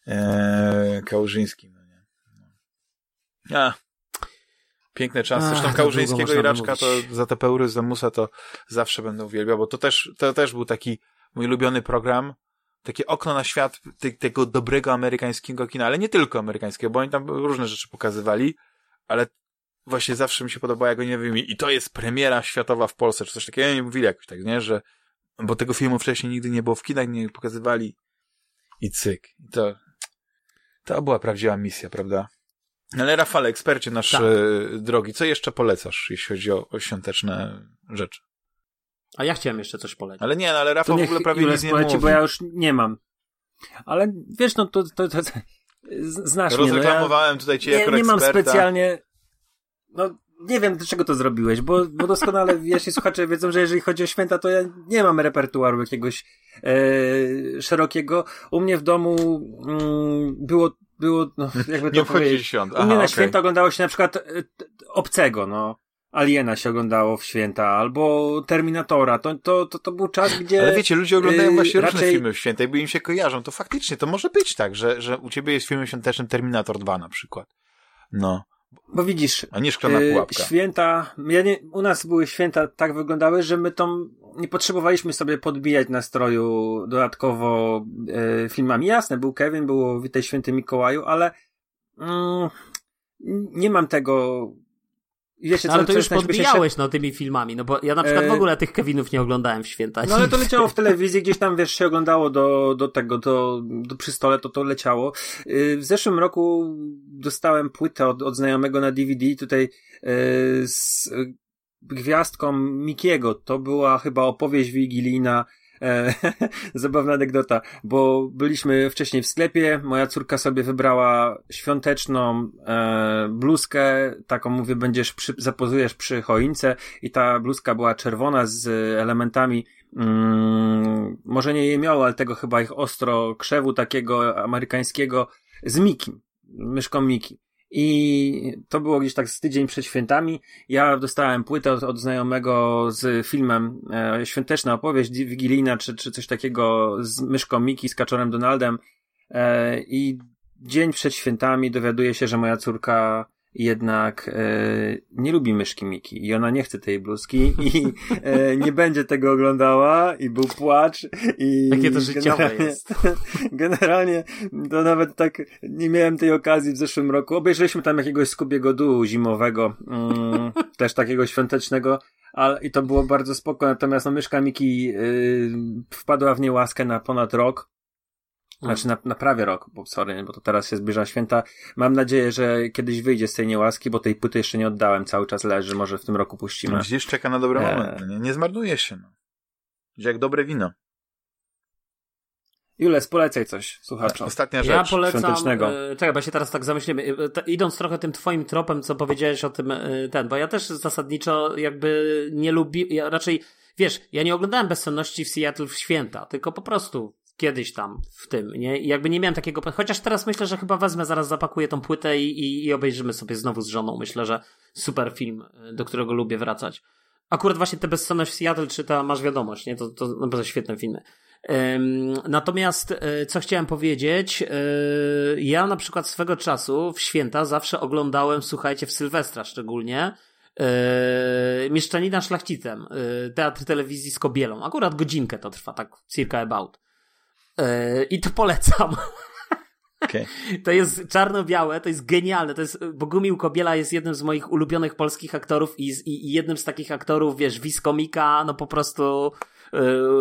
Speaker 1: e, Kałużyńskim, no nie? No. A. Piękne czasy. Zresztą Ach, Kałużyńskiego i Raczka to za te Peury z Musa to zawsze będę uwielbiał, bo to też, to też był taki mój ulubiony program, takie okno na świat te, tego dobrego amerykańskiego kina, ale nie tylko amerykańskiego, bo oni tam różne rzeczy pokazywali, ale właśnie zawsze mi się podobało, jak oni nie wiem, i to jest premiera światowa w Polsce, czy coś takiego, ja nie mówili jakoś tak, nie, że, bo tego filmu wcześniej nigdy nie było w kinach, nie pokazywali i cyk. I to, to była prawdziwa misja, prawda? Ale Rafale, ekspercie nasz tak. drogi, co jeszcze polecasz, jeśli chodzi o, o świąteczne rzeczy?
Speaker 2: A ja chciałem jeszcze coś polecić.
Speaker 1: Ale nie, no, ale Rafał w ogóle prawie nic nie mówi.
Speaker 3: Bo ja już nie mam. Ale wiesz, no to, to, to, to znasz mnie.
Speaker 1: Rozreklamowałem
Speaker 3: no ja
Speaker 1: tutaj cię
Speaker 3: nie,
Speaker 1: jako
Speaker 3: nie
Speaker 1: eksperta.
Speaker 3: Nie mam specjalnie... No, nie wiem, dlaczego to zrobiłeś, bo, bo doskonale, jeśli słuchacze wiedzą, że jeżeli chodzi o święta, to ja nie mam repertuaru jakiegoś e, szerokiego. U mnie w domu mm, było, było no, jakby to
Speaker 1: nie
Speaker 3: powiedzieć.
Speaker 1: Świąt. Aha,
Speaker 3: u mnie na
Speaker 1: okay.
Speaker 3: święta oglądało się na przykład e, Obcego, no. Aliena się oglądało w święta, albo Terminatora. To, to, to, to był czas, gdzie...
Speaker 1: Ale wiecie, ludzie oglądają
Speaker 3: yy,
Speaker 1: właśnie
Speaker 3: raczej...
Speaker 1: różne filmy w święta, bo im się kojarzą. To faktycznie, to może być tak, że, że u ciebie jest filmem świątecznym Terminator dwa na przykład. No.
Speaker 3: Bo widzisz...
Speaker 1: A nie Szklana pułapka.
Speaker 3: Yy, święta... Ja nie, u nas były święta tak wyglądały, że my tą... Nie potrzebowaliśmy sobie podbijać nastroju dodatkowo yy, filmami. Jasne, był Kevin, było Witaj Święty Mikołaju, ale... Yy, nie mam tego...
Speaker 2: Wiecie, no, ale to już podbijałeś się... no, tymi filmami, no bo ja na przykład w ogóle tych Kevinów nie oglądałem w święta.
Speaker 3: No ale to leciało w telewizji, gdzieś tam, wiesz, się oglądało do, do tego, do, do przy stole, to to leciało. W zeszłym roku dostałem płytę od, od znajomego na D V D, tutaj z gwiazdką Mikiego. To była chyba opowieść wigilijna. E, zabawna anegdota, bo byliśmy wcześniej w sklepie, moja córka sobie wybrała świąteczną e, bluzkę, taką mówię, będziesz przy, zapozujesz przy choince i ta bluzka była czerwona z elementami mm, może nie jemiołu, ale tego chyba ich ostro krzewu takiego amerykańskiego z Mikim, myszką Miki. I to było gdzieś tak z tydzień przed świętami. Ja dostałem płytę od, od znajomego z filmem e, Świąteczna opowieść wigilijna, czy, czy coś takiego z myszką Miki, z kaczorem Donaldem. E, I dzień przed świętami dowiaduję się, że moja córka jednak e, nie lubi myszki Miki i ona nie chce tej bluzki i e, nie będzie tego oglądała i był płacz i
Speaker 2: takie to życiowe jest.
Speaker 3: Generalnie to nawet tak nie miałem tej okazji w zeszłym roku. Obejrzeliśmy tam jakiegoś Scooby'ego Doo zimowego, mm, też takiego świątecznego, ale i to było bardzo spoko, natomiast no, myszka Miki y, wpadła w niełaskę na ponad rok. Znaczy na, na prawie rok, bo sorry, bo to teraz się zbliża święta. Mam nadzieję, że kiedyś wyjdzie z tej niełaski, bo tej płyty jeszcze nie oddałem, cały czas leży, może w tym roku puścimy.
Speaker 1: Gdzieś czeka na dobry e... moment, nie, nie zmarnuje się. No. Jak dobre wino.
Speaker 3: Jules, polecaj coś słuchaczom.
Speaker 1: Ostatnia rzecz.
Speaker 2: Ja polecam, e, czekaj, bo się teraz tak zamyślimy, e, t- idąc trochę tym twoim tropem, co powiedziałeś o tym, e, ten, bo ja też zasadniczo jakby nie lubi, ja raczej, wiesz, ja nie oglądałem Bezsenności w Seattle w święta, tylko po prostu kiedyś tam w tym, nie? I jakby nie miałem takiego, chociaż teraz myślę, że chyba wezmę, zaraz zapakuję tą płytę i, i, i obejrzymy sobie znowu z żoną. Myślę, że super film, do którego lubię wracać. Akurat właśnie tę Bezsenność w Seattle, czy ta Masz Wiadomość, nie? To, to naprawdę świetne filmy. Um, natomiast, co chciałem powiedzieć, yy, ja na przykład swego czasu w święta zawsze oglądałem, słuchajcie, w Sylwestra szczególnie, yy, Mieszczanina szlachcicem, yy, teatr telewizji z Kobielą. Akurat godzinkę to trwa, tak circa about. Yy, I to polecam.
Speaker 1: Okay.
Speaker 2: To jest czarno-białe, to jest genialne, to jest, Bogumił Kobiela jest jednym z moich ulubionych polskich aktorów i, i, i jednym z takich aktorów, wiesz, vis komika, no po prostu yy,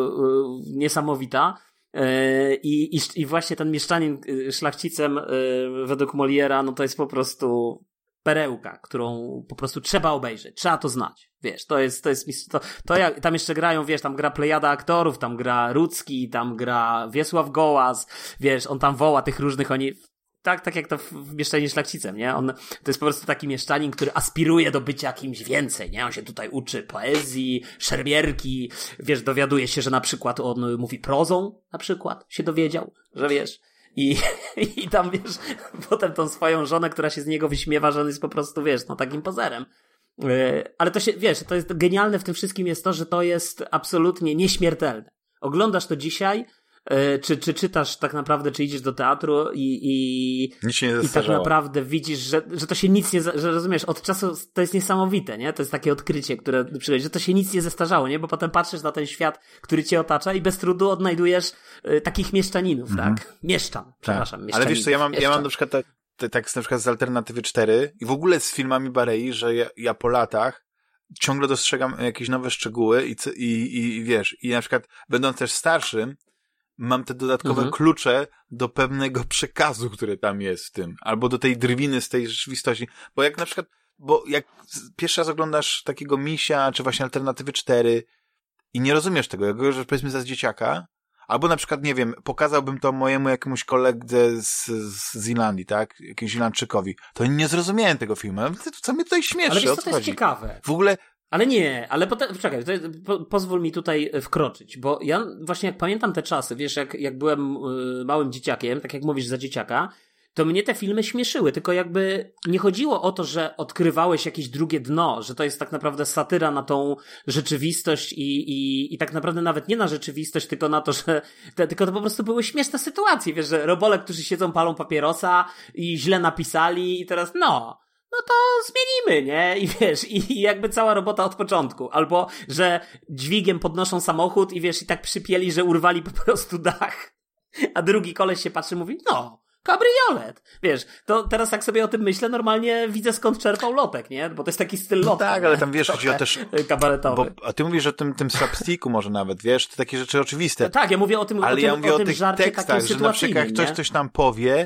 Speaker 2: yy, niesamowita. Yy, i, i, I właśnie ten mieszczanin szlachcicem yy, według Moliera, no to jest po prostu perełka, którą po prostu trzeba obejrzeć, trzeba to znać, wiesz, to jest, to jest, to, to jak, tam jeszcze grają, wiesz, tam gra plejada aktorów, tam gra Rudzki, tam gra Wiesław Gołas, wiesz, on tam woła tych różnych, oni, tak, tak jak to w Mieszczaninie Szlachcicem, nie, on, to jest po prostu taki mieszczanin, który aspiruje do bycia kimś więcej, nie, on się tutaj uczy poezji, szermierki, wiesz, dowiaduje się, że na przykład on mówi prozą, na przykład, się dowiedział, że wiesz, I, I tam, wiesz, potem tą swoją żonę, która się z niego wyśmiewa, że on jest po prostu, wiesz, no takim pozerem. Yy, ale to się, wiesz, to jest genialne w tym wszystkim jest to, że to jest absolutnie nieśmiertelne. Oglądasz to dzisiaj, yy, czy, czy czytasz tak naprawdę, czy idziesz do teatru i, i,
Speaker 1: nic się nie
Speaker 2: i tak naprawdę widzisz, że, że to się nic nie, że rozumiesz, od czasu to jest niesamowite, nie? To jest takie odkrycie, które przychodzi, że to się nic nie zestarzało, nie? Bo potem patrzysz na ten świat, który cię otacza i bez trudu odnajdujesz y, takich mieszczaninów, mm-hmm. tak? Mieszczan, tak. przepraszam, mieszczaninów.
Speaker 1: Ale wiesz co, ja mam, ja mam na przykład tak, tak na przykład z Alternatywy cztery i w ogóle z filmami Barei, że ja, ja po latach ciągle dostrzegam jakieś nowe szczegóły i, i, i wiesz, i na przykład będąc też starszym, mam te dodatkowe mhm. klucze do pewnego przekazu, który tam jest w tym, albo do tej drwiny z tej rzeczywistości, bo jak na przykład, bo jak pierwszy raz oglądasz takiego Misia, czy właśnie Alternatywy cztery i nie rozumiesz tego, jak go, że powiedzmy za dzieciaka, albo na przykład, nie wiem, pokazałbym to mojemu jakiemuś koledze z, z Irlandii, tak, jakimś Irlandczykowi, to nie zrozumiałem tego filmu, co mnie tutaj śmieszy,
Speaker 2: ale wiesz,
Speaker 1: o
Speaker 2: co
Speaker 1: co
Speaker 2: to jest
Speaker 1: chodzi?
Speaker 2: ciekawe.
Speaker 1: W ogóle
Speaker 2: Ale nie, ale potem, czekaj, po, pozwól mi tutaj wkroczyć, bo ja właśnie jak pamiętam te czasy, wiesz, jak, jak byłem y, małym dzieciakiem, tak jak mówisz za dzieciaka, to mnie te filmy śmieszyły, tylko jakby nie chodziło o to, że odkrywałeś jakieś drugie dno, że to jest tak naprawdę satyra na tą rzeczywistość i, i, i tak naprawdę nawet nie na rzeczywistość, tylko na to, że te, tylko to po prostu były śmieszne sytuacje, wiesz, że robole, którzy siedzą, palą papierosa i źle napisali i teraz no... no to zmienimy, nie? I wiesz, i jakby cała robota od początku. Albo, że dźwigiem podnoszą samochód i wiesz, i tak przypieli, że urwali po prostu dach. A drugi koleś się patrzy i mówi, no, kabriolet. Wiesz, to teraz jak sobie o tym myślę, normalnie widzę skąd czerpał Lotek, nie? Bo to jest taki styl Lotek.
Speaker 1: Tak, ale tam wiesz, chodzi o też...
Speaker 2: kabaretowy.
Speaker 1: Bo, a ty mówisz o tym, tym slapsticku może nawet, wiesz? To takie rzeczy oczywiste.
Speaker 2: No tak, ja mówię o tym,
Speaker 1: ale
Speaker 2: o tym,
Speaker 1: ja mówię
Speaker 2: o
Speaker 1: o
Speaker 2: tym
Speaker 1: tych
Speaker 2: żarcie
Speaker 1: tekstach,
Speaker 2: takim
Speaker 1: że na przykład jak ktoś
Speaker 2: nie?
Speaker 1: coś tam powie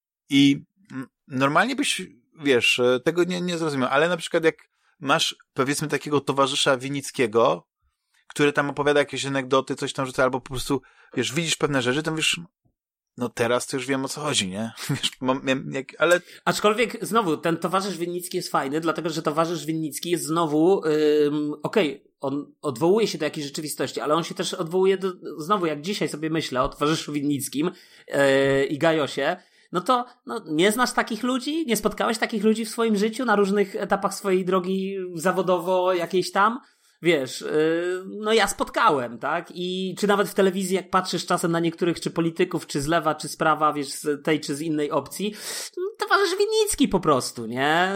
Speaker 1: i normalnie byś... wiesz, tego nie, nie zrozumiał, ale na przykład jak masz, powiedzmy, takiego towarzysza Winickiego, który tam opowiada jakieś anegdoty, coś tam rzuca, albo po prostu, wiesz, widzisz pewne rzeczy, to wiesz, no teraz to już wiem, o co chodzi, nie? Wiesz, mam, jak, ale...
Speaker 2: Aczkolwiek, znowu, ten towarzysz Winnicki jest fajny, dlatego, że towarzysz Winnicki jest znowu, ym, okej, okay, on odwołuje się do jakiejś rzeczywistości, ale on się też odwołuje do, znowu, jak dzisiaj sobie myślę o towarzyszu Winnickim yy, i Gajosie, no to no, nie znasz takich ludzi? Nie spotkałeś takich ludzi w swoim życiu na różnych etapach swojej drogi zawodowo jakiejś tam? Wiesz, yy, no ja spotkałem, tak? I czy nawet w telewizji, jak patrzysz czasem na niektórych, czy polityków, czy z lewa, czy z prawa, wiesz, z tej, czy z innej opcji, towarzysz Winnicki po prostu, nie?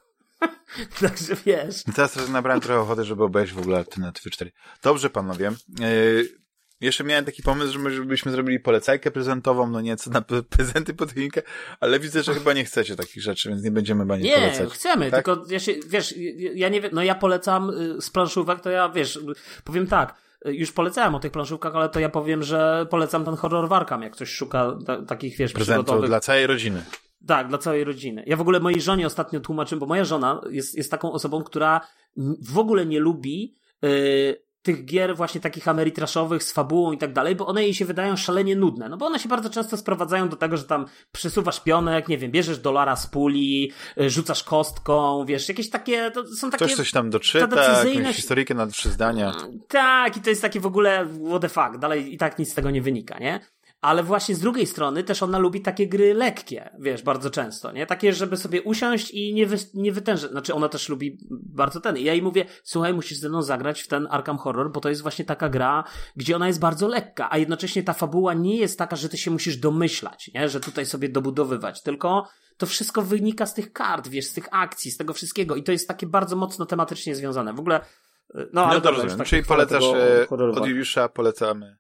Speaker 2: Także wiesz.
Speaker 1: Teraz też nabrałem trochę ochoty, żeby obejrzeć w ogóle Alternatywy cztery. Dobrze, panowie. Yy... Jeszcze miałem taki pomysł, żebyśmy zrobili polecajkę prezentową, no nie, co na prezenty pod choinkę, ale widzę, że chyba nie chcecie takich rzeczy, więc nie będziemy chyba nie, nie polecać.
Speaker 2: Nie, chcemy, tak? Tylko ja się, wiesz, ja nie wiem, no ja polecam z planszówek, to ja, wiesz, powiem tak, już polecałem o tych planszówkach, ale to ja powiem, że polecam ten horror Warkam, jak ktoś szuka ta, takich, wiesz,
Speaker 1: prezentów dla całej rodziny.
Speaker 2: Tak, dla całej rodziny. Ja w ogóle mojej żonie ostatnio tłumaczyłem, bo moja żona jest, jest taką osobą, która w ogóle nie lubi yy, tych gier właśnie takich ameritraszowych z fabułą i tak dalej, bo one jej się wydają szalenie nudne, no bo one się bardzo często sprowadzają do tego, że tam przesuwasz pionek, nie wiem, bierzesz dolara z puli, rzucasz kostką, wiesz, jakieś takie, to są takie...
Speaker 1: Ktoś coś tam doczyta, jakąś historyjkę na trzy zdania.
Speaker 2: Tak, i to jest takie w ogóle what the fuck, dalej i tak nic z tego nie wynika, nie? Ale właśnie z drugiej strony też ona lubi takie gry lekkie, wiesz, bardzo często, nie? Takie, żeby sobie usiąść i nie, wy, nie wytężyć. Znaczy, ona też lubi bardzo ten. I ja jej mówię, słuchaj, musisz ze mną zagrać w ten Arkham Horror, bo to jest właśnie taka gra, gdzie ona jest bardzo lekka, a jednocześnie ta fabuła nie jest taka, że ty się musisz domyślać, nie? Że tutaj sobie dobudowywać, tylko to wszystko wynika z tych kart, wiesz, z tych akcji, z tego wszystkiego i to jest takie bardzo mocno tematycznie związane. W ogóle, no ale...
Speaker 1: No dobrze, tak, czyli polecasz od Juliusza, polecamy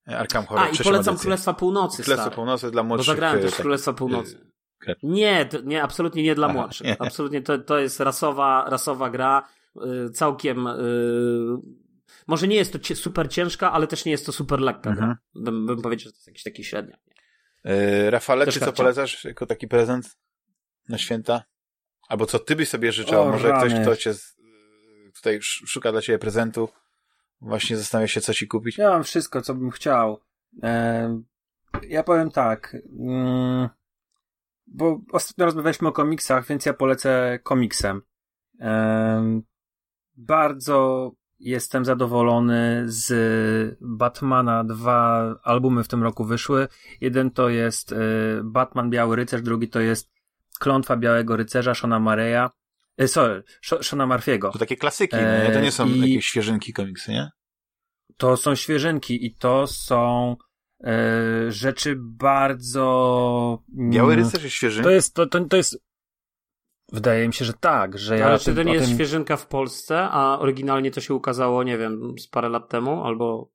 Speaker 1: Arkham Horror.
Speaker 2: A, i polecam Królestwa Północy.
Speaker 1: Królestwa stary. Północy dla młodszych.
Speaker 2: Bo zagrałem też tak, Królestwa Północy. Yy, nie, to, nie, absolutnie nie dla Aha, młodszych. Nie. Absolutnie to, to jest rasowa, rasowa gra, yy, całkiem... Yy, może nie jest to cie, super ciężka, ale też nie jest to super lekka mhm. gra. Bym, bym powiedział, że to jest jakiś taki średnia.
Speaker 1: Yy, Rafale, ty co polecasz jako taki prezent na święta? Albo co ty byś sobie życzał? O, może rany. Ktoś, kto cię tutaj szuka dla ciebie prezentu, właśnie zastanawia się, co ci kupić?
Speaker 3: Ja mam wszystko, co bym chciał. Eee, ja powiem tak, mm, bo ostatnio rozmawialiśmy o komiksach, więc ja polecę komiksem. Eee, bardzo jestem zadowolony z Batmana. Dwa albumy w tym roku wyszły. Jeden to jest y, Batman Biały Rycerz, drugi to jest Klątwa Białego Rycerza Shona Mareya. Y, sorry, Shona Murphy'ego.
Speaker 1: To takie klasyki, e, nie? To nie są i jakieś świeżynki komiksy, nie?
Speaker 3: To są świeżynki i to są y, rzeczy bardzo...
Speaker 1: Biały Rycerz jest świeżynka?
Speaker 3: To jest, to, to, to jest... Wydaje mi się, że tak, że ja...
Speaker 2: Ale czy to nie jest tym... świeżynka w Polsce, a oryginalnie to się ukazało, nie wiem, z parę lat temu, albo...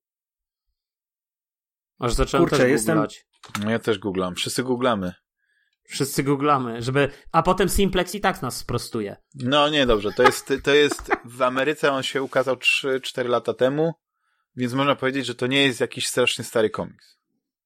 Speaker 2: Aż zacząłem Kurczę, też
Speaker 3: jestem...
Speaker 2: googlać.
Speaker 1: No ja też googlam. Wszyscy googlamy.
Speaker 2: Wszyscy googlamy, żeby... A potem Simplex i tak nas sprostuje.
Speaker 1: No nie, dobrze. To jest, to jest... W Ameryce on się ukazał trzy cztery lata temu, więc można powiedzieć, że to nie jest jakiś strasznie stary komiks.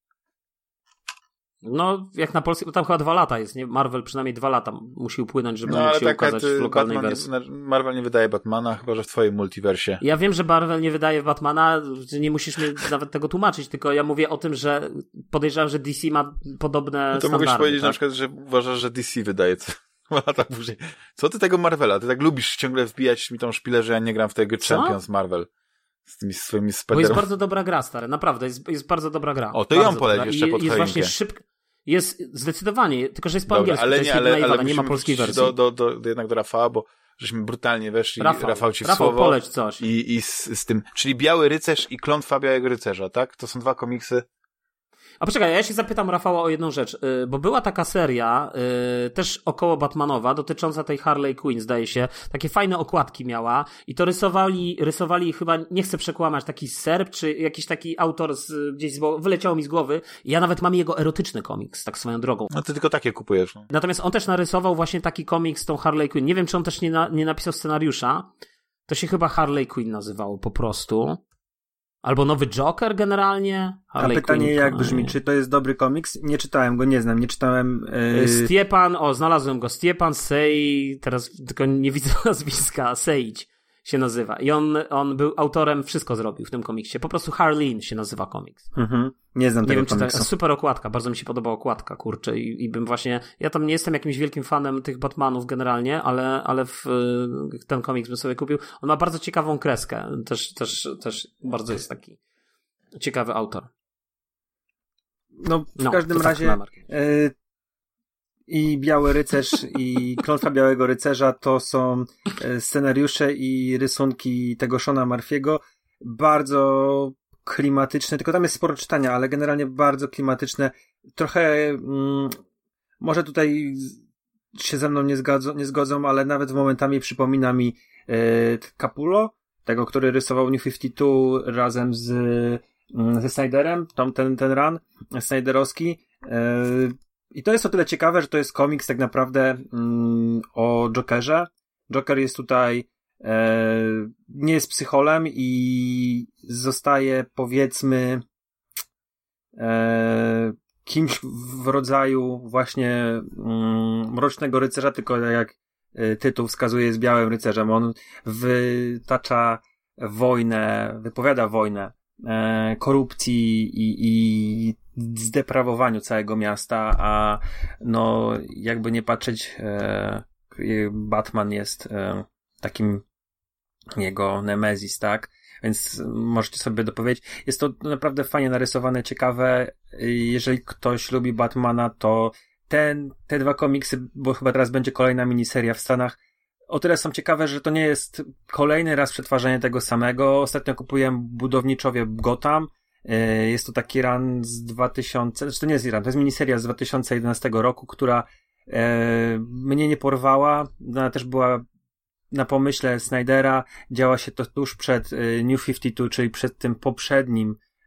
Speaker 2: No, jak na Polsce, bo tam chyba dwa lata jest, nie? Marvel przynajmniej dwa lata musi upłynąć, żeby no, mógł się tak, ukazać w lokalnej
Speaker 1: Batman
Speaker 2: wersji.
Speaker 1: Nie, Marvel nie wydaje Batmana, chyba że w twoim multiversie.
Speaker 2: Ja wiem, że Marvel nie wydaje Batmana, nie musisz mi nawet tego tłumaczyć, tylko ja mówię o tym, że podejrzewam, że D C ma podobne no to
Speaker 1: mogłeś powiedzieć tak? Na przykład, że uważasz, że D C wydaje dwa lata później. Co ty tego Marvela? Ty tak lubisz ciągle wbijać mi tą szpilę, że ja nie gram w tego Champions Marvel. Z tymi swoimi Spider-
Speaker 2: Bo jest bardzo dobra gra, stary, naprawdę, jest, jest bardzo dobra gra.
Speaker 1: O, to ją poleć jeszcze pod
Speaker 2: Jest właśnie szybko. Jest zdecydowanie, tylko że jest po Dobra, angielsku,
Speaker 1: ale
Speaker 2: to jest
Speaker 1: nie, ale, ale
Speaker 2: nie ma polskiej wersji.
Speaker 1: Do, do, do, do, jednak do Rafała, bo żeśmy brutalnie weszli, Rafał, Rafał ci w
Speaker 2: Rafał,
Speaker 1: słowo
Speaker 2: poleć coś.
Speaker 1: I, i z, z tym, czyli Biały Rycerz i Klątwa Białego Rycerza, tak? To są dwa komiksy.
Speaker 2: A poczekaj, ja się zapytam Rafała o jedną rzecz, bo była taka seria, też około Batmanowa, dotycząca tej Harley Quinn, zdaje się, takie fajne okładki miała i to rysowali, rysowali chyba, nie chcę przekłamać, taki Serb, czy jakiś taki autor z, gdzieś z, wyleciało mi z głowy i ja nawet mam jego erotyczny komiks, tak swoją drogą.
Speaker 1: No ty tylko takie kupujesz. No.
Speaker 2: Natomiast on też narysował właśnie taki komiks z tą Harley Quinn, nie wiem, czy on też nie, na, nie napisał scenariusza, to się chyba Harley Quinn nazywało po prostu. Albo nowy Joker generalnie. Harley
Speaker 3: A pytanie
Speaker 2: Quinn,
Speaker 3: jak brzmi, czy to jest dobry komiks? Nie czytałem go, nie znam, nie czytałem... Yy...
Speaker 2: Stjepan, o znalazłem go, Stjepan Sej, teraz tylko nie widzę nazwiska, Sejć się nazywa. I on, on był autorem, wszystko zrobił w tym komiksie. Po prostu Harleen się nazywa komiks.
Speaker 3: Mhm. Nie znam
Speaker 2: nie
Speaker 3: tego
Speaker 2: wiem,
Speaker 3: komiksu.
Speaker 2: Czy to, super okładka, bardzo mi się podoba okładka, kurczę. I, i bym właśnie, ja tam nie jestem jakimś wielkim fanem tych Batmanów generalnie, ale, ale w, ten komiks bym sobie kupił. On ma bardzo ciekawą kreskę. Też, też, też bardzo jest taki ciekawy autor.
Speaker 3: No, w no, każdym razie y, i Biały Rycerz i Klątwa Białego Rycerza to są scenariusze i rysunki tego Shona Murphy'ego. Bardzo klimatyczne, tylko tam jest sporo czytania, ale generalnie bardzo klimatyczne. Trochę mm, może tutaj się ze mną nie zgodzą, nie zgodzą, ale nawet momentami przypomina mi y, Capullo, tego, który rysował New pięćdziesiąt dwa razem z ze Snyderem, tam ten, ten run Snyderowski. Yy, I to jest o tyle ciekawe, że to jest komiks tak naprawdę yy, o Jokerze. Joker jest tutaj yy, nie jest psycholem i zostaje, powiedzmy, yy, kimś w rodzaju właśnie yy, Mrocznego Rycerza, tylko jak yy, tytuł wskazuje, jest Białym Rycerzem. On wytacza wojnę, wypowiada wojnę E, korupcji i, i zdeprawowaniu całego miasta, a no jakby nie patrzeć, e, Batman jest e, takim jego nemezis, tak? Więc możecie sobie dopowiedzieć. Jest to naprawdę fajnie narysowane, ciekawe. Jeżeli ktoś lubi Batmana, to ten, te dwa komiksy, bo chyba teraz będzie kolejna miniseria w Stanach, o tyle są ciekawe, że to nie jest kolejny raz przetwarzanie tego samego. Ostatnio kupiłem Budowniczowie Gotham. Jest to taki run z dwa tysiące... Znaczy to nie jest run, to jest miniseria z dwa tysiące jedenastego roku, która e, mnie nie porwała. Ona też była na pomyśle Snydera. Działa się to tuż przed e, New pięćdziesiąt dwa, czyli przed tym poprzednim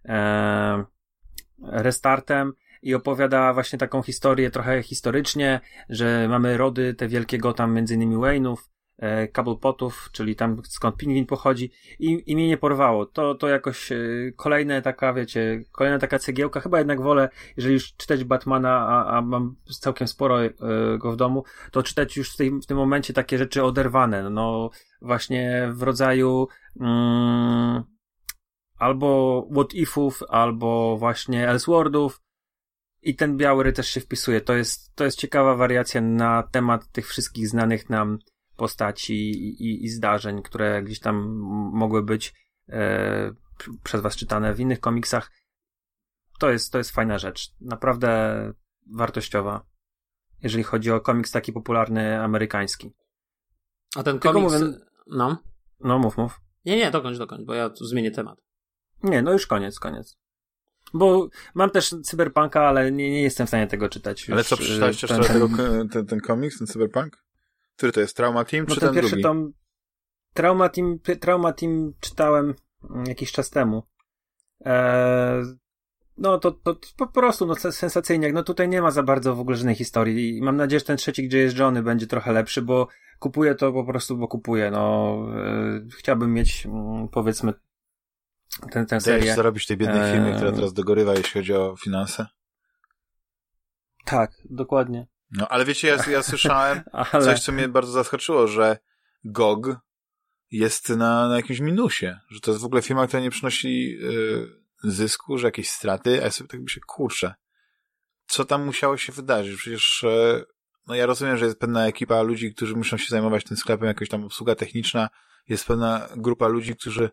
Speaker 3: e, restartem i opowiada właśnie taką historię trochę historycznie, że mamy rody te wielkiego tam między innymi Wayne'ów, e, Cobblepotów, czyli tam skąd pingwin pochodzi i, i mnie nie porwało. To, to jakoś e, kolejne taka, wiecie, kolejna taka cegiełka. Chyba jednak wolę, jeżeli już czytać Batmana, a, a mam całkiem sporo e, go w domu, to czytać już w, tej, w tym momencie takie rzeczy oderwane. No właśnie w rodzaju mm, albo What Ifów, albo właśnie Elseworldów. I ten Biały Rycerz się wpisuje. To jest, to jest ciekawa wariacja na temat tych wszystkich znanych nam postaci i, i, i zdarzeń, które gdzieś tam mogły być e, przez was czytane w innych komiksach. To jest, to jest fajna rzecz. Naprawdę wartościowa. Jeżeli chodzi o komiks taki popularny amerykański.
Speaker 2: A ten komiks... Mówię, no.
Speaker 3: No, mów, mów.
Speaker 2: Nie, nie, dokończ, dokończ, bo ja tu zmienię temat.
Speaker 3: Nie, no już koniec, koniec. Bo mam też Cyberpunka, ale nie, nie jestem w stanie tego czytać.
Speaker 1: Ale co, przeczytałeś jeszcze ten, tego, ten, ten komiks, ten Cyberpunk? Który to jest? Trauma Team,
Speaker 3: no
Speaker 1: czy
Speaker 3: ten,
Speaker 1: ten
Speaker 3: pierwszy
Speaker 1: drugi?
Speaker 3: Tom, Trauma Team, Trauma Team czytałem jakiś czas temu. Eee, no to, to po prostu no, sensacyjnie. No tutaj nie ma za bardzo w ogóle żadnej historii i mam nadzieję, że ten trzeci, gdzie jest Johnny, będzie trochę lepszy, bo kupuję to po prostu, bo kupuję. No, e, chciałbym mieć, m, powiedzmy, Ten, ten serię.
Speaker 1: Chcesz zarobić tej biednej firmie, eee... która teraz dogorywa, jeśli chodzi o finanse?
Speaker 3: Tak, dokładnie.
Speaker 1: No, ale wiecie, ja, ja słyszałem ale... coś, co mnie bardzo zaskoczyło, że G O G jest na, na jakimś minusie, że to jest w ogóle firma, która nie przynosi yy, zysku, że jakieś straty, a ja sobie tak myślę, kurczę, co tam musiało się wydarzyć? Przecież yy, no ja rozumiem, że jest pewna ekipa ludzi, którzy muszą się zajmować tym sklepem, jakaś tam obsługa techniczna, jest pewna grupa ludzi, którzy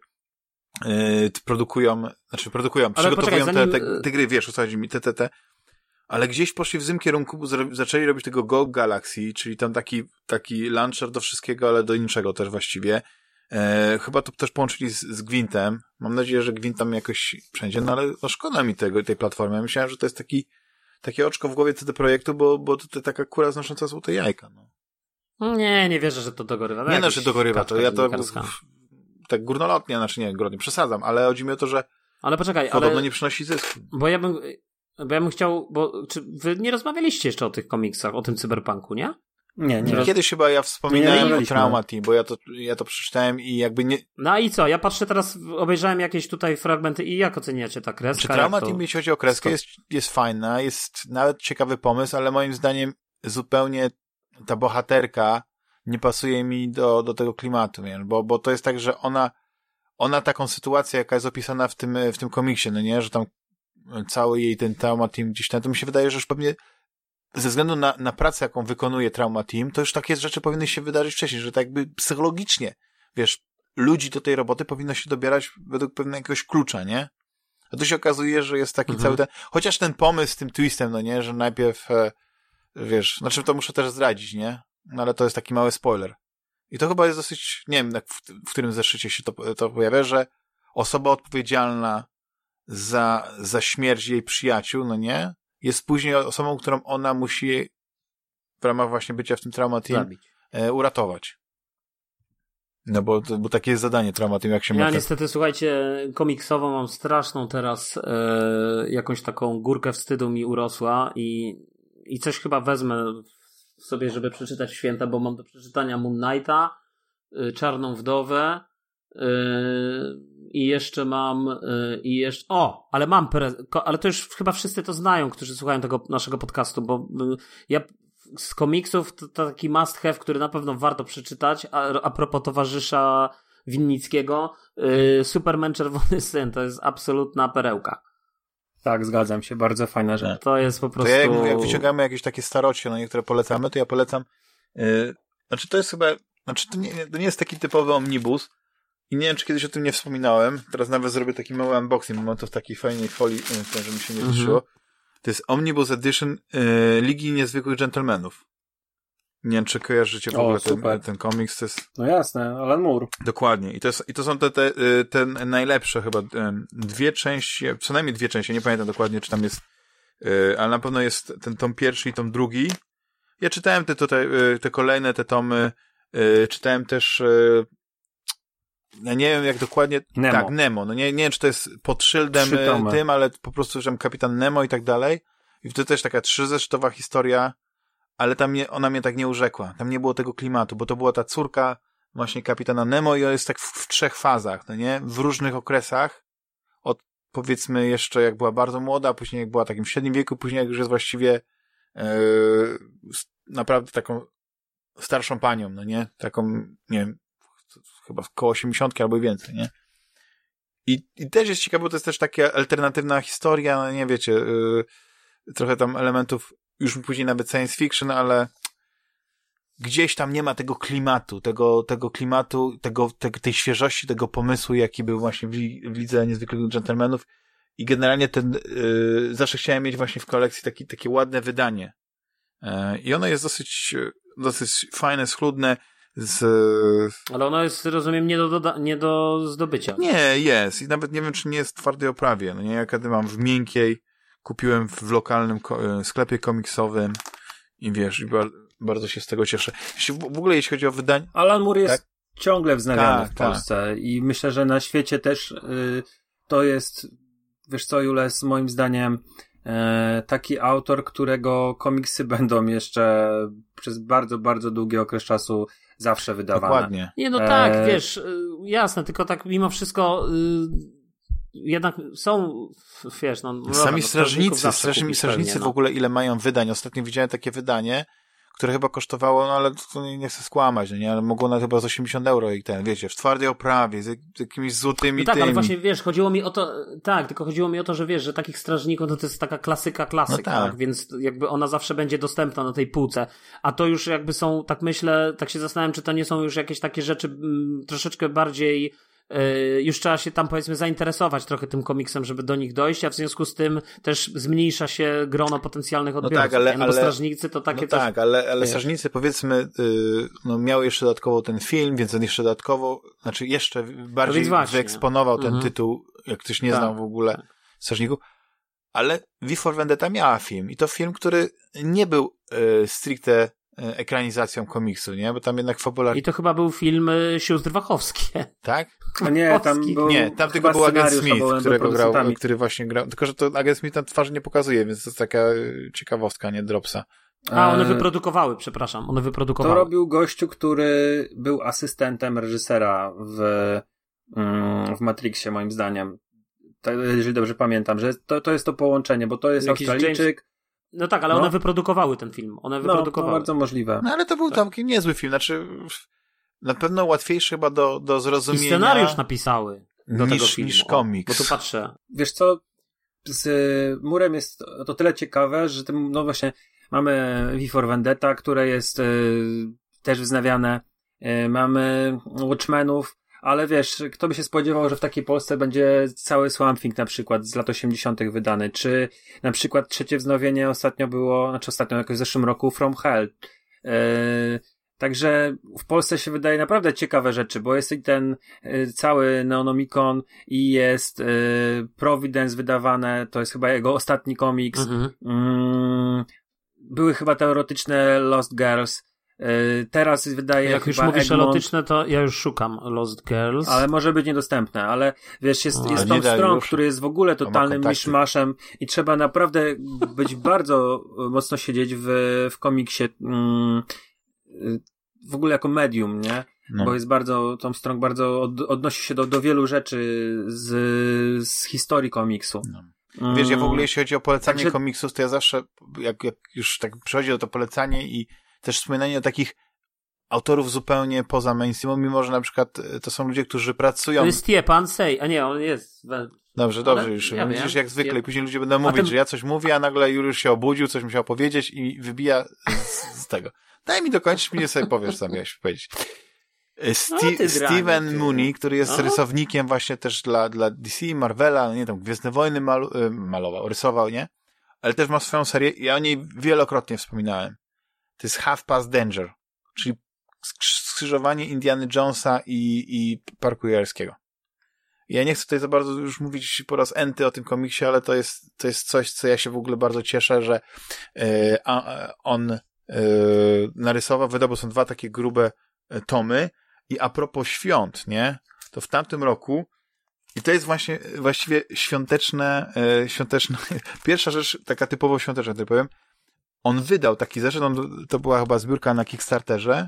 Speaker 1: Yy, produkują, znaczy produkują, ale przygotowują poczekaj, zanim... te, te, te gry, wiesz, o co chodzi mi, te, te, te, ale gdzieś poszli w złym kierunku, zaczęli robić tego G O G Galaxy, czyli tam taki, taki launcher do wszystkiego, ale do niczego też właściwie. E, chyba to też połączyli z, z Gwintem. Mam nadzieję, że Gwint tam jakoś przejdzie, no ale no szkoda mi tego, tej platformy. Ja myślałem, że to jest taki, takie oczko w głowie C D Projektu, bo, bo to, to taka kura znosząca złote jajka, no.
Speaker 2: Nie, nie wierzę, że to dogorywa.
Speaker 1: Nie no, że dogorywa, to ja to w, tak górnolotnie, znaczy nie, górnolotnie przesadzam, ale chodzi mi o to, że
Speaker 2: ale poczekaj,
Speaker 1: podobno
Speaker 2: ale...
Speaker 1: nie przynosi zysku.
Speaker 2: Bo ja bym, bo ja bym chciał, bo czy wy nie rozmawialiście jeszcze o tych komiksach, o tym Cyberpunku, nie?
Speaker 3: Nie, nie.
Speaker 1: Kiedyś chyba ja wspominałem o Trauma Team, bo ja to, ja to przeczytałem i jakby nie...
Speaker 2: No i co? Ja patrzę teraz, obejrzałem jakieś tutaj fragmenty i jak oceniacie ta kreska?
Speaker 1: Czy Trauma Team, jeśli chodzi o kreskę, jest, jest fajna, jest nawet ciekawy pomysł, ale moim zdaniem zupełnie ta bohaterka nie pasuje mi do, do tego klimatu, nie? Bo, bo to jest tak, że ona, ona taką sytuację, jaka jest opisana w tym, w tym komiksie, no nie? Że tam cały jej ten Trauma Team gdzieś tam, to mi się wydaje, że już pewnie ze względu na, na pracę, jaką wykonuje Trauma Team, to już takie rzeczy powinny się wydarzyć wcześniej, że tak jakby psychologicznie, wiesz, ludzi do tej roboty powinno się dobierać według pewnego jakiegoś klucza, nie? A tu się okazuje, że jest taki mhm. cały ten, chociaż ten pomysł z tym twistem, no nie, że najpierw, e, wiesz, znaczy to muszę też zdradzić, nie? No ale to jest taki mały spoiler. I to chyba jest dosyć, nie wiem, w, w którym zeszycie się to, to pojawia, że osoba odpowiedzialna za, za śmierć jej przyjaciół, no nie, jest później osobą, którą ona musi w ramach właśnie bycia w tym Trauma Team e, uratować. No bo, bo takie jest zadanie Trauma Team, jak się ma.
Speaker 2: Ja niestety, słuchajcie, komiksowo mam straszną teraz e, jakąś taką górkę wstydu mi urosła i, i coś chyba wezmę sobie, żeby przeczytać w święta, bo mam do przeczytania Moon Knighta, y, Czarną Wdowę y, i jeszcze mam y, i jeszcze, o, ale mam pre- ko- ale to już chyba wszyscy to znają, którzy słuchają tego naszego podcastu, bo y, ja z komiksów to, to taki must have, który na pewno warto przeczytać, a, a propos towarzysza Winnickiego, y, Superman Czerwony Syn, to jest absolutna perełka.
Speaker 3: Tak, zgadzam się, bardzo fajna rzecz.
Speaker 2: To jest po prostu...
Speaker 1: To ja, jak, jak wyciągamy jakieś takie starocie, no niektóre polecamy, to ja polecam, yy, znaczy to jest chyba, znaczy to nie, to nie jest taki typowy omnibus i nie wiem, czy kiedyś o tym nie wspominałem, teraz nawet zrobię taki mały unboxing, mam to w takiej fajnej folii, yy, żeby mi się nie zniszczyło. Mhm. To jest Omnibus Edition yy, Ligi Niezwykłych Dżentelmenów. Nie wiem, czy kojarzycie w
Speaker 3: o,
Speaker 1: ogóle ten, ten komiks. To jest...
Speaker 3: No jasne, Alan Moore.
Speaker 1: Dokładnie. I to, jest, i to są te, te, te najlepsze chyba dwie części, co najmniej dwie części, nie pamiętam dokładnie, czy tam jest, ale na pewno jest ten tom pierwszy i tom drugi. Ja czytałem te, te, te kolejne te tomy, czytałem też ja nie wiem jak dokładnie,
Speaker 3: Nemo.
Speaker 1: tak, Nemo, no nie, nie wiem czy to jest pod szyldem tym, ale po prostu, że kapitan Nemo i tak dalej i to też taka trzyzeszytowa historia, ale tam mnie, ona mnie tak nie urzekła, tam nie było tego klimatu, bo to była ta córka właśnie kapitana Nemo i on jest tak w, w trzech fazach, no nie, w różnych okresach, od powiedzmy jeszcze jak była bardzo młoda, później jak była w takim średnim wieku, później jak już jest właściwie yy, naprawdę taką starszą panią, no nie, taką, nie wiem, chyba koło osiemdziesiątki albo i więcej, nie? I, i też jest ciekawe, bo to jest też taka alternatywna historia, no nie wiecie, yy, trochę tam elementów już później nawet science fiction, ale gdzieś tam nie ma tego klimatu, tego, tego klimatu, tego, te, tej świeżości, tego pomysłu, jaki był właśnie w, w Lidze Niezwykłych Dżentelmenów i generalnie ten, yy, zawsze chciałem mieć właśnie w kolekcji taki, takie ładne wydanie. Yy, I ono jest dosyć, dosyć fajne, schludne, z...
Speaker 2: Ale ono jest, rozumiem, nie do, doda- nie do zdobycia.
Speaker 1: Nie, jest. I nawet nie wiem, czy nie jest w twardej oprawie. No nie, ja kiedy mam w miękkiej, kupiłem w lokalnym ko- sklepie komiksowym i wiesz, i bar- bardzo się z tego cieszę. Jeśli w, w ogóle jeśli chodzi o wydanie...
Speaker 3: Alan Moore jest
Speaker 1: tak?
Speaker 3: ciągle wznawiany
Speaker 1: tak,
Speaker 3: w Polsce tak. I myślę, że na świecie też y, to jest, wiesz co, Jules, moim zdaniem y, taki autor, którego komiksy będą jeszcze przez bardzo, bardzo długi okres czasu zawsze wydawane.
Speaker 1: Dokładnie.
Speaker 2: Nie, no tak, e... wiesz, y, jasne, tylko tak mimo wszystko y, jednak są, wiesz, no...
Speaker 1: Sami
Speaker 2: no,
Speaker 1: strażnicy, strażnicy, strażnicy
Speaker 2: pewnie,
Speaker 1: w ogóle ile mają wydań. Ostatnio widziałem takie wydanie, które chyba kosztowało, no ale to nie, nie chcę skłamać, no nie, ale mogło na chyba z osiemdziesiąt euro i ten, wiecie, w twardej oprawie, z, z jakimiś złotymi
Speaker 2: no tak,
Speaker 1: tymi.
Speaker 2: ale właśnie, wiesz, chodziło mi o to, tak, tylko chodziło mi o to, że wiesz, że takich strażników, no to jest taka klasyka klasyk, no tak. tak, więc jakby ona zawsze będzie dostępna na tej półce, a to już jakby są, tak myślę, tak się zastanawiam, czy to nie są już jakieś takie rzeczy m, troszeczkę bardziej Yy, już trzeba się tam powiedzmy zainteresować trochę tym komiksem, żeby do nich dojść, a w związku z tym też zmniejsza się grono potencjalnych odbiorców. No tak, ale, no ale strażnicy to takie
Speaker 1: no
Speaker 2: coś...
Speaker 1: tak, ale, ale strażnicy powiedzmy yy, no miały jeszcze dodatkowo ten film, więc on jeszcze dodatkowo, znaczy jeszcze bardziej no wyeksponował ten mhm. tytuł, jak ktoś nie tak. znał w ogóle strażników, ale V for Vendetta miała film i to film, który nie był yy, stricte ekranizacją komiksu, nie? Bo tam jednak fabularnie...
Speaker 2: I to chyba był film Sióstr Wachowskie.
Speaker 1: Tak?
Speaker 3: A nie, tam był...
Speaker 1: Nie, tam tylko był agent Smith, którego grał, który właśnie grał... Tylko, że to agent Smith tam twarzy nie pokazuje, więc to jest taka ciekawostka, nie? Dropsa.
Speaker 2: A, one wyprodukowały, przepraszam, one wyprodukowały.
Speaker 3: To robił gościu, który był asystentem reżysera w, w Matrixie, moim zdaniem. To, jeżeli dobrze pamiętam, że to, to jest to połączenie, bo to jest
Speaker 2: Jakiś
Speaker 3: Australijczyk...
Speaker 2: James... No tak, ale no. one wyprodukowały ten film. One wyprodukowały.
Speaker 3: No, no bardzo możliwe.
Speaker 1: No ale to był całkiem niezły film. Znaczy, na pewno łatwiejszy chyba do, do zrozumienia.
Speaker 2: I scenariusz napisały do
Speaker 1: niż,
Speaker 2: tego filmu.
Speaker 1: Niż komiks.
Speaker 2: O, bo tu patrzę.
Speaker 3: Wiesz co, z Murem jest to tyle ciekawe, że tym, no właśnie mamy V for Vendetta, które jest y, też wznawiane. Y, mamy Watchmenów, ale wiesz, kto by się spodziewał, że w takiej Polsce będzie cały Swamp Thing na przykład z lat osiemdziesiątych wydany, czy na przykład trzecie wznowienie ostatnio było, znaczy ostatnio jakoś w zeszłym roku From Hell. Yy, także w Polsce się wydaje naprawdę ciekawe rzeczy, bo jest i ten yy, cały Neonomicon i jest yy, Providence wydawane, to jest chyba jego ostatni komiks. Mhm. Yy, były chyba te erotyczne Lost Girls. Teraz wydaje
Speaker 2: jak
Speaker 3: chyba
Speaker 2: już mówisz
Speaker 3: Egmont,
Speaker 2: erotyczne, to ja już szukam Lost Girls.
Speaker 3: Ale może być niedostępne, ale wiesz, jest,
Speaker 1: o,
Speaker 3: jest Tom Strong, który jest w ogóle totalnym miszmaszem i trzeba naprawdę być bardzo mocno siedzieć w, w komiksie mm, w ogóle jako medium, nie? No. Bo jest bardzo, Tom Strong bardzo od, odnosi się do, do wielu rzeczy z, z historii komiksu. No.
Speaker 1: Wiesz, ja w ogóle jeśli chodzi o polecanie Także... komiksów, to ja zawsze, jak, jak już tak przychodzi o to polecanie i też wspominanie takich autorów zupełnie poza mainstreamem, mimo że na przykład to są ludzie, którzy pracują...
Speaker 2: To jest Stjepan Sej, a nie, on jest...
Speaker 1: Dobrze, dobrze, ale już. Ja widzisz, jak zwykle, i później ludzie będą mówić, ten... że ja coś mówię, a nagle Juliusz się obudził, coś musiał powiedzieć i wybija z, z tego. Daj mi dokończyć, mnie sobie powiesz, co miałeś powiedzieć. Sti- no, Steven Mooney, który jest no. rysownikiem właśnie też dla, dla D C, Marvela, nie tam, Gwiezdne Wojny malu- malował, rysował, nie? Ale też ma swoją serię, ja o niej wielokrotnie wspominałem. To jest Half Past Danger, czyli skrzyżowanie Indiana Jonesa i, i Parku Jurářského. Ja nie chcę tutaj za bardzo już mówić po raz enty o tym komiksie, ale to jest, to jest coś, co ja się w ogóle bardzo cieszę, że yy, a, on yy, narysował, wydawał, są dwa takie grube tomy i a propos świąt, nie? to w tamtym roku i to jest właśnie właściwie świąteczne, e, świąteczne pierwsza rzecz, taka typowo świąteczna, tak powiem, on wydał taki zeszyt, on, to była chyba zbiórka na Kickstarterze,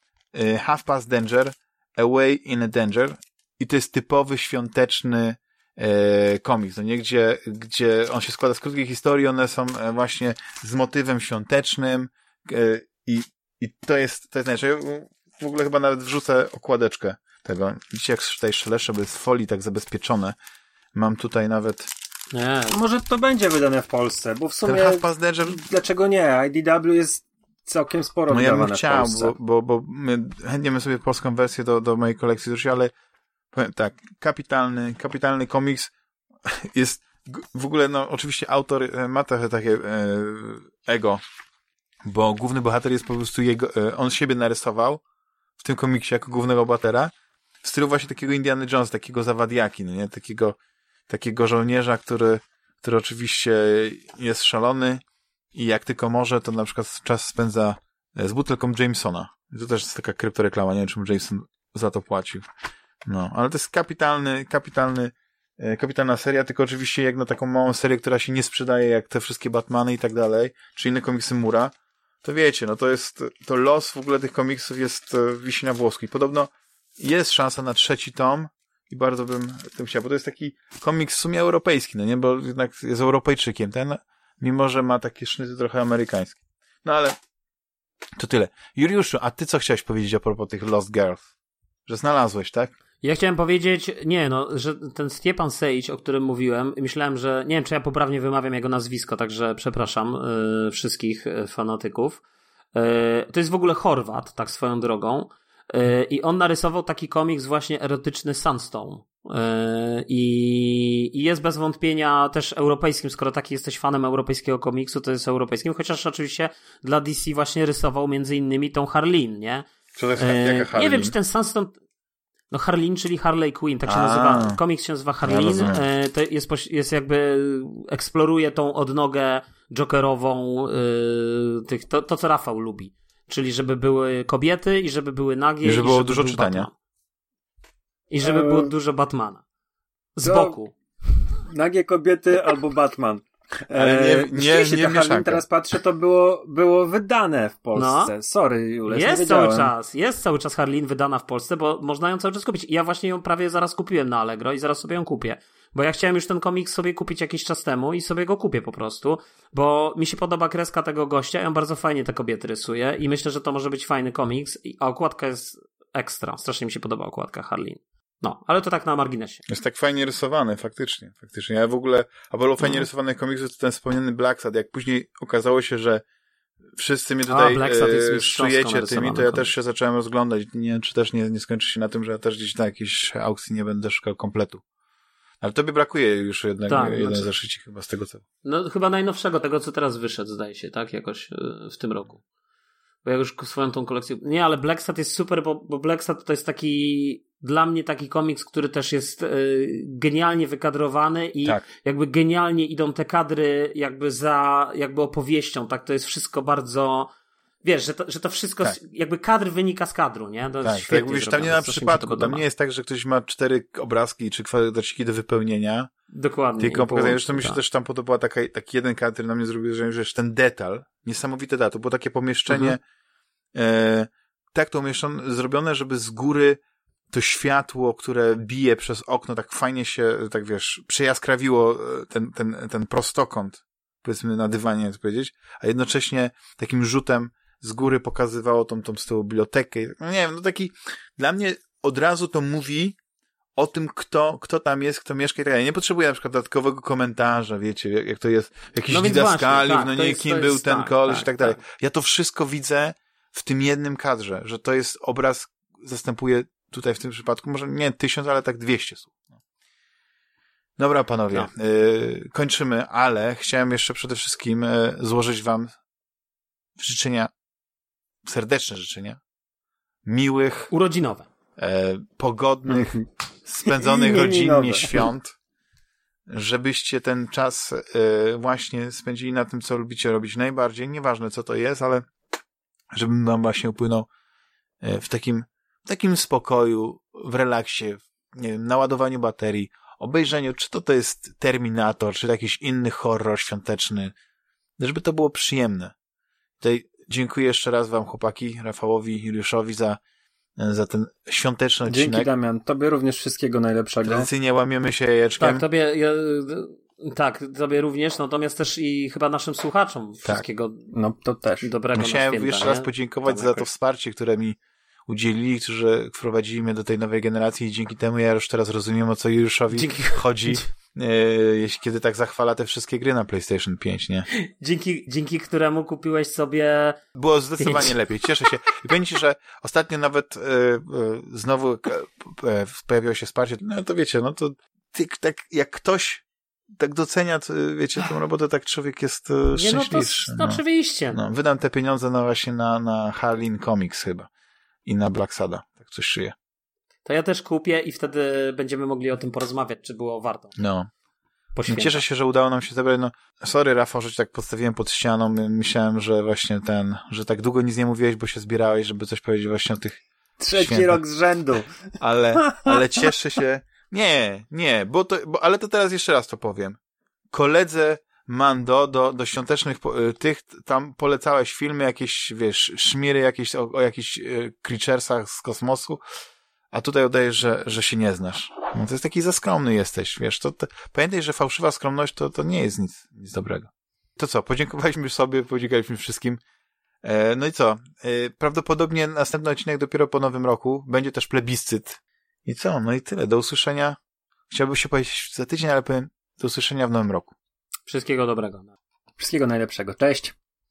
Speaker 1: e, Half Past Danger, Away in a Danger i to jest typowy świąteczny e, komiks, no nie? Gdzie, gdzie on się składa z krótkich historii, one są e, właśnie z motywem świątecznym e, i, i to jest, to jest najlepsze. W ogóle chyba nawet wrzucę okładeczkę tego. Widzicie, jak tutaj szelesze, bo jest z folii tak zabezpieczone. Mam tutaj nawet...
Speaker 3: Nie. Może to będzie wydane w Polsce, bo w sumie...
Speaker 1: Ten Half Past Danger...
Speaker 3: Dlaczego nie? I D W jest całkiem sporo
Speaker 1: no
Speaker 3: wydawane
Speaker 1: ja bym chciał,
Speaker 3: w Polsce.
Speaker 1: bo, bo, bo my chętnie bym sobie polską wersję do, do mojej kolekcji doszli, ale powiem tak, kapitalny, kapitalny komiks. Jest w ogóle, no oczywiście autor ma trochę takie e, ego, bo główny bohater jest po prostu jego... E, on siebie narysował w tym komiksie jako głównego bohatera, w stylu właśnie takiego Indiana Jones, takiego zawadiaki, no nie? Takiego, takiego żołnierza, który, który oczywiście jest szalony i jak tylko może, to na przykład czas spędza z butelką Jamesona. I to też jest taka kryptoreklama, nie wiem, czym Jameson za to płacił. No, ale to jest kapitalny, kapitalny, kapitalna seria, tylko oczywiście jak na taką małą serię, która się nie sprzedaje jak te wszystkie Batmany i tak dalej, czy inne komiksy Mura, to wiecie, no to jest, to los w ogóle tych komiksów jest, wisi na włosku i podobno jest szansa na trzeci tom i bardzo bym tym chciał, bo to jest taki komiks w sumie europejski, no nie, bo jednak jest Europejczykiem ten, mimo że ma takie sznyty trochę amerykańskie. No ale to tyle. Juliuszu, a ty co chciałeś powiedzieć a propos tych Lost Girls? Że znalazłeś, tak?
Speaker 2: Ja chciałem powiedzieć, nie no, że ten Stjepan Sage, o którym mówiłem, myślałem, że, nie wiem, czy ja poprawnie wymawiam jego nazwisko, także przepraszam y, wszystkich fanatyków. Y, to jest w ogóle Chorwat, tak swoją drogą. Y, I on narysował taki komiks właśnie erotyczny Sunstone. Y, I jest bez wątpienia też europejskim, skoro taki jesteś fanem europejskiego komiksu, to jest europejskim, chociaż oczywiście dla D C właśnie rysował między innymi tą Harleen, nie?
Speaker 1: Co to jest, jaka Harleen?
Speaker 2: Nie wiem, czy ten Sunstone... No Harleen, czyli Harley Quinn, tak się A, nazywa. Komiks się nazywa Harleen. Ja to jest, jest jakby, eksploruje tą odnogę jokerową, yy, tych, to, to co Rafał lubi. Czyli żeby były kobiety i żeby były nagie.
Speaker 1: I żeby było
Speaker 2: żeby
Speaker 1: dużo czytania.
Speaker 2: Batman. I żeby eee, było dużo Batmana. Z
Speaker 3: to...
Speaker 2: boku.
Speaker 3: Nagie kobiety albo Batman.
Speaker 1: Ale nie, nie, nie, nie
Speaker 3: Harleen, teraz patrzę, to było, było wydane w Polsce. No. Sorry, Jules,
Speaker 2: jest
Speaker 3: nie
Speaker 2: cały czas, jest cały czas Harleen wydana w Polsce, bo można ją cały czas kupić. I ja właśnie ją prawie zaraz kupiłem na Allegro i zaraz sobie ją kupię. Bo ja chciałem już ten komiks sobie kupić jakiś czas temu i sobie go kupię po prostu, bo mi się podoba kreska tego gościa i on bardzo fajnie te kobiety rysuje i myślę, że to może być fajny komiks, a okładka jest ekstra. Strasznie mi się podoba okładka Harleen. No, ale to tak na marginesie.
Speaker 1: Jest tak fajnie rysowany, faktycznie. faktycznie. Ja w ogóle, a było fajnie no. rysowanych komiksów, to ten wspomniany Blacksad. Jak później okazało się, że wszyscy mnie tutaj e, szczujecie tymi, to ja też się zacząłem rozglądać. Nie, czy też nie, nie skończy się na tym, że ja też gdzieś na jakiejś aukcji nie będę szukał kompletu. Ale tobie brakuje już jednak tak, jeden znaczy, zeszycik chyba z tego co.
Speaker 2: No chyba najnowszego, tego co teraz wyszedł, zdaje się, tak? Jakoś w tym roku. Bo ja już swoją tą kolekcję... Nie, ale Blacksad jest super, bo, bo Blacksad to jest taki... Dla mnie taki komiks, który też jest y, genialnie wykadrowany i tak. jakby genialnie idą te kadry jakby za jakby opowieścią, tak? To jest wszystko bardzo... Wiesz, że to, że to wszystko, tak. jakby kadr wynika z kadru, nie? To
Speaker 1: tak, tak mówisz, tam nie ma przypadku, tam nie jest tak, że ktoś ma cztery obrazki czy kwadraciki do wypełnienia.
Speaker 2: Dokładnie.
Speaker 1: Tylko pokazuję, zresztą mi się tak. też tam podobała taka, taki jeden kadr, który na mnie zrobił, że wiesz, ten detal, niesamowity detal, to było takie pomieszczenie, mhm. e, tak to umieszczone, zrobione, żeby z góry to światło, które bije przez okno, tak fajnie się, tak wiesz, przejaskrawiło ten, ten, ten prostokąt, powiedzmy na dywanie, jak powiedzieć, a jednocześnie takim rzutem z góry pokazywało tą, tą z tą bibliotekę. No nie wiem, no taki, dla mnie od razu to mówi o tym, kto, kto tam jest, kto mieszka i tak dalej. Nie potrzebuję na przykład dodatkowego komentarza, wiecie, jak, jak to jest, jakiś no didaskaliów, tak, no nie, jest, kim był ten tak, koleś tak, i tak dalej. Tak. Ja to wszystko widzę w tym jednym kadrze, że to jest obraz, zastępuje tutaj w tym przypadku, może nie tysiąc, ale tak dwieście słów. No. Dobra, panowie, no. y, kończymy, ale chciałem jeszcze przede wszystkim y, złożyć wam życzenia, serdeczne życzenia, miłych,
Speaker 2: urodzinowe,
Speaker 1: y, pogodnych, spędzonych rodzinnie świąt, żebyście ten czas y, właśnie spędzili na tym, co lubicie robić najbardziej, nieważne co to jest, ale żeby wam właśnie upłynął y, w takim w takim spokoju, w relaksie, nie wiem, naładowaniu baterii, obejrzeniu, czy to to jest Terminator, czy to jakiś inny horror świąteczny, żeby to było przyjemne. Tutaj dziękuję jeszcze raz wam, chłopaki, Rafałowi, Juliuszowi za, za ten świąteczny odcinek.
Speaker 3: Dzięki, Damian. Tobie również wszystkiego najlepszego.
Speaker 1: Tradycyjnie łamiemy się jajeczkiem.
Speaker 2: Tak, tobie, ja, tak, tobie również, natomiast też i chyba naszym słuchaczom wszystkiego
Speaker 1: tak.
Speaker 3: No to też.
Speaker 2: dobrego
Speaker 1: Chciałem
Speaker 2: na święta,
Speaker 1: jeszcze
Speaker 2: nie?
Speaker 1: raz podziękować
Speaker 2: Tam
Speaker 1: za
Speaker 2: jakoś...
Speaker 1: to wsparcie, które mi udzielili, którzy wprowadzili mnie do tej nowej generacji i dzięki temu ja już teraz rozumiem, o co Juliuszowi dzięki... chodzi, e, jeśli kiedy tak zachwala te wszystkie gry na PlayStation pięć, nie?
Speaker 2: Dzięki, dzięki któremu kupiłeś sobie...
Speaker 1: Było zdecydowanie
Speaker 2: pięć.
Speaker 1: lepiej, cieszę się. I powiem ci, że ostatnio nawet e, e, znowu e, e, pojawiło się wsparcie, no to wiecie, no to ty, tak jak ktoś tak docenia, to, wiecie, tą robotę, tak człowiek jest e, szczęśliwszy.
Speaker 2: Nie, no to no. Oczywiście.
Speaker 1: No, wydam te pieniądze na właśnie na, na Harleen Comics chyba i na Black Sada, tak coś czuję.
Speaker 2: To ja też kupię i wtedy będziemy mogli o tym porozmawiać, czy było warto.
Speaker 1: No. Cieszę się, że udało nam się zebrać. No, sorry, Rafał, że cię tak podstawiłem pod ścianą. Myślałem, że właśnie ten, że tak długo nic nie mówiłeś, bo się zbierałeś, żeby coś powiedzieć właśnie o tych
Speaker 3: Trzeci
Speaker 1: świętach.
Speaker 3: rok z rzędu.
Speaker 1: Ale, ale cieszę się. Nie, nie, bo to, bo, ale to teraz jeszcze raz to powiem. Koledze Mando do, do świątecznych tych, tam polecałeś filmy, jakieś, wiesz, szmiry jakieś o, o jakichś y, creaturesach z kosmosu, a tutaj udajesz, że, że się nie znasz. No to jest taki za skromny jesteś, wiesz, to, to pamiętaj, że fałszywa skromność to, to nie jest nic, nic dobrego. To co, podziękowaliśmy sobie, podziękowaliśmy wszystkim. E, no i co, e, prawdopodobnie następny odcinek dopiero po nowym roku, będzie też plebiscyt. I co, no i tyle, do usłyszenia. Chciałbym się powiedzieć za tydzień, ale powiem do usłyszenia w nowym roku.
Speaker 2: Wszystkiego dobrego.
Speaker 3: Wszystkiego najlepszego, cześć.